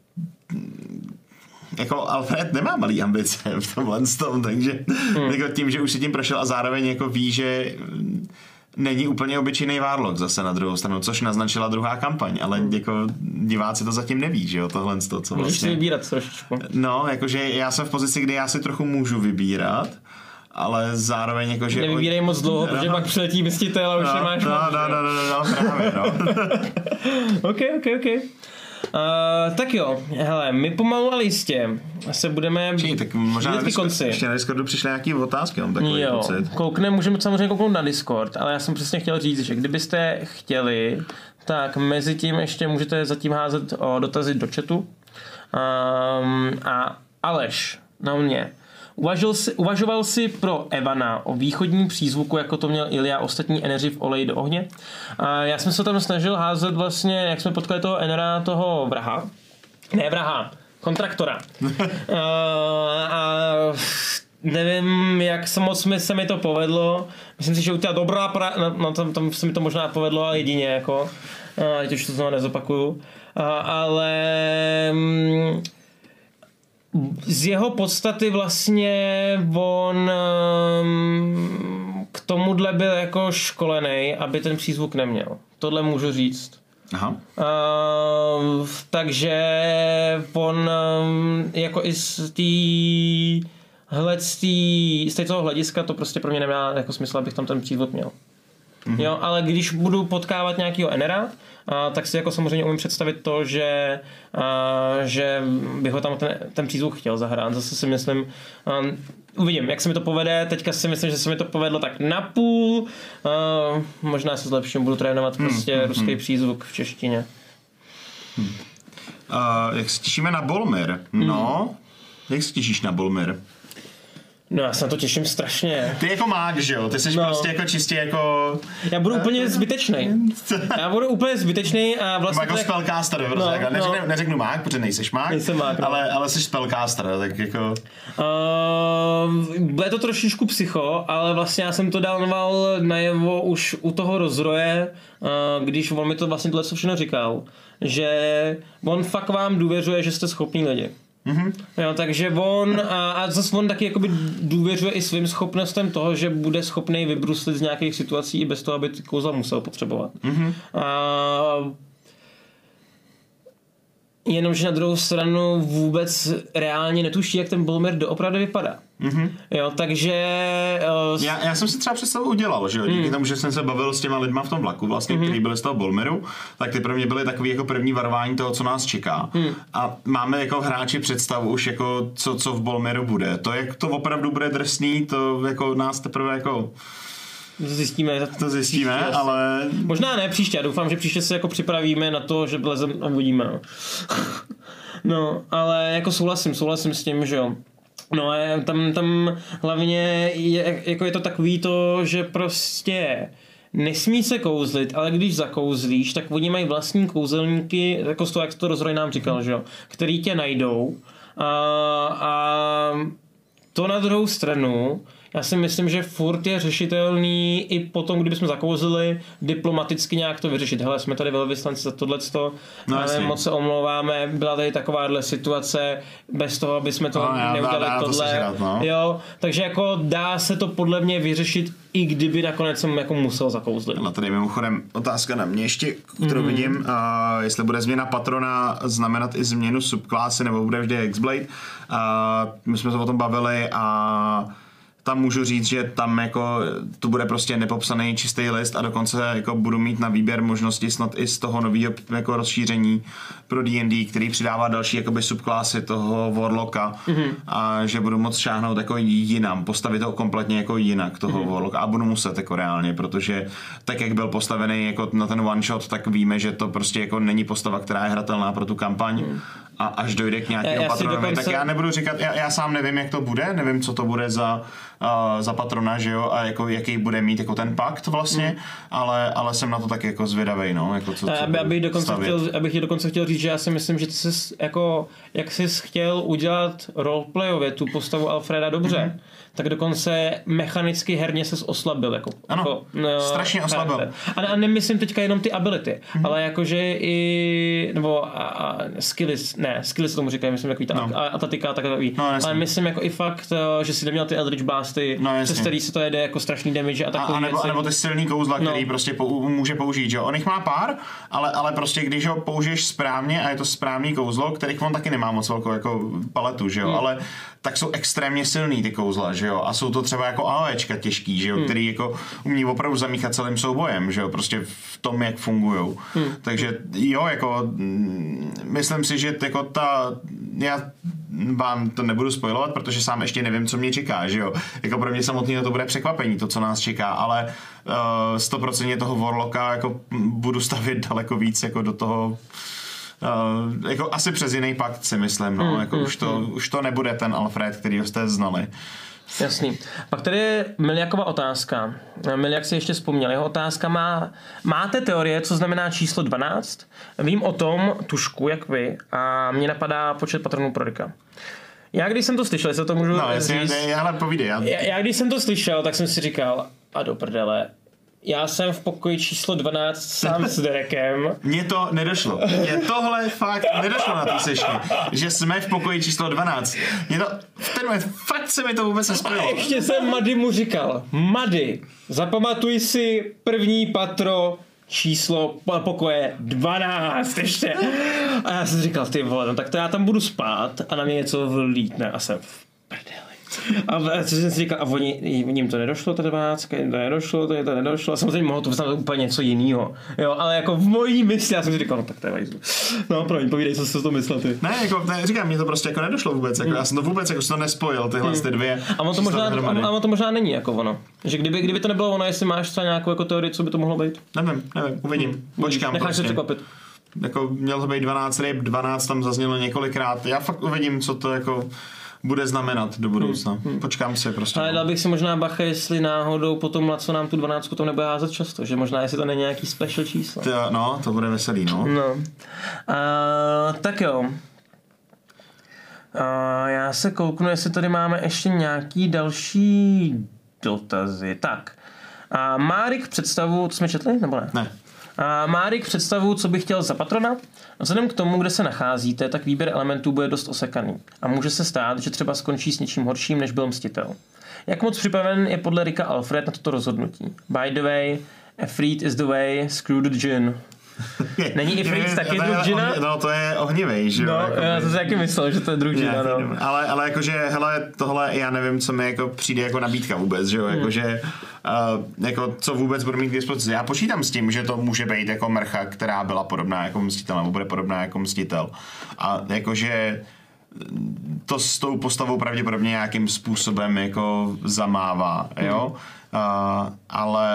[SPEAKER 2] jako Alfred nemá malý ambice v tomhle tom, takže hmm. jako tím, že už si tím prošel a zároveň jako ví, že není úplně obyčejný Warlock zase na druhou stranu, což naznačila druhá kampaň, ale hmm. jako diváci to zatím neví, že jo, tohle to, co
[SPEAKER 1] Můžeš
[SPEAKER 2] vlastně.
[SPEAKER 1] si vybírat trošičku.
[SPEAKER 2] No, jakože já jsem v pozici, kdy já si trochu můžu vybírat, ale zároveň jako, že...
[SPEAKER 1] Nevybírej moc dlouho, no, protože pak přiletí mystitel a už
[SPEAKER 2] no,
[SPEAKER 1] nemáš
[SPEAKER 2] no,
[SPEAKER 1] moc.
[SPEAKER 2] No, no, no, no, no, právě, no.
[SPEAKER 1] ok, ok, ok. Uh, tak jo, hele, my pomalu ale jistě se budeme
[SPEAKER 2] Čí, tak možná na Discord,
[SPEAKER 1] konci.
[SPEAKER 2] Ještě na Discordu přišly nějaký otázky, mám takový
[SPEAKER 1] jo,
[SPEAKER 2] pocit.
[SPEAKER 1] Koukne, můžeme samozřejmě kouknout na Discord, ale já jsem přesně chtěl říct, že kdybyste chtěli, tak mezi tím ještě můžete zatím házet o dotazy do chatu. Um, a Aleš, na mě. Uvažil si, uvažoval si pro Evana o východním přízvuku, jako to měl Ilya ostatní Eneři v Oleji do ohně. A já jsem se tam snažil házet vlastně, jak jsme potkali toho Enera, toho vraha. Ne vraha, kontraktora. a, a nevím, jak se moc mi se mi to povedlo. Myslím si, že udělal dobrá pra... No, no tam, tam se mi to možná povedlo, ale jedině jako. A, teď už to znovu nezopakuju. A, ale... z jeho podstaty vlastně on um, k tomuhle byl jako školený, aby ten přízvuk neměl. Tohle můžu říct.
[SPEAKER 2] Aha.
[SPEAKER 1] Uh, takže on um, jako i z té z toho hlediska to prostě pro mě nemá jako smysl, abych tam ten přízvuk měl. Mm-hmm. Jo, ale když budu potkávat nějakého enera, a, tak si jako samozřejmě umím představit to, že, a, že bych ho tam ten, ten přízvuk chtěl zahrát. Zase si myslím, a, uvidím, jak se mi to povede. Teďka si myslím, že se mi to povedlo tak napůl. A, možná se zlepším, budu trénovat prostě mm, ruský mm. přízvuk v češtině.
[SPEAKER 2] Mm. Uh, jak se těšíme na Bolmir? No, mm. jak se těšíš na Bolmir?
[SPEAKER 1] No já se na to těším strašně.
[SPEAKER 2] Ty jako máš, že jo? Ty jsi no. prostě jako čistě jako...
[SPEAKER 1] Já budu úplně zbytečnej. Já budu úplně zbytečnej a vlastně...
[SPEAKER 2] Jako tak... spellcaster, no, no. Neřeknu, neřeknu mák, protože nejseš mák,
[SPEAKER 1] Nejsem mák, no.
[SPEAKER 2] ale, ale jsi spellcaster, tak jako...
[SPEAKER 1] Uh, bude to trošičku psycho, ale vlastně já jsem to dával najevo už u toho rozroje, uh, když on mi to vlastně tohle všechno říkal, že on fakt vám důvěřuje, že jste schopní lidi. Mm-hmm. Jo, takže on a, a zase on taky jakoby důvěřuje i svým schopnostem toho, že bude schopný vybruslit z nějakých situací i bez toho, aby ty kouzla musel potřebovat. Mm-hmm. A, jenomže na druhou stranu vůbec reálně netuší, jak ten Bolmir doopravdy vypadá. Mm-hmm. Jo, takže... Uh,
[SPEAKER 2] já, já jsem si třeba představu udělal, že jo, díky mm. tomu, že jsem se bavil s těma lidma v tom vlaku, vlastně, mm-hmm. kteří byli z toho Bolmiru, tak ty pro mě byly takový jako první varování toho, co nás čeká. Mm. A máme jako hráči představu už jako co, co v Bolmiru bude. To, jak to opravdu bude drsný, to jako nás teprve jako...
[SPEAKER 1] To zjistíme.
[SPEAKER 2] To zjistíme, příště, ale...
[SPEAKER 1] Možná ne příště, já doufám, že příště se jako připravíme na to, že lezem a uvidíme. No. no, ale jako souhlasím, souhlasím s tím, že jo. No a tam, tam hlavně je, jako je to takový to, že prostě nesmí se kouzlit, ale když zakouzlíš, tak oni mají vlastní kouzelníky, jako z toho, jak to rozroj nám říkal, že jo, který tě najdou a, a to na druhou stranu já si myslím, že furt je řešitelný i potom, kdybychom zakouzili diplomaticky nějak to vyřešit. Hele, jsme tady velvyslanci za tohleto, no, ale moc se omlouváme, byla tady takováhle situace, bez toho, aby jsme to no, já, neudělali dá, dá tohle. To sežrat, no. Jo, takže jako dá se to podle mě vyřešit, i kdyby nakonec jsem jako musel zakouzlit.
[SPEAKER 2] No tady mimochodem otázka na mě ještě, kterou mm. vidím, uh, jestli bude změna patrona znamenat i změnu subklásy, nebo bude vždy X-Blade. Uh, my jsme se o tom bavili a tam můžu říct, že tam jako to bude prostě nepopsaný čistý list a dokonce jako budu mít na výběr možnosti snad i z toho nového jako rozšíření pro D and D, který přidává další jakoby subklásy toho Warlocka mm-hmm. a že budu moct šáhnout jako jinam, postavit to kompletně jako jinak toho mm-hmm. Warlocka a budu muset jako reálně, protože tak jak byl postavený jako na ten one shot, tak víme, že to prostě jako není postava, která je hratelná pro tu kampaň. Mm. A až dojde k nějakému patronovi, dokonce... tak já nebudu říkat, já, já sám nevím, jak to bude, nevím, co to bude za, uh, za patrona, že jo, a jako, jaký bude mít jako ten pakt vlastně, mm. ale, ale jsem na to tak jako zvědavej, no, jako co, co
[SPEAKER 1] aby, abych, dokonce chtěl, abych ti dokonce chtěl říct, že já si myslím, že ty jsi jako, jak jsi chtěl udělat roleplayově tu postavu Alfreda dobře, mm-hmm. tak dokonce mechanicky herně ses oslabil, jako,
[SPEAKER 2] ano,
[SPEAKER 1] jako
[SPEAKER 2] no, strašně oslabil.
[SPEAKER 1] A, a nemyslím teďka jenom ty ability, mm-hmm. ale jakože i, nebo a, a skills, ne, skills tomu říkají, myslím, jako ta no. atletika, takový, no, ale myslím jako i fakt, že si neměl ty Eldritch Blasty, no, přes který se to jede jako strašný damage a takový
[SPEAKER 2] a, a nebo,
[SPEAKER 1] věci.
[SPEAKER 2] A nebo ty silný kouzla, no. který prostě pou, může použít, že on jich má pár, ale, ale prostě když ho použiješ správně a je to správný kouzlo, kterých on taky nemá moc velkou jako paletu, že jo, hmm. ale tak jsou extrémně silný ty kouzla, že jo, a jsou to třeba jako AOEčka těžký, že jo, hmm. který jako umí opravdu zamíchat celým soubojem, že jo, prostě v tom, jak fungujou. Hmm. Takže jo, jako myslím si, že jako ta, já vám to nebudu spojovat, protože sám ještě nevím, co mě čeká, že jo, jako pro mě samotný to bude překvapení, to, co nás čeká, ale sto procent uh, toho Warlocka jako budu stavět daleko víc jako do toho. Uh, jako asi přes jiný pakt si myslím, no, mm, jako mm, už, to, mm. už to nebude ten Alfred, který jste znali.
[SPEAKER 1] Jasný. Pak tady je Miliakova otázka. Miliak si ještě vzpomněl. Jeho otázka má, máte teorie, co znamená číslo dvanáct? Vím o tom tušku, jak vy, a mě napadá počet patronů prorika. Já když jsem to slyšel, jestli to můžu
[SPEAKER 2] no, jasně, říct, ne, ale povídej. Já...
[SPEAKER 1] Já, já když jsem to slyšel, tak jsem si říkal, a do prdele, já jsem v pokoji číslo dvanáct sám s Derekem.
[SPEAKER 2] Mně to nedošlo. Mně tohle fakt nedošlo na té sešně, že jsme v pokoji číslo dvanáct. Mně to, v ten moment fakt se mi to vůbec nespojilo.
[SPEAKER 1] A ještě jsem Mady mu říkal, Mady, zapamatuj si první patro číslo pokoje dvanáct ještě. A já jsem říkal, ty vole, no tak to já tam budu spát a na mě něco vlítne a jsem v prdeli. A co jsem si říkal, a oni, jim to nedošlo, ta dvanáctka, jim to nedošlo, to, to nedošlo. A samozřejmě mohlo to znamenat úplně něco jiného. Jo, ale jako v mojí mysli, já jsem si říkal, no tak to je vajzlu. No, promiň, povídej, co jsi to myslel ty.
[SPEAKER 2] Ne, jako, ne, říkám, mě to prostě jako nedošlo vůbec, jako, hmm. já jsem to vůbec jako to nespojil, tyhle hmm. ty dvě.
[SPEAKER 1] A ono to, možná, a ono to možná není jako ono. Že kdyby, kdyby to nebylo ono, jestli máš třeba nějakou jako teorii, co by to mohlo být?
[SPEAKER 2] Nevím, nevím, uvidím, hmm. počkám.
[SPEAKER 1] Necháš
[SPEAKER 2] prostě.
[SPEAKER 1] se překvapit.
[SPEAKER 2] Jako měl to být dvanáct ryb, dvanáct tam zaznělo několikrát, já fakt uvidím, co to jako bude znamenat do budoucna. Hmm. Počkám si prostě.
[SPEAKER 1] Ale dal bych si možná bacha, jestli náhodou potom, co nám tu dvanáctku tam nebude házet často, že možná jestli to není nějaký special číslo.
[SPEAKER 2] To, no, to bude veselý, no.
[SPEAKER 1] No. A, tak jo. A, já se kouknu, jestli tady máme ještě nějaký další dotazy. Tak. A Márik představu, to jsme četli, nebo ne?
[SPEAKER 2] Ne.
[SPEAKER 1] A Márik představu, co bych chtěl za patrona. Vzhledem k tomu, kde se nacházíte, tak výběr elementů bude dost osekaný. A může se stát, že třeba skončí s něčím horším, než byl Mstitel. Jak moc připraven je podle Ricka Alfred na toto rozhodnutí? By the way, Efreet is the way, screw the gin. Není Efreet taky druh džina?
[SPEAKER 2] No to je ohnivej, že jo?
[SPEAKER 1] No,
[SPEAKER 2] jako
[SPEAKER 1] já jsem si taky myslel, že to je druh džina, no.
[SPEAKER 2] Ale, ale jakože, hele, tohle já nevím, co mi jako přijde jako nabídka vůbec, že jo? Hmm. Jakože, uh, jako co vůbec budu mít k dispozici. Já počítám s tím, že to může být jako mrcha, která byla podobná jako Mstitel, nebo bude podobná jako Mstitel. A jakože to s tou postavou pravděpodobně nějakým způsobem jako zamává, jo? Hmm. Uh, ale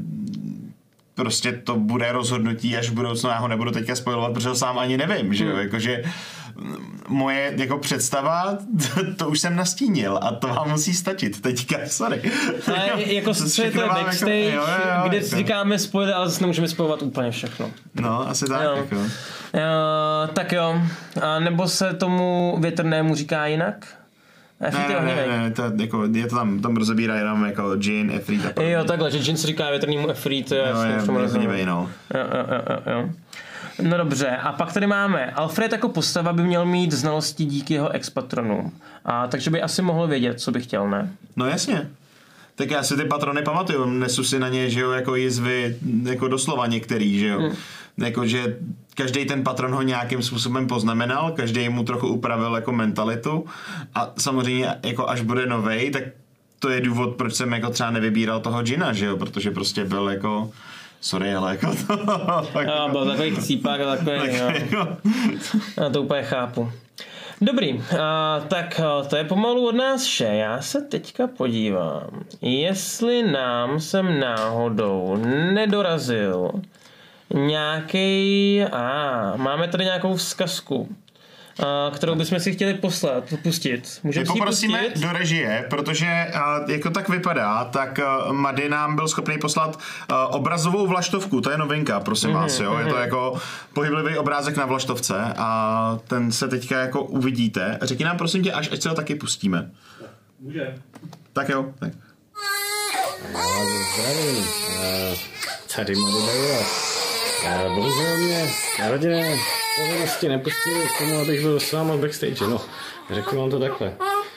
[SPEAKER 2] prostě to bude rozhodnutí až v budoucnu, já ho nebudu teďka spojovat, protože ho sám ani nevím, že jo, jakože moje jako představa, to, to už jsem nastínil a to vám musí stačit teďka, sorry.
[SPEAKER 1] Ale jako co je to backstage, jako, jo, jo, jo, kde jako říkáme spoiler, ale zase nemůžeme spojovat úplně všechno.
[SPEAKER 2] No, asi tak, jo. Jako.
[SPEAKER 1] Jo, tak jo, a nebo se tomu větrnému říká jinak?
[SPEAKER 2] Ne, ne, ne, ne, to, jako, je to tam, tam rozebírá jenom jako Jin, Efreet a podobně.
[SPEAKER 1] Jo, takhle, že Jin se říká větrnému Efreet, to je
[SPEAKER 2] jasně. No.
[SPEAKER 1] Jo, jo, jo, jo. No dobře, a pak tady máme, Alfred jako postava by měl mít znalosti díky jeho ex-patronům, a takže by asi mohl vědět, co by chtěl, ne?
[SPEAKER 2] No jasně. Tak já si ty patrony pamatuju, nesu si na ně, že jo, jako jizvy, jako doslova některý, že jo. Hmm. Jakože každý ten patron ho nějakým způsobem poznamenal, každý mu trochu upravil jako mentalitu a samozřejmě jako až bude novej, tak to je důvod, proč jsem jako třeba nevybíral toho Jina, že jo, protože prostě byl jako sorry, ale jako to...
[SPEAKER 1] No, byl takový chcípák a takový, tak, jo. Já to úplně chápu. Dobrý, a, tak to je pomalu od nás vše. Já se teďka podívám, jestli nám sem náhodou nedorazil nějaký, a máme tady nějakou vzkazku, a, kterou bychom si chtěli poslat, pustit. Můžeme si ji
[SPEAKER 2] poprosíme
[SPEAKER 1] pustit?
[SPEAKER 2] do režie, protože a, jako tak vypadá, tak a, Mady nám byl schopný poslat a, obrazovou vlaštovku, to je novinka, prosím mm-hmm, vás, jo, mm-hmm. Je to jako pohyblivý obrázek na vlaštovce a ten se teďka jako uvidíte. Řekni nám prosím tě, až ať se ho taky pustíme.
[SPEAKER 3] Může.
[SPEAKER 2] Tak jo, tak.
[SPEAKER 3] Já zdravím, uh, tady Mady Bejra. Uh, bohužel mě na rodinné povinnosti nepustili k tomu, abych byl s váma v backstage, no, řeknu vám to takhle.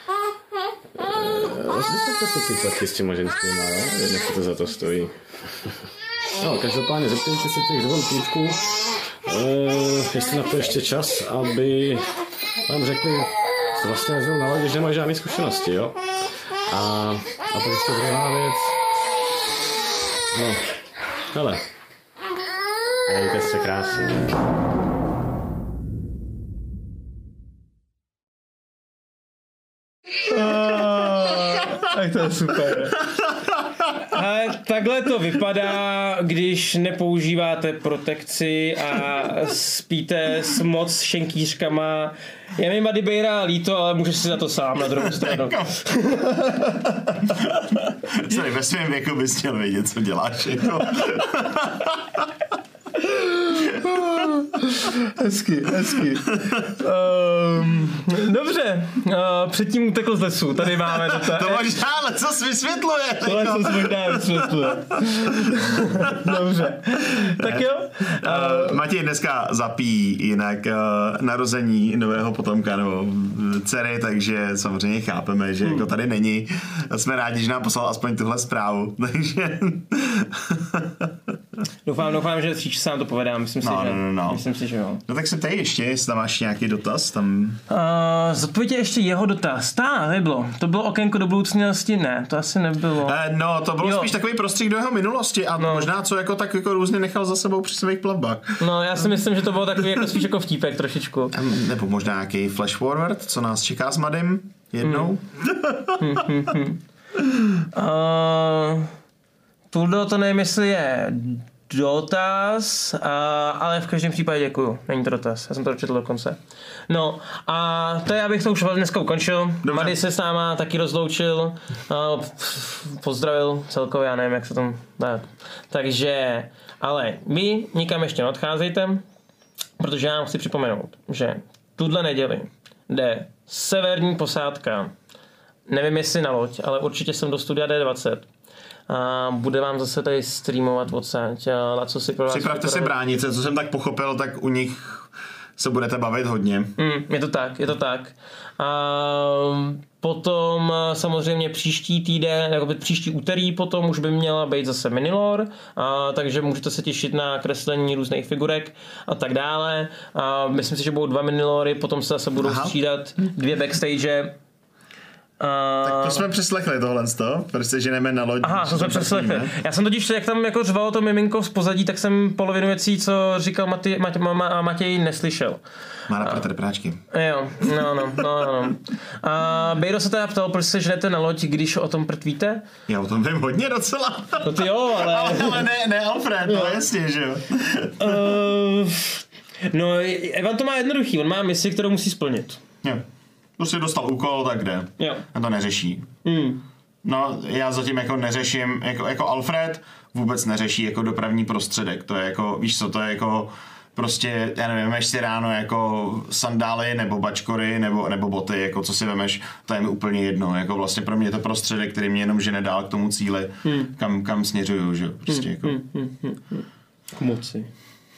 [SPEAKER 3] Rozmyslete se ty platky s těma ženskýma, jo? Jednak se to za to stojí. No, každopádně zeptejte se těch dvou týpků, uh, jestli na to ještě čas, aby vám řekli, co vlastně vezmou na lodi, že nemají žádné zkušenosti, jo? A, a pak ještě druhá věc. No, hele. Mějte se krásně.
[SPEAKER 1] Tak to je super. A takhle to vypadá, když nepoužíváte protekci a spíte s moc šenkýřkama. Je mi Mady Bejra líto, ale můžeš si za to sám na druhou stranu.
[SPEAKER 2] Sorry, ve svém věku bys měl vědět, co děláš. Jako.
[SPEAKER 1] Hezky, hezky. Um, dobře, uh, předtím utekl z lesu, tady máme to.
[SPEAKER 2] To možná, ale co jsi vysvětluje?
[SPEAKER 1] Tohle co jsi možná vysvětluje. Dobře, tak jo.
[SPEAKER 2] Uh, uh, Matěj dneska zapíjí jinak uh, narození nového potomka nebo dcery, takže samozřejmě chápeme, že hmm. jako tady není. Jsme rádi, že nám poslal aspoň tuhle zprávu. Takže
[SPEAKER 1] Doufám, doufám, že příště se nám to povedá, myslím si,
[SPEAKER 2] no,
[SPEAKER 1] že,
[SPEAKER 2] no, no, no.
[SPEAKER 1] myslím si, že jo.
[SPEAKER 2] No tak se tady ještě, jestli tam máš nějaký dotaz, tam...
[SPEAKER 1] Uh, Zodpověďte ještě jeho dotaz. Tá, nebylo. To bylo okénko do budoucnosti? Ne, to asi nebylo.
[SPEAKER 2] Eh, no, to bylo
[SPEAKER 1] jo.
[SPEAKER 2] spíš takový prostředí do jeho minulosti a
[SPEAKER 1] no.
[SPEAKER 2] možná co jako tak jako různě nechal za sebou při svých plavbách.
[SPEAKER 1] No, já si myslím, že to bylo takový jako spíš jako vtípek trošičku.
[SPEAKER 2] Nebo možná nějaký flash forward, co nás čeká s Madym jednou.
[SPEAKER 1] Hmm. hmm, hmm, hmm. Uh, Tuldo to nevím, jestli je dotaz, uh, ale v každém případě děkuju. Není to dotaz, já jsem to dočetl dokonce. No a to je, abych to už dneska ukončil. Mady se s náma taky rozloučil, uh, pozdravil celkově, já nevím, jak se tam dá. Takže, ale vy nikam ještě neodcházejte, protože já vám chci připomenout, že tuhle neděli jde severní posádka, nevím jestli na loď, ale určitě jsem do studia D dvacet. A bude vám zase tady streamovat odsaď. A co si pro vás
[SPEAKER 2] připravte si bránice, co jsem tak pochopil, tak u nich se budete bavit hodně.
[SPEAKER 1] Mm, je to tak, je to tak. A potom samozřejmě příští týden, jako příští úterý potom už by měla být zase minilore, a takže můžete se těšit na kreslení různých figurek a tak dále. A myslím si, že budou dva minilory, potom se zase budou Aha. střídat dvě backstage.
[SPEAKER 2] Uh, tak to jsme přeslechli tohle, protože ženeme na loď.
[SPEAKER 1] Aha, to jsme přeslechli. Já jsem totiž, jak tam jako řvalo to miminko z pozadí, tak jsem polovinu věcí, co říkal Matěj, Matěj, Matěj neslyšel.
[SPEAKER 2] Má na protr práčky.
[SPEAKER 1] Jo, no, no, no, no. A Bejro se teda ptal, proč se ženete na loď, když o tom prtvíte?
[SPEAKER 2] Já o tom vím hodně docela.
[SPEAKER 1] No ty jo, ale...
[SPEAKER 2] ale, ale ne, ne Alfred, no jasně, že jo.
[SPEAKER 1] uh, no, Evan to má jednoduchý, on má misi, kterou musí splnit.
[SPEAKER 2] Jo. Prostě dostal úkol, tak jde.
[SPEAKER 1] Jo.
[SPEAKER 2] A to neřeší.
[SPEAKER 1] Mm.
[SPEAKER 2] No, já zatím jako neřeším, jako, jako Alfred vůbec neřeší jako dopravní prostředek. To je jako, víš co, to je jako prostě, já nevím, vemeš si ráno jako sandály nebo bačkory nebo, nebo boty, jako co si vemeš, to je mi úplně jedno. Jako vlastně pro mě je to prostředek, který mě jenom žene dál k tomu cíli, mm. kam, kam směřuju, že prostě jako.
[SPEAKER 1] Mm, mm, mm, mm. K moci.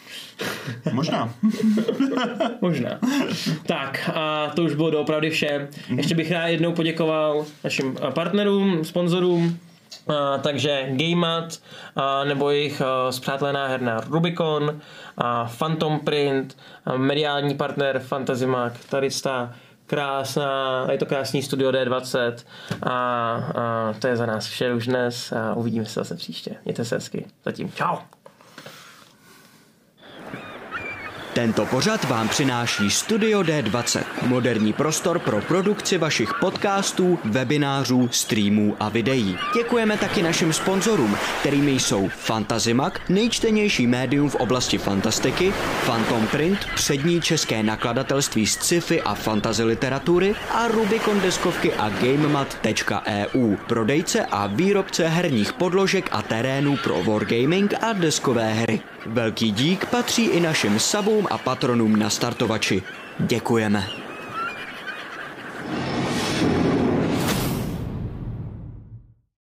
[SPEAKER 2] Možná.
[SPEAKER 1] Možná. Tak a to už bylo doopravdy vše. Ještě bych rád jednou poděkoval našim partnerům, sponzorům, a, takže GameMat, a, nebo jejich a, spřátelená herna Rubicon, a Phantom Print, a mediální partner Fantazimak, tady ta krásná, je to krásný studio D dvacet a, a to je za nás vše už dnes a uvidíme se zase příště. Mějte se hezky. Zatím čau.
[SPEAKER 4] Tento pořad vám přináší Studio D dvacet, moderní prostor pro produkci vašich podcastů, webinářů, streamů a videí. Děkujeme taky našim sponzorům, kterými jsou Fantazimak, nejčtenější médium v oblasti fantastiky, Phantom Print, přední české nakladatelství z sci-fi a fantasy literatury a Rubicon deskovky a GameMat tečka E U, prodejce a výrobce herních podložek a terénů pro wargaming a deskové hry. Velký dík patří i našim subům a patronům na startovači. Děkujeme.